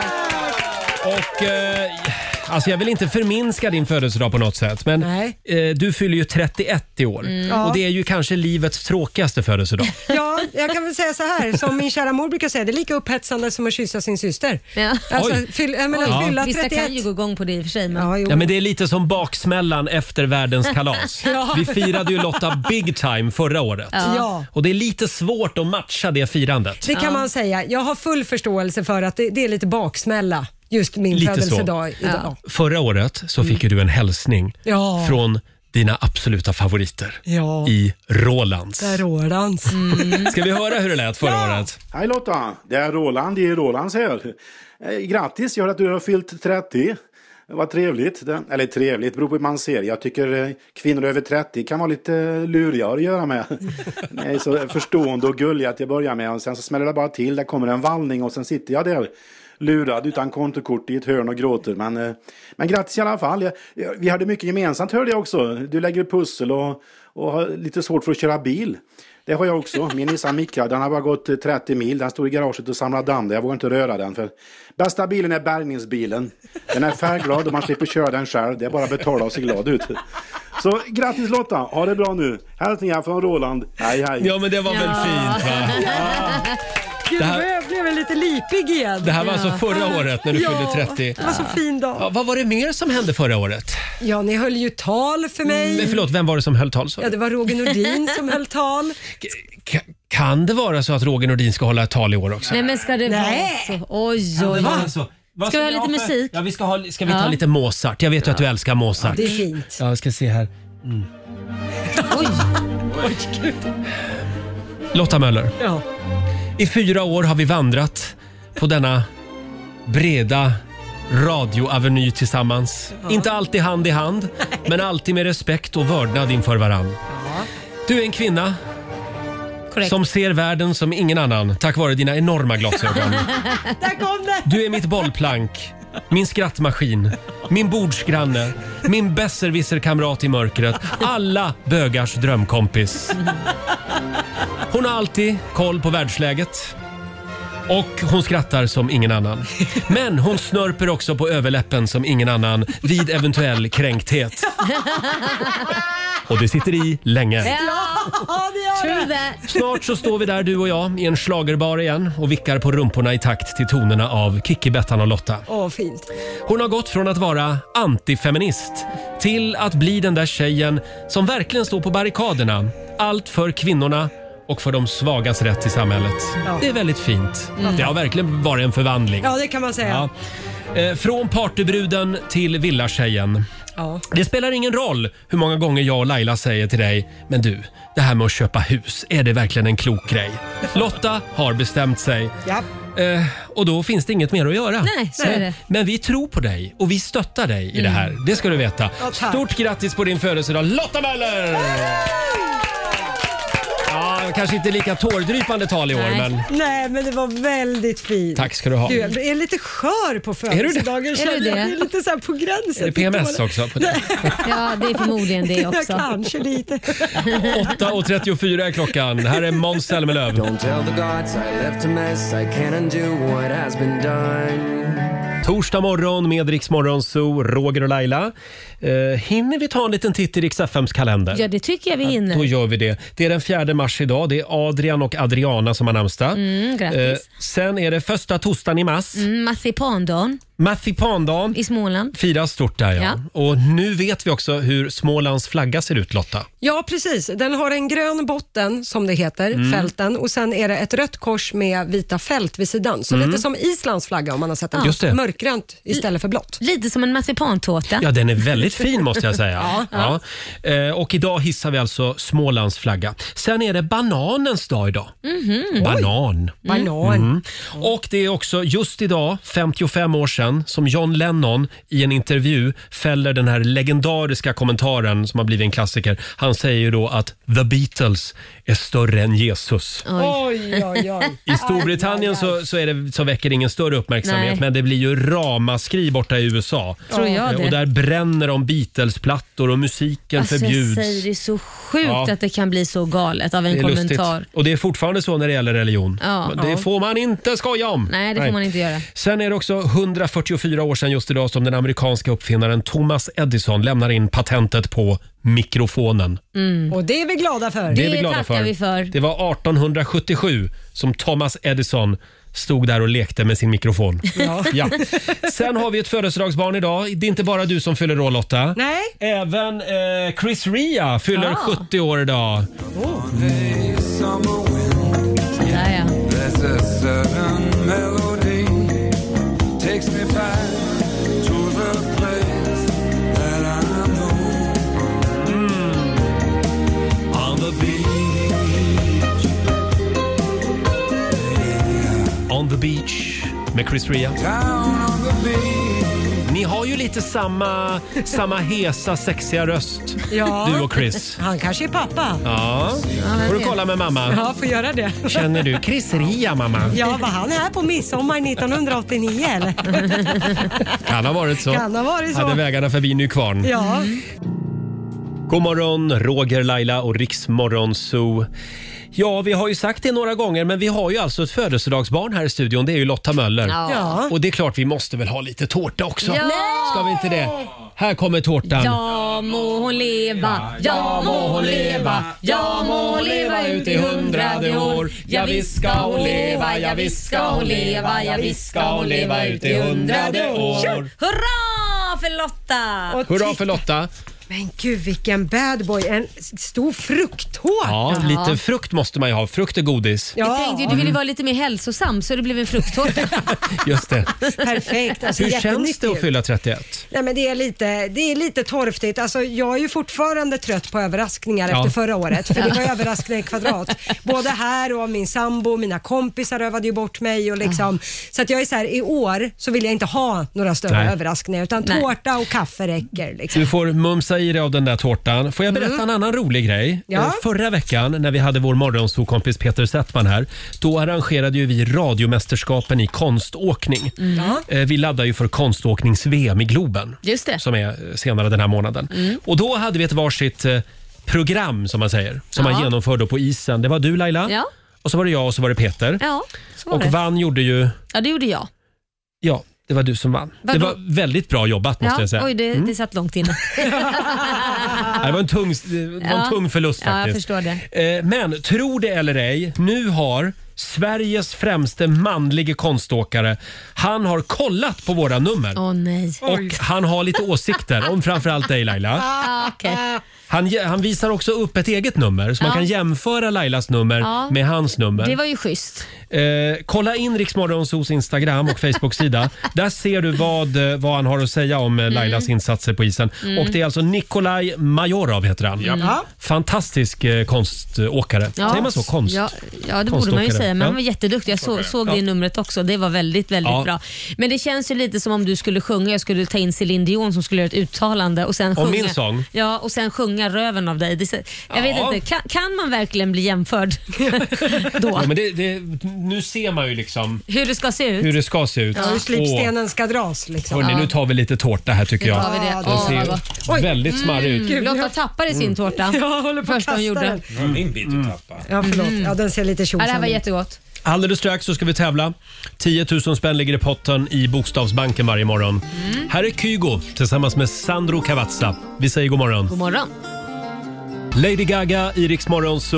Speaker 1: Och eh, alltså jag vill inte förminska din födelsedag på något sätt, men eh, du fyller ju trettioett i år.
Speaker 2: Mm.
Speaker 1: Och det är ju kanske livets tråkigaste födelsedag.
Speaker 2: Ja, jag kan väl säga så här, som min kära mor brukar säga, det är lika upphetsande som att kyssa sin syster.
Speaker 4: Ja.
Speaker 2: Alltså,
Speaker 1: Oj.
Speaker 2: fyll, jag menar,
Speaker 1: Ja.
Speaker 2: fylla
Speaker 4: Vissa
Speaker 2: trettioett.
Speaker 4: kan ju gå igång på det i och för sig. Men...
Speaker 2: Ja, jo.
Speaker 1: Ja, men det är lite som baksmällan efter världens kalas.
Speaker 2: Ja.
Speaker 1: Vi firade ju Lotta big time förra året.
Speaker 2: Ja. Ja.
Speaker 1: Och det är lite svårt att matcha det firandet.
Speaker 2: Det kan man säga. Jag har full förståelse för att det, det är lite baksmälla, just min
Speaker 1: Lite så.
Speaker 2: födelsedag idag.
Speaker 1: Ja. Förra året så fick ju du en hälsning
Speaker 2: Ja.
Speaker 1: från dina absoluta favoriter
Speaker 2: Ja.
Speaker 1: i Rolands.
Speaker 2: Där Rolands.
Speaker 1: Ska vi höra hur det lät förra året?
Speaker 15: Hej Lotta, det är Roland i Rolands här. Eh, Grattis, jag hör att du har fyllt trettio. Vad trevligt. Det, eller trevligt, beror på hur man ser. Jag tycker eh, kvinnor över trettio kan vara lite luriga att göra med. Nej, så förstående och gulliga till att börja med. Och sen så smäller det bara till, där kommer en vallning och sen sitter jag där lurad utan kontokort i ett hörn och gråter. Men, eh, men grattis i alla fall. Jag, jag, vi hade mycket gemensamt, hörde jag också. Du lägger pussel och, och har lite svårt för att köra bil. Det har jag också. Min Nissan Micra, den har bara gått trettio mil. Den står i garaget och samlar damm. Jag vågar inte röra den. För bästa bilen är bärgningsbilen. Den är färgglad och man slipper köra den själv. Det är bara att betala och se glad ut. Så grattis Lotta, ha det bra nu. Hälsningar från Roland. Hej hej.
Speaker 1: Ja, men det var väl fint, va?
Speaker 2: Gud,
Speaker 1: Det här-
Speaker 2: jag blev lite lipig igen.
Speaker 1: Det här var alltså förra året när du
Speaker 2: Ja,
Speaker 1: fyllde trettio.
Speaker 2: det var så fin dag.
Speaker 1: Ja, vad var det mer som hände förra året?
Speaker 2: Ja, ni höll ju tal för mig.
Speaker 1: Men förlåt, vem var det som höll tal? sa
Speaker 2: Ja,
Speaker 1: du?
Speaker 2: det var Roger Nordin som höll tal.
Speaker 1: Ka- Kan det vara så att Roger Nordin ska hålla ett tal i år också?
Speaker 4: Nej, men ska det
Speaker 2: Nej.
Speaker 4: vara så? Oj,
Speaker 1: Kan
Speaker 4: oj,
Speaker 1: det vara
Speaker 4: oj.
Speaker 1: så? Vad
Speaker 4: Ska vi ha lite
Speaker 1: för-
Speaker 4: musik?
Speaker 1: Ja, vi ska, ha, ska vi ta
Speaker 4: Ja.
Speaker 1: lite Mozart? Jag vet ju att du älskar Mozart.
Speaker 2: Det är fint.
Speaker 1: Ja, jag ska se här. Mm.
Speaker 4: Oj.
Speaker 2: Oj, gud.
Speaker 1: Lotta Möller.
Speaker 2: Ja.
Speaker 1: I fyra år har vi vandrat på denna breda radioaveny tillsammans. Inte alltid hand i hand, men alltid med respekt och vördnad inför varann. Du är en kvinna
Speaker 4: Korrekt.
Speaker 1: som ser världen som ingen annan tack vare dina enorma glasögon.
Speaker 2: Där kom det!
Speaker 1: Du är mitt bollplank, min skrattmaskin, min bordsgranne, min besserwisserkamrat i mörkret. Alla bögars drömkompis. Hon har alltid koll på världsläget. Och hon skrattar som ingen annan. Men hon snörper också på överläppen som ingen annan vid eventuell kränkthet. Och det sitter i länge.
Speaker 4: Ja,
Speaker 2: Ja, det gör
Speaker 4: true
Speaker 2: det.
Speaker 4: that.
Speaker 1: Snart så står vi där du och jag i en schlagerbar igen och vickar på rumporna i takt till tonerna av Kikki, Bettan och Lotta.
Speaker 2: Åh, fint.
Speaker 1: Hon har gått från att vara antifeminist till att bli den där tjejen som verkligen står på barrikaderna. Allt för kvinnorna och för de svagas rätt i samhället.
Speaker 2: Ja.
Speaker 1: Det är väldigt fint. Det har verkligen varit en förvandling.
Speaker 2: Ja, det kan man säga.
Speaker 1: Ja. Eh, Från partybruden till villatjejen.
Speaker 2: Ja.
Speaker 1: Det spelar ingen roll hur många gånger jag och Laila säger till dig, men du, det här med att köpa hus, är det verkligen en klok grej? Lotta har bestämt sig.
Speaker 2: Ja.
Speaker 1: Eh, och då finns det inget mer att göra.
Speaker 4: Nej, så är det.
Speaker 1: Men vi tror på dig och vi stöttar dig i det här. Det ska du veta.
Speaker 2: Ja, tack.
Speaker 1: Stort grattis på din födelsedag, Lotta Möller! Ja, kanske inte lika tårdrypande tal i år,
Speaker 4: Nej.
Speaker 1: men
Speaker 2: Nej, men det var väldigt fint.
Speaker 1: tack ska du ha.
Speaker 2: Du, jag är lite skör på födelsedagen.
Speaker 4: Är
Speaker 2: känner
Speaker 4: du det?
Speaker 2: jag. Jag är lite så här på gränsen.
Speaker 1: Är det P M S också på det?
Speaker 4: Ja, det är förmodligen det
Speaker 2: Ja,
Speaker 4: också.
Speaker 2: kanske lite.
Speaker 1: åtta och trettiofyra är klockan. Här är Måns Zelmerlöw.
Speaker 14: Don't tell the gods I left a mess. I can't undo what has been done.
Speaker 1: Torsdag morgon med Rix Morgon Zoo, Roger och Laila. Eh, hinner vi ta en liten titt i Rix F M:s kalender?
Speaker 4: Ja, det tycker jag vi
Speaker 1: Då
Speaker 4: hinner.
Speaker 1: gör vi det. Det är den fjärde mars idag. Det är Adrian och Adriana som har namnsdag.
Speaker 4: Mm, grattis.
Speaker 1: sen är det första torsdagen i mars.
Speaker 4: Mm, marsipandagen.
Speaker 1: Marsipandagen
Speaker 4: i Småland
Speaker 1: firas stort där, ja.
Speaker 4: Ja.
Speaker 1: Och nu vet vi också hur Smålands flagga ser ut, Lotta.
Speaker 2: Ja, precis. Den har en grön botten, som det heter,
Speaker 1: Mm.
Speaker 2: fälten. Och sen är det ett rött kors med vita fält vid sidan. Så
Speaker 1: Mm.
Speaker 2: lite som Islands flagga, om man har sett den.
Speaker 1: Just det.
Speaker 2: Mörkgrönt istället för blått.
Speaker 4: Lite som en marsipantårta.
Speaker 1: Ja, den är väldigt fin måste jag säga.
Speaker 2: Ja.
Speaker 1: Ja. Eh, Och idag hissar vi alltså Smålands flagga. Sen är det bananens dag idag.
Speaker 4: Mhm.
Speaker 1: Banan.
Speaker 2: Banan.
Speaker 1: Mm. Och det är också just idag, femtiofem år sedan, som John Lennon i en intervju fäller den här legendariska kommentaren som har blivit en klassiker. Han säger ju då att The Beatles är större än Jesus.
Speaker 2: Oj, oj, oj.
Speaker 1: I Storbritannien så, så, är det, så väcker det ingen större uppmärksamhet,
Speaker 4: Nej.
Speaker 1: men det blir ju ramaskri borta i U S A.
Speaker 4: Tror jag
Speaker 1: Eh,
Speaker 4: det.
Speaker 1: Och där bränner de Beatles-plattor och musiken
Speaker 4: Alltså, jag
Speaker 1: förbjuds.
Speaker 4: säger det är så sjukt
Speaker 1: Ja.
Speaker 4: att det kan bli så galet av en
Speaker 1: Det är
Speaker 4: kommentar.
Speaker 1: lustigt. Och det är fortfarande så när det gäller religion.
Speaker 4: Ja.
Speaker 1: Det
Speaker 4: Ja.
Speaker 1: får man inte skoja om.
Speaker 4: Nej, det får man inte göra.
Speaker 1: Sen är det också hundrafyrtiofyra år sedan just idag som den amerikanska uppfinnaren Thomas Edison lämnar in patentet på mikrofonen.
Speaker 4: Mm.
Speaker 2: Och det är vi glada för.
Speaker 1: Det är vi glada
Speaker 4: tackar
Speaker 1: för.
Speaker 4: vi för.
Speaker 1: Det var artonhundrasjuttiosju som Thomas Edison stod där och lekte med sin mikrofon.
Speaker 2: Ja.
Speaker 1: Ja. Sen har vi ett födelsedagsbarn idag. Det är inte bara du som fyller år, Lotta.
Speaker 2: Nej.
Speaker 1: Även eh, Chris Ria fyller
Speaker 4: Ja.
Speaker 1: sjuttio år idag.
Speaker 4: Där ja.
Speaker 1: On the beach. On the beach med Chris Ria. Ni har ju lite samma, samma hesa, sexiga röst.
Speaker 2: Ja.
Speaker 1: Du och Chris.
Speaker 2: Han kanske är pappa.
Speaker 1: Ja, får du kolla med mamma.
Speaker 2: Ja, får göra det.
Speaker 1: Känner du Chris Ria, mamma?
Speaker 2: Ja, var han här på midsommar nittonhundraåttionio eller?
Speaker 1: Kan ha varit så.
Speaker 2: Kan ha varit så.
Speaker 1: Hade vägarna förbi Nykvarn.
Speaker 2: Ja.
Speaker 1: God morgon, Roger, Laila och Riksmorgon Zoo. Ja, vi har ju sagt det några gånger, men vi har ju alltså ett födelsedagsbarn här i studion. Det är ju Lotta Möller.
Speaker 2: Ja.
Speaker 1: Och det är klart, vi måste väl ha lite tårta också.
Speaker 4: Ja.
Speaker 1: Ska vi inte det? Här kommer tårtan.
Speaker 4: Ja må hon leva, ja må hon leva, ja må hon leva ut i hundrade år. Ja visst ska hon leva, ja visst ska hon leva, ja visst ska hon leva ut i hundrade år. Hurra för Lotta!
Speaker 2: Och
Speaker 1: Hurra
Speaker 2: ti-
Speaker 1: för Lotta.
Speaker 2: Men gud, vilken bad boy. En stor frukttårta.
Speaker 1: Ja, lite frukt måste man ju ha. Frukt är godis.
Speaker 4: Jag tänkte ju, du ville vara lite mer hälsosam så det blev en frukttårta.
Speaker 1: Just det.
Speaker 2: Perfekt. Alltså,
Speaker 1: Hur känns det
Speaker 2: jättenyttigt.
Speaker 1: att fylla trettioett?
Speaker 2: Nej, men det är lite, det är lite torftigt. Alltså, jag är ju fortfarande trött på överraskningar
Speaker 1: Ja.
Speaker 2: efter förra året. För det var överraskningar i kvadrat. Både här och min sambo, mina kompisar övade ju bort mig. Och liksom, så att jag är så här, i år så vill jag inte ha några större
Speaker 1: Nej.
Speaker 2: överraskningar. Utan
Speaker 4: Nej.
Speaker 2: tårta och kaffe räcker. Liksom.
Speaker 1: Du får mumsa i dig av den där tårtan. Får jag berätta en annan rolig grej?
Speaker 2: Ja.
Speaker 1: Eh, Förra veckan när vi hade vår morgonsokompis Peter Settman här, då arrangerade ju vi radiomästerskapen i konståkning.
Speaker 2: Ja.
Speaker 1: Eh, Vi laddar ju för konståknings-V M i Globen.
Speaker 4: Just det.
Speaker 1: Som är eh, senare den här månaden. Och då hade vi ett varsitt eh, program som man säger, som
Speaker 4: Ja.
Speaker 1: man genomförde på isen. Det var du Laila,
Speaker 4: Ja.
Speaker 1: och så var det jag och så var det Peter.
Speaker 4: Ja, så var
Speaker 1: Och
Speaker 4: det.
Speaker 1: vann gjorde ju,
Speaker 4: Ja, det gjorde jag.
Speaker 1: ja, det var du som vann.
Speaker 4: Vadå?
Speaker 1: Det var väldigt bra jobbat måste
Speaker 4: Ja,
Speaker 1: jag säga.
Speaker 4: oj, det, det satt långt inne.
Speaker 1: Det var en tung, det var en
Speaker 4: Ja.
Speaker 1: tung förlust
Speaker 4: Ja, jag
Speaker 1: faktiskt.
Speaker 4: förstår det.
Speaker 1: Eh, Men tro det eller ej, nu har Sveriges främste manlige konståkare, han har kollat på våra nummer.
Speaker 4: Åh nej.
Speaker 1: Och han har lite åsikter om framförallt dig Laila.
Speaker 4: Ah, okej.
Speaker 1: Han, ge- han visar också upp ett eget nummer så man
Speaker 4: Ja.
Speaker 1: kan jämföra Lailas nummer
Speaker 4: Ja.
Speaker 1: med hans nummer.
Speaker 4: Det var ju schysst.
Speaker 1: Eh, kolla in Rix Morgonzoos Instagram och Facebook-sida. Där ser du vad, eh, vad han har att säga om eh, Lailas insatser på isen.
Speaker 4: Mm.
Speaker 1: Och det är alltså Nikolaj Majorov heter han.
Speaker 2: Ja.
Speaker 1: Fantastisk eh, konståkare. Säger man så? Konst?
Speaker 4: Ja, ja det borde man ju
Speaker 1: konståkare.
Speaker 4: säga. Men
Speaker 1: Ja.
Speaker 4: han var jätteduktig. Jag så, såg
Speaker 1: Ja.
Speaker 4: det i numret också. Det var väldigt, väldigt
Speaker 1: Ja.
Speaker 4: bra. Men det känns ju lite som om du skulle sjunga. Jag skulle ta in Céline Dion som skulle göra ett uttalande och sen
Speaker 1: Om
Speaker 4: sjunga.
Speaker 1: min sång?
Speaker 4: Ja, och sen sjunga röven av dig. Det, jag vet
Speaker 1: Ja.
Speaker 4: inte. Kan, kan man verkligen bli jämförd då?
Speaker 1: Ja, men det, det, nu ser man ju liksom
Speaker 4: Hur det ska se ut?
Speaker 1: hur det ska se ut.
Speaker 2: Ja, hur slipstenen ska dras. Liksom.
Speaker 1: Hörrni, nu tar vi lite tårta här tycker
Speaker 4: Nu
Speaker 1: jag.
Speaker 4: tar vi det.
Speaker 2: Ja,
Speaker 1: Den
Speaker 4: Åh,
Speaker 1: ser
Speaker 4: vad
Speaker 1: ju
Speaker 4: gott.
Speaker 2: Oj.
Speaker 1: väldigt smarrig ut.
Speaker 4: Mm, Lotta tappade sin tårta.
Speaker 2: Jag håller på att
Speaker 4: Första hon
Speaker 2: kasta
Speaker 4: gjorde.
Speaker 2: den.
Speaker 8: Det var min bit att tappa.
Speaker 2: Ja, förlåt. Ja, den ser lite
Speaker 4: Ja,
Speaker 2: tjosan
Speaker 4: det här var
Speaker 2: ut.
Speaker 4: jättegott.
Speaker 1: Alldeles strax så ska vi tävla. tio tusen spänn ligger i potten i Bokstavsbanken varje morgon. Här är Kygo tillsammans med Sandro Cavazza. Vi säger god morgon.
Speaker 4: God morgon.
Speaker 1: Lady Gaga i Rix Morgon Zoo.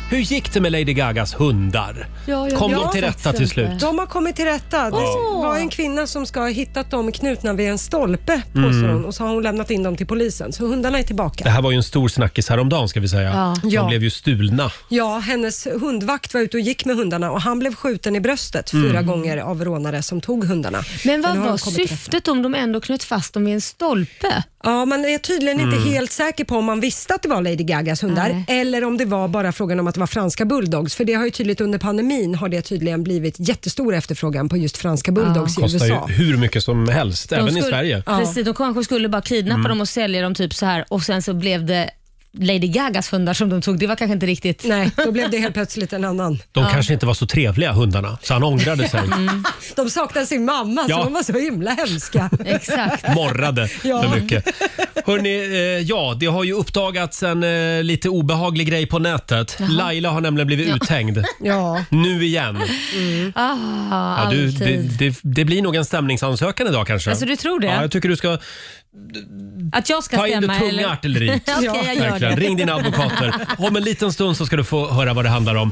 Speaker 1: Hur gick det med Lady Gagas hundar?
Speaker 2: Ja, ja,
Speaker 1: Kom
Speaker 2: ja,
Speaker 1: de till rätta till slut?
Speaker 2: De har kommit till rätta. Det
Speaker 1: Oh.
Speaker 2: var en kvinna som ska ha hittat dem knutna vid en stolpe, påstår
Speaker 1: Mm.
Speaker 2: hon, och så har hon lämnat in dem till polisen. Så hundarna är tillbaka.
Speaker 1: Det här var ju en stor snackis häromdagen ska vi säga.
Speaker 2: Ja.
Speaker 1: De
Speaker 2: Ja.
Speaker 1: blev ju stulna.
Speaker 2: Ja, hennes hundvakt var ute och gick med hundarna och han blev skjuten i bröstet
Speaker 1: Mm.
Speaker 2: fyra gånger av rånare som tog hundarna.
Speaker 4: Men vad
Speaker 2: nu har
Speaker 4: var
Speaker 2: de kommit till rätta.
Speaker 4: syftet om de ändå knöt fast dem vid en stolpe?
Speaker 2: Ja, man är tydligen inte
Speaker 4: Mm.
Speaker 2: helt säker på om man visste att det var Lady Gagas hundar
Speaker 4: Nej.
Speaker 2: eller om det var bara frågan om att det var franska bulldogs. För det har ju tydligt under pandemin har det tydligen blivit jättestor efterfrågan på just franska bulldogs i
Speaker 1: Kostar
Speaker 2: U S A.
Speaker 1: ju hur mycket som helst,
Speaker 4: De
Speaker 1: även
Speaker 4: skulle,
Speaker 1: i Sverige.
Speaker 4: Precis, de kanske skulle bara kidnappa
Speaker 1: Mm.
Speaker 4: dem och sälja dem typ så här och sen så blev det Lady Gagas hundar som de tog. Det var kanske inte riktigt...
Speaker 2: Nej, då blev det helt plötsligt en annan.
Speaker 1: De
Speaker 4: Ja.
Speaker 1: kanske inte var så trevliga hundarna, så han ångrade sig.
Speaker 2: Mm. De saknade sin mamma,
Speaker 1: Ja.
Speaker 2: så de var så himla hemska.
Speaker 4: Exakt.
Speaker 1: Morrade
Speaker 2: Ja.
Speaker 1: för mycket. Hörrni, eh, ja, det har ju uppdagats en eh, lite obehaglig grej på nätet.
Speaker 4: Jaha.
Speaker 1: Laila har nämligen blivit
Speaker 4: Ja.
Speaker 1: uthängd.
Speaker 2: Ja.
Speaker 1: Nu igen.
Speaker 4: Ah,
Speaker 1: Ja, du,
Speaker 4: alltid.
Speaker 1: det, det, det blir nog en stämningsansökan idag kanske.
Speaker 4: Alltså, du tror det?
Speaker 1: Ja, jag tycker du ska
Speaker 4: Att jag ska
Speaker 1: ta in
Speaker 4: stämma?
Speaker 1: det tunga
Speaker 4: eller?
Speaker 1: artilleriet.
Speaker 4: Okej, jag gör
Speaker 1: Verkligen.
Speaker 4: det.
Speaker 1: Ring dina advokater. Om en liten stund så ska du få höra vad det handlar om.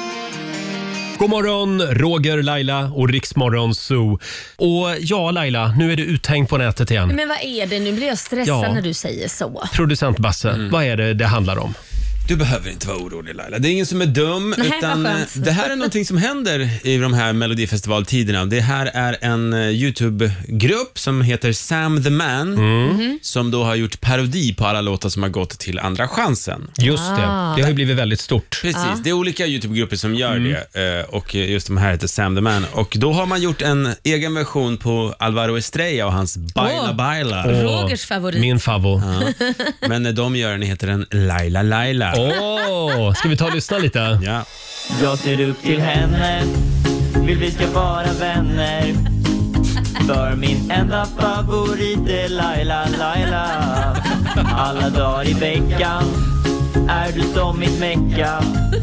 Speaker 1: God morgon, Roger, Laila och Riksmorgon Zoo. Och ja, Laila, nu är du uthängd på nätet igen.
Speaker 4: Men vad är det? Nu blir jag stressad
Speaker 1: Ja.
Speaker 4: när du säger så.
Speaker 1: Producent Basse, vad är det det handlar om?
Speaker 8: Du behöver inte vara orolig Laila. Det är ingen som är dum.
Speaker 4: Nej,
Speaker 8: utan
Speaker 4: vad
Speaker 8: eh,
Speaker 4: skönt.
Speaker 8: det här är någonting som händer i de här Melodifestivaltiderna. Det här är en eh, YouTube-grupp som heter Sam the Man
Speaker 1: Mm.
Speaker 8: som då har gjort parodi på alla låtar som har gått till Andra chansen.
Speaker 1: Just det,
Speaker 4: Ah.
Speaker 1: det har ju blivit väldigt stort.
Speaker 8: Precis,
Speaker 4: Ja.
Speaker 8: det är olika YouTube-grupper som gör
Speaker 1: Mm.
Speaker 8: det eh, och just de här heter Sam the Man. Och då har man gjort en egen version på Alvaro Estrella och hans Baila
Speaker 4: Åh.
Speaker 8: Baila.
Speaker 1: Åh,
Speaker 4: Rogers favorit.
Speaker 1: Min favvo.
Speaker 8: Ja. Men när de gör den heter den Laila Laila.
Speaker 1: Åh, ska vi ta och lyssna lite?
Speaker 8: Ja.
Speaker 9: Jag ser upp till henne, vill vi ska vara vänner. För min enda favorit är Laila Laila. Alla dagar i veckan är du som mitt mecka.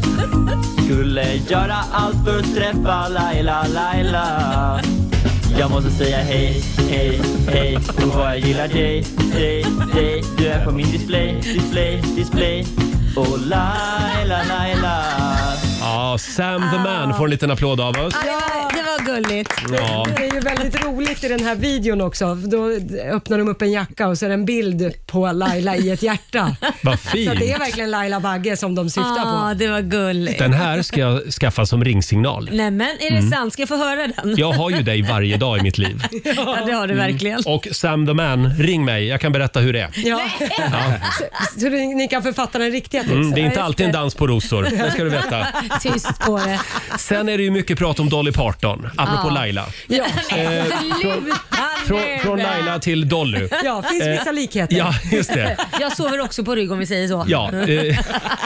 Speaker 9: Skulle göra allt för att träffa Laila Laila. Jag måste säga hej, hej, hej och vad jag gillar dig, dig, dig. Du är på min display, display, display. Och Laila Laila.
Speaker 1: Ja, Sam the Man får en liten applåd av oss.
Speaker 4: Ja, det var gulligt.
Speaker 1: Ja.
Speaker 2: Det är ju väldigt roligt i den här videon också. Då öppnar de upp en jacka och så är det en bild på Laila i ett hjärta.
Speaker 1: Vad
Speaker 2: Så
Speaker 1: fint.
Speaker 2: att det är verkligen Laila Bagge som de syftar
Speaker 4: Ja,
Speaker 2: på.
Speaker 4: det var gulligt.
Speaker 1: Den här ska jag skaffa som ringsignal.
Speaker 4: Nej men är det
Speaker 1: Mm.
Speaker 4: sant? Ska jag få höra den?
Speaker 1: Jag har ju dig varje dag i mitt liv.
Speaker 4: Ja, det har du verkligen.
Speaker 1: Och Sam the Man, ring mig. Jag kan berätta hur det är.
Speaker 2: Ja.
Speaker 1: Ja.
Speaker 2: Så, så ni kan författa den riktiga texten.
Speaker 1: Mm, det är inte alltid en dans på rosor, det ska du veta.
Speaker 4: Tyst på det.
Speaker 1: Sen är det ju mycket prat om Dolly Parton, apropå
Speaker 4: Ja.
Speaker 1: Laila.
Speaker 2: Ja.
Speaker 1: Eh, från, från, från Laila till Dolly.
Speaker 2: Ja, finns vissa
Speaker 1: Eh,
Speaker 2: likheter.
Speaker 1: Ja, just det.
Speaker 4: Jag sover också på rygg om vi säger så.
Speaker 1: Ja, eh,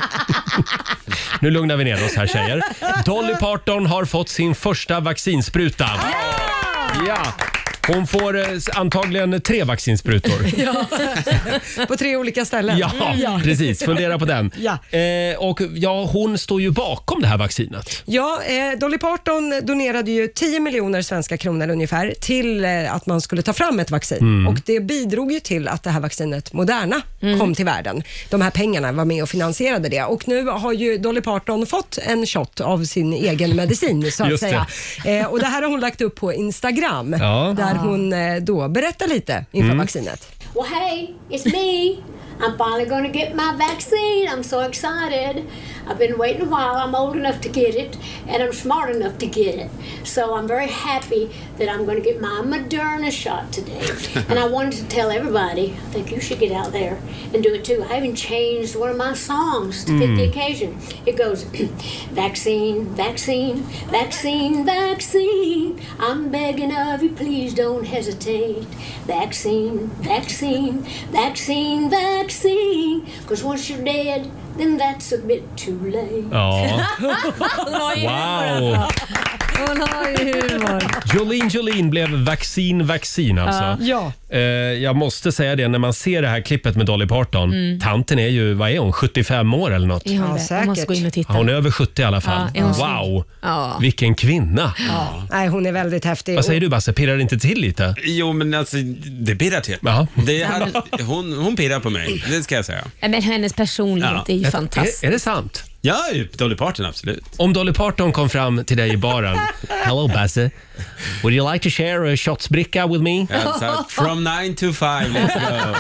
Speaker 1: nu lugnar vi ner oss här tjejer. Dolly Parton har fått sin första vaccinspruta. Ja! Hon får eh, antagligen tre vaccinsprutor.
Speaker 2: Ja. På tre olika ställen.
Speaker 1: Ja, precis. Fundera på den.
Speaker 2: Ja.
Speaker 1: Eh, och ja, hon står ju bakom det här vaccinet.
Speaker 2: Ja, eh, Dolly Parton donerade ju tio miljoner svenska kronor ungefär till eh, att man skulle ta fram ett vaccin.
Speaker 1: Mm.
Speaker 2: Och det bidrog ju till att det här vaccinet Moderna kom till världen. De här pengarna var med och finansierade det. Och nu har ju Dolly Parton fått en shot av sin egen medicin så att
Speaker 1: Just
Speaker 2: säga. Eh, och det här har hon lagt upp på Instagram.
Speaker 1: Ja.
Speaker 2: Där hon eh, då berättar lite inför
Speaker 1: Mm.
Speaker 2: vaccinet.
Speaker 10: Well, hey, it's me. I'm finally going to get my vaccine. I'm so excited. I've been waiting a while. I'm old enough to get it, and I'm smart enough to get it. So I'm very happy that I'm going to get my Moderna shot today. And I wanted to tell everybody, I think you should get out there and do it too. I even changed one of my songs to fit the occasion. It goes, vaccine, vaccine, vaccine, vaccine. I'm begging of you, please don't hesitate. Vaccine, vaccine, vaccine, vaccine. Because once you're dead, then that's a bit too late.
Speaker 1: Ja.
Speaker 4: Hon har ju humor
Speaker 1: Wow.
Speaker 4: alltså. Hon har ju humor.
Speaker 1: Jolene Jolene blev vaccin vaccin alltså.
Speaker 2: Ja.
Speaker 1: Eh, jag måste säga det, när man ser det här klippet med Dolly Parton.
Speaker 4: Mm.
Speaker 1: Tanten är ju, vad är hon, sjuttiofem år eller något?
Speaker 4: Är hon
Speaker 2: Ja,
Speaker 4: det? Jag måste
Speaker 2: säkert.
Speaker 4: gå in och titta.
Speaker 1: Ja, hon är över sjuttio i alla fall.
Speaker 4: Ja, är hon så?
Speaker 1: Wow,
Speaker 4: Ja.
Speaker 1: vilken kvinna.
Speaker 2: Ja. Nej, hon är väldigt häftig.
Speaker 1: Vad säger du Basse, pirrar det inte till lite?
Speaker 8: Jo, men alltså det pirrar till.
Speaker 1: Jaha.
Speaker 8: Det är, hon, hon pirrar på mig, det ska jag säga.
Speaker 4: Men hennes personlighet
Speaker 8: Ja.
Speaker 4: är ju
Speaker 1: Är,
Speaker 4: fantastisk.
Speaker 1: är det sant?
Speaker 8: Ja, Dolly Parton, absolut.
Speaker 1: Om Dolly Parton kom fram till dig i baren. Hello Basse, would you like to share a shotsbricka with me?
Speaker 8: Yeah, so from nine to five, let's go.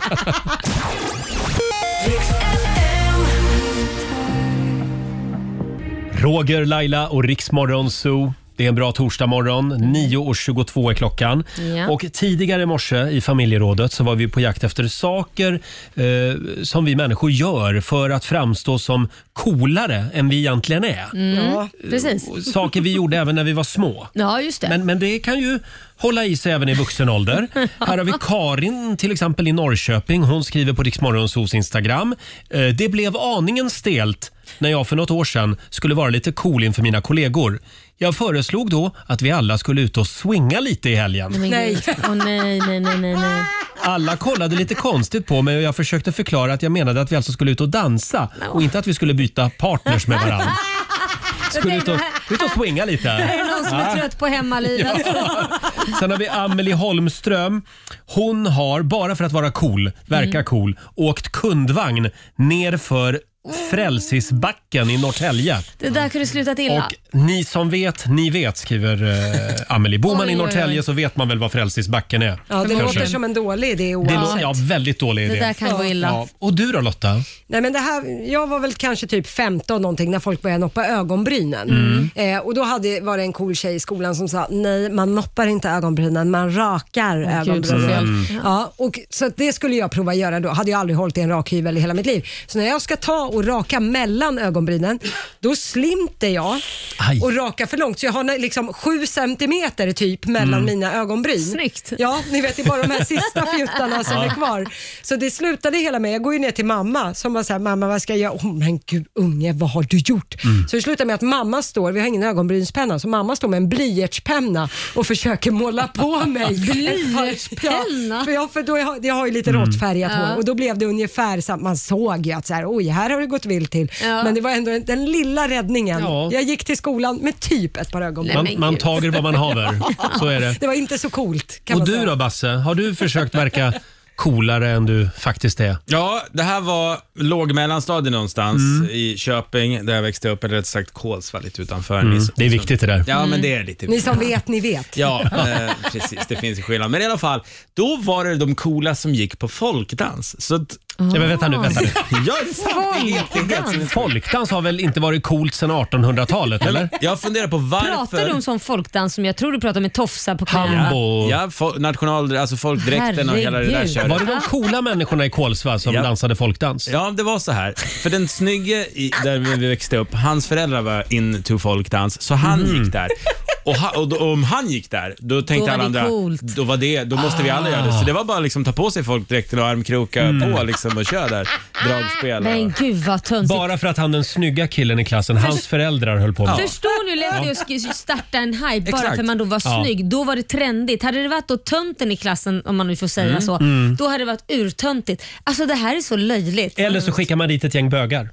Speaker 1: Roger, Laila och Riksmorgon Zoo. Det är en bra torsdagmorgon. nio och tjugotvå är klockan.
Speaker 4: Ja.
Speaker 1: Och tidigare i morse i familjerådet så var vi på jakt efter saker eh, som vi människor gör för att framstå som coolare än vi egentligen är.
Speaker 4: Mm. Ja, precis.
Speaker 1: Saker vi gjorde även när vi var små.
Speaker 4: Ja, just det.
Speaker 1: Men, men det kan ju hålla i sig även i vuxen ålder. Här har vi Karin till exempel i Norrköping. Hon skriver på Riksmorgonsos Instagram. Eh, det blev aningen stelt när jag för något år sedan skulle vara lite cool inför mina kollegor. Jag föreslog då att vi alla skulle ut och swinga lite i helgen.
Speaker 4: Nej. Åh oh, nej, nej, nej, nej, nej.
Speaker 1: Alla kollade lite konstigt på mig och jag försökte förklara att jag menade att vi alltså skulle ut och dansa och inte att vi skulle byta partners med varandra. Skulle ut och, ut och swinga lite.
Speaker 4: Är det någon som är trött på hemmalivet?
Speaker 1: Ja. Sen har vi Amelie Holmström. Hon har, bara för att vara cool, verka
Speaker 4: Mm.
Speaker 1: cool, åkt kundvagn ner för Frälsisbacken i Norrtälje.
Speaker 4: Det där kunde slutat illa.
Speaker 1: Och ni som vet, ni vet, skriver eh, Amelie. Bor man
Speaker 2: Oj,
Speaker 1: i
Speaker 2: oj,
Speaker 1: Norrtälje
Speaker 2: oj.
Speaker 1: så vet man väl vad Frälsisbacken är.
Speaker 2: Ja, det
Speaker 1: Kanske.
Speaker 2: låter som en dålig idé
Speaker 1: Det
Speaker 2: oavsett.
Speaker 1: låter, ja, väldigt dålig idé.
Speaker 2: Det där kan gå illa.
Speaker 1: Ja. Och du då Lotta?
Speaker 2: Nej, men det här, jag var väl kanske typ femton någonting när folk började noppa ögonbrynen.
Speaker 1: Mm.
Speaker 2: Eh, och då hade, var det en cool tjej i skolan som sa nej, man noppar inte ögonbrynen, man rakar
Speaker 4: Åh, Gud, så
Speaker 2: ögonbrynen.
Speaker 4: fel.
Speaker 2: Ja, och, så att det skulle jag prova göra då. Hade jag aldrig hållit i en rakhyvel i hela mitt liv. Så när jag ska ta och raka mellan ögonbrynen, då slimter jag
Speaker 1: Aj.
Speaker 2: och rakar för långt. Så jag har liksom sju centimeter typ mellan
Speaker 1: Mm.
Speaker 2: mina ögonbryn.
Speaker 4: Snyggt.
Speaker 2: Ja, ni vet, det är bara de här sista fjuttarna som
Speaker 1: Ja.
Speaker 2: är kvar. Så det slutade hela med, jag går ju ner till mamma som bara säger, mamma vad ska jag göra? Oh, men gud unge, vad har du gjort?
Speaker 1: Mm.
Speaker 2: Så det slutar med att mamma står, vi har ingen ögonbrynspenna, så mamma står med en blyertspenna och försöker måla på mig.
Speaker 4: Blyertspenna?
Speaker 2: Ja, för jag, för då jag, har- jag har ju lite
Speaker 1: Mm.
Speaker 2: råttfärgat
Speaker 4: Ja.
Speaker 2: hår och då blev det ungefär så att man såg ju att så här, oj, här har det gått vilt till.
Speaker 4: Ja.
Speaker 2: Men det var ändå den lilla räddningen.
Speaker 1: Ja.
Speaker 2: Jag gick till skolan med typ ett par ögonbryn.
Speaker 1: Man, man tager vad man haver. Så är det.
Speaker 2: Det var inte så coolt kan
Speaker 1: Och
Speaker 2: man
Speaker 1: du
Speaker 2: säga.
Speaker 1: då Basse, har du försökt verka coolare än du faktiskt är?
Speaker 8: Ja, det här var lågmellanstadiet någonstans
Speaker 1: Mm.
Speaker 8: i Köping där jag växte upp, eller rätt sagt Kolsva lite utanför.
Speaker 1: Mm,
Speaker 8: Ni som-
Speaker 1: det är viktigt det där.
Speaker 8: Ja, men det är lite
Speaker 2: Ni som vet, ni vet.
Speaker 8: Ja, eh, precis. Det finns en skillnad. Men i alla fall, då var det de coola som gick på folkdans. Så att,
Speaker 1: Ja, men vänta nu, vänta nu.
Speaker 8: ja, det är sant. Det är helt, det är helt som en-
Speaker 1: Folkdans har väl inte varit coolt sedan artonhundratalet, eller?
Speaker 8: Jag funderar på varför...
Speaker 4: Pratar du om sån folkdans som jag tror du pratar med tofsar på knäna?
Speaker 1: Hambo.
Speaker 8: Ja, fo- national, alltså folkdräkten och hela det där
Speaker 4: Herregud.
Speaker 8: köret.
Speaker 1: Var det de coola människorna i Kolsva som
Speaker 8: Ja.
Speaker 1: dansade folkdans?
Speaker 8: Ja, det var så här. För den snygge i, där vi växte upp, hans föräldrar var into folkdans, så han
Speaker 1: Mm.
Speaker 8: gick där. Och, ha, och då, om han gick där, då tänkte
Speaker 4: Då var
Speaker 8: alla
Speaker 4: det
Speaker 8: andra,
Speaker 4: coolt.
Speaker 8: då var det, då måste vi alla göra det. Så det var bara liksom ta på sig folkdräkten och armkroka
Speaker 1: Mm.
Speaker 8: på liksom och köra där. Dragspel.
Speaker 4: Men gud vad töntigt.
Speaker 1: Bara för att han den snygga killen i klassen, hans föräldrar höll på med.
Speaker 4: Förstår ni hur lätt det är att starta en hype bara
Speaker 8: Exakt.
Speaker 4: för man då var
Speaker 1: Ja.
Speaker 4: snygg? Då var det trendigt. Hade det varit då tönten i klassen, om man nu får säga
Speaker 8: Mm.
Speaker 4: så,
Speaker 1: Mm.
Speaker 4: då hade det varit urtöntigt. Alltså det här är så löjligt.
Speaker 1: Eller så skickar man dit ett gäng bögar.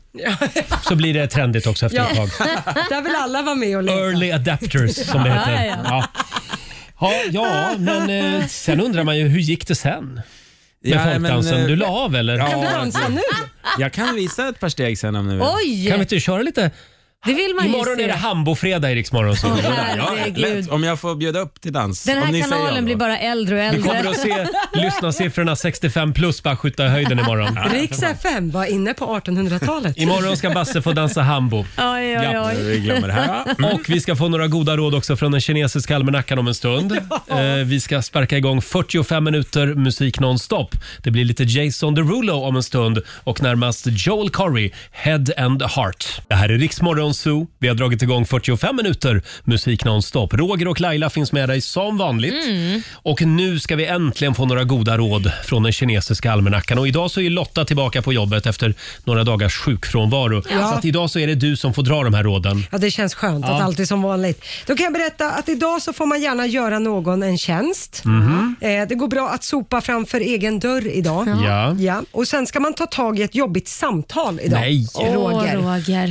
Speaker 1: Så blir det trendigt också efter
Speaker 2: Ja.
Speaker 1: ett tag.
Speaker 2: Där vill alla vara med och leka.
Speaker 1: Early adapters som det heter.
Speaker 4: Ja, ja.
Speaker 1: Ja, ja, ja men eh, sen undrar man ju hur gick det sen? Med
Speaker 8: Ja,
Speaker 1: folkdansen.
Speaker 8: men, eh,
Speaker 1: Du la av eller?
Speaker 8: ja.
Speaker 2: Kan du dansa nu?
Speaker 8: Jag kan visa ett par steg sen om ni vill.
Speaker 4: Oj!
Speaker 1: Kan vi inte köra lite?
Speaker 4: Det vill man ju
Speaker 1: Imorgon
Speaker 4: se.
Speaker 1: är det Hambo-fredag i Rix Morgon. Så.
Speaker 4: Åh,
Speaker 8: Ja,
Speaker 4: herregud.
Speaker 8: lätt. Om jag får bjuda upp till dans.
Speaker 4: Den
Speaker 8: om
Speaker 4: här
Speaker 8: ni säger ja
Speaker 4: kanalen
Speaker 8: då.
Speaker 4: blir bara äldre och
Speaker 1: Vi
Speaker 4: äldre.
Speaker 1: kommer att se lyssnarsiffrorna sextiofem plus bara skjuta i höjden imorgon.
Speaker 2: Rix F M var inne på artonhundratalet.
Speaker 1: Imorgon ska Basse få dansa hambo.
Speaker 4: Oj, oj,
Speaker 1: Ja.
Speaker 4: oj.
Speaker 8: Vi glömmer det här.
Speaker 1: Och vi ska få några goda råd också från den kinesiska almanackan om en stund. Eh, vi ska sparka igång fyrtiofem minuter musik nonstop. Det blir lite Jason Derulo om en stund och närmast Joel Corey, Head and Heart. Det här är Rix Morgon Zoo. Vi har dragit igång fyrtiofem minuter musik nonstop. Roger och Laila finns med dig som vanligt.
Speaker 4: Mm.
Speaker 1: Och nu ska vi äntligen få några goda råd från den kinesiska almanackan. Och idag så är Lotta tillbaka på jobbet efter några dagars sjukfrånvaro.
Speaker 2: Ja.
Speaker 1: Så att idag så är det du som får dra de här råden.
Speaker 2: Ja, det känns skönt
Speaker 1: Ja.
Speaker 2: att allt är som vanligt. Då kan jag berätta att idag så får man gärna göra någon en tjänst.
Speaker 1: Mhm.
Speaker 2: Eh, det går bra att sopa framför egen dörr idag.
Speaker 1: Ja.
Speaker 2: Ja. Och sen ska man ta tag i ett jobbigt samtal idag.
Speaker 1: Nej.
Speaker 2: Roger.
Speaker 4: Åh, Roger.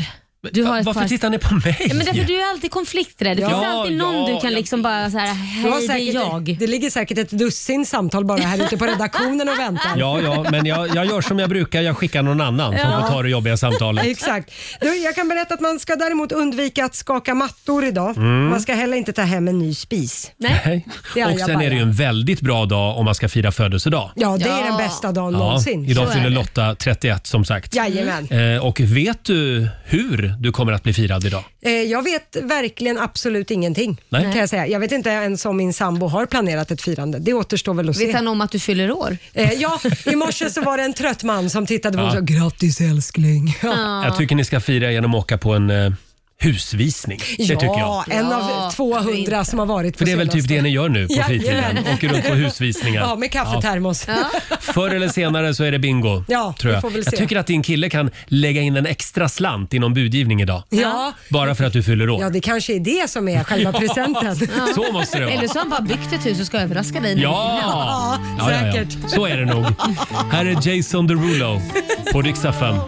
Speaker 4: Du har ett
Speaker 1: Varför
Speaker 4: par...
Speaker 1: tittar ni på mig?
Speaker 4: Ja, men därför du är alltid konflikträdd. Det
Speaker 2: Ja,
Speaker 4: finns alltid någon
Speaker 1: ja,
Speaker 4: du kan
Speaker 1: ja.
Speaker 4: liksom bara så här,
Speaker 2: Du har
Speaker 4: hej det är
Speaker 2: säkert,
Speaker 4: jag.
Speaker 2: det ligger säkert ett dussin samtal bara här ute på redaktionen och väntar.
Speaker 1: Ja, ja, men jag, jag gör som jag brukar. Jag skickar någon annan som
Speaker 2: Ja.
Speaker 1: får ta det jobbiga samtalet.
Speaker 2: Exakt. Du, jag kan berätta att man ska däremot undvika att skaka mattor idag.
Speaker 1: Mm.
Speaker 2: Man ska heller inte ta hem en ny spis.
Speaker 1: Nej.
Speaker 2: Det är
Speaker 1: Och
Speaker 2: jag
Speaker 1: sen
Speaker 2: bara.
Speaker 1: är det ju en väldigt bra dag om man ska fira födelsedag.
Speaker 2: Ja, det är
Speaker 4: Ja.
Speaker 2: den bästa dagen
Speaker 1: Ja,
Speaker 2: någonsin.
Speaker 1: idag
Speaker 2: Så är
Speaker 1: fyller
Speaker 2: det.
Speaker 1: Lotta trettioett som sagt.
Speaker 2: Jajamän.
Speaker 1: Eh, och vet du hur du kommer att bli firad idag?
Speaker 2: Eh, jag vet verkligen absolut ingenting.
Speaker 1: Nej.
Speaker 2: Kan jag säga. Jag vet inte ens om min sambo har planerat ett firande. Det återstår väl att se.
Speaker 4: Vet han om att du fyller år?
Speaker 2: Eh, ja, i morse så var det en trött man som tittade på
Speaker 1: Ja.
Speaker 2: och sa grattis älskling.
Speaker 4: Ja.
Speaker 1: Jag tycker ni ska fira genom att åka på en eh, husvisning. Det tycker jag.
Speaker 2: Ja, en av tvåhundra som har varit på
Speaker 1: För det är väl typ
Speaker 2: senaste.
Speaker 1: det ni gör nu på
Speaker 2: Jajamän.
Speaker 1: fritiden? Åker runt på husvisningar.
Speaker 2: Ja, med kaffetermos. Ja.
Speaker 1: Förr eller senare så är det bingo.
Speaker 2: Ja,
Speaker 1: tror
Speaker 2: vi
Speaker 1: jag.
Speaker 2: får väl
Speaker 1: jag
Speaker 2: se.
Speaker 1: tycker att din kille kan lägga in en extra slant i någon budgivning idag.
Speaker 2: Ja.
Speaker 1: Bara för att du fyller år.
Speaker 2: Ja, det kanske är det som är själva
Speaker 1: Ja.
Speaker 2: presenten.
Speaker 1: Så måste det vara.
Speaker 4: Eller så har han bara byggt ett hus och ska överraska dig nu.
Speaker 1: Ja.
Speaker 2: Ja,
Speaker 1: Ja, ja, ja.
Speaker 2: säkert.
Speaker 1: Så är det nog. Här är Jason Derulo på Rix F M.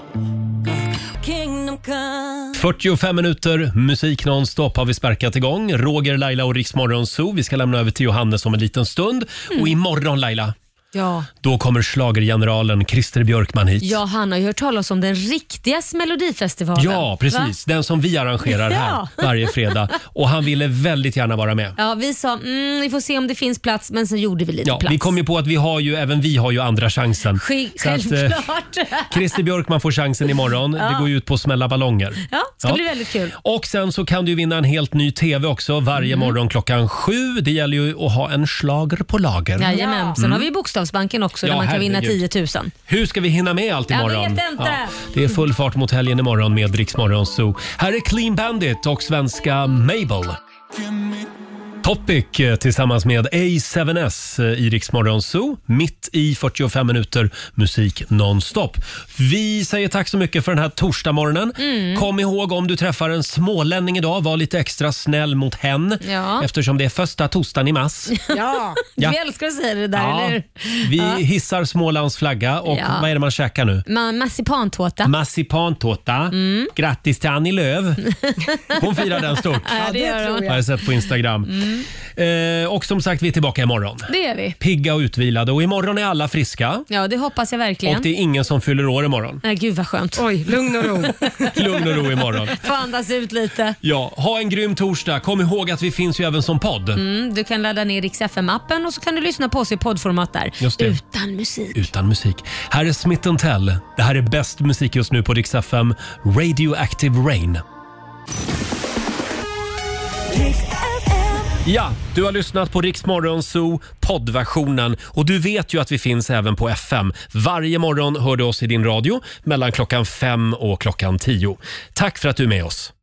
Speaker 1: fyrtiofem minuter musik nonstop har vi sparkat igång. Roger, Laila och Rix Morgon Zoo. Vi ska lämna över till Johannes om en liten stund.
Speaker 4: Mm.
Speaker 1: Och imorgon, Laila,
Speaker 4: Ja.
Speaker 1: då kommer schlagergeneralen Christer Björkman hit.
Speaker 4: Ja, han har ju hört talas om den riktiga Melodifestivalen.
Speaker 1: Ja, precis.
Speaker 4: Va?
Speaker 1: Den som vi arrangerar här
Speaker 4: Ja.
Speaker 1: varje fredag. Och han ville väldigt gärna vara med.
Speaker 4: Ja, vi sa mm, vi får se om det finns plats, men sen gjorde vi lite
Speaker 1: Ja,
Speaker 4: plats.
Speaker 1: vi kom ju på att vi har ju, även vi har ju andra chansen.
Speaker 4: Sk-
Speaker 1: Så att, eh,
Speaker 4: Självklart.
Speaker 1: Christer Björkman får chansen imorgon.
Speaker 4: Ja.
Speaker 1: Det går ju ut på att smälla ballonger.
Speaker 4: Ja, ska
Speaker 1: Ja.
Speaker 4: bli väldigt kul.
Speaker 1: Och sen så kan du vinna en helt ny T V också varje
Speaker 4: Mm.
Speaker 1: morgon klockan sju. Det gäller ju att ha en schlager på lager.
Speaker 4: Jajamän. Sen
Speaker 1: Mm.
Speaker 4: har vi Bokstavsbanken också,
Speaker 1: Ja,
Speaker 4: där man kan vinna
Speaker 1: herregud.
Speaker 4: tio tusen.
Speaker 1: Hur ska vi hinna med allt
Speaker 4: Jag
Speaker 1: imorgon?
Speaker 4: vet inte.
Speaker 1: det är full fart mot helgen imorgon med Rix Morgon Zoo. Här är Clean Bandit och svenska Mabel. Topic eh, tillsammans med A seven S eh, i Rix Morgon Zoo. Mitt i fyrtiofem minuter musik nonstop. Vi säger tack så mycket för den här torsdagmorgonen.
Speaker 4: Mm.
Speaker 1: Kom ihåg, om du träffar en smålänning idag, var lite extra snäll mot hen.
Speaker 4: Ja.
Speaker 1: Eftersom det är första torsdagen i mars.
Speaker 2: Ja,
Speaker 1: Ja.
Speaker 4: Du älskar att säga det där,
Speaker 1: Ja,
Speaker 4: eller hur?
Speaker 1: vi
Speaker 4: Ja.
Speaker 1: hissar Smålands flagga och
Speaker 4: Ja.
Speaker 1: vad är det man käkar nu?
Speaker 4: Ma- Marsipantårta.
Speaker 1: Marsipantårta.
Speaker 4: Mm.
Speaker 1: Grattis till Annie Lööf. Hon firar den stort.
Speaker 4: Ja, det gör hon.
Speaker 1: Har jag sett på Instagram.
Speaker 4: Mm.
Speaker 1: Eh, och som sagt, vi är tillbaka imorgon.
Speaker 4: Det är vi.
Speaker 1: Pigga och utvilade. Och imorgon är alla friska.
Speaker 4: Ja, det hoppas jag verkligen.
Speaker 1: Och det är ingen som fyller år imorgon.
Speaker 4: Nej, gud vad skönt.
Speaker 2: Oj, lugn och ro.
Speaker 1: Lugn och ro imorgon.
Speaker 4: Få andas ut lite.
Speaker 1: Ja, ha en grym torsdag. Kom ihåg att vi finns ju även som podd.
Speaker 4: Mm, du kan ladda ner Rix F M-appen och så kan du lyssna på oss i poddformat där.
Speaker 1: Just det.
Speaker 4: Utan musik.
Speaker 1: Utan musik. Här är Smith and Tell. Det här är bäst musik just nu på Rix F M. Radioactive Rain. Ja, du har lyssnat på Rix Morgon Zoo poddversionen och du vet ju att vi finns även på F M. Varje morgon hör du oss i din radio mellan klockan fem och klockan tio. Tack för att du är med oss.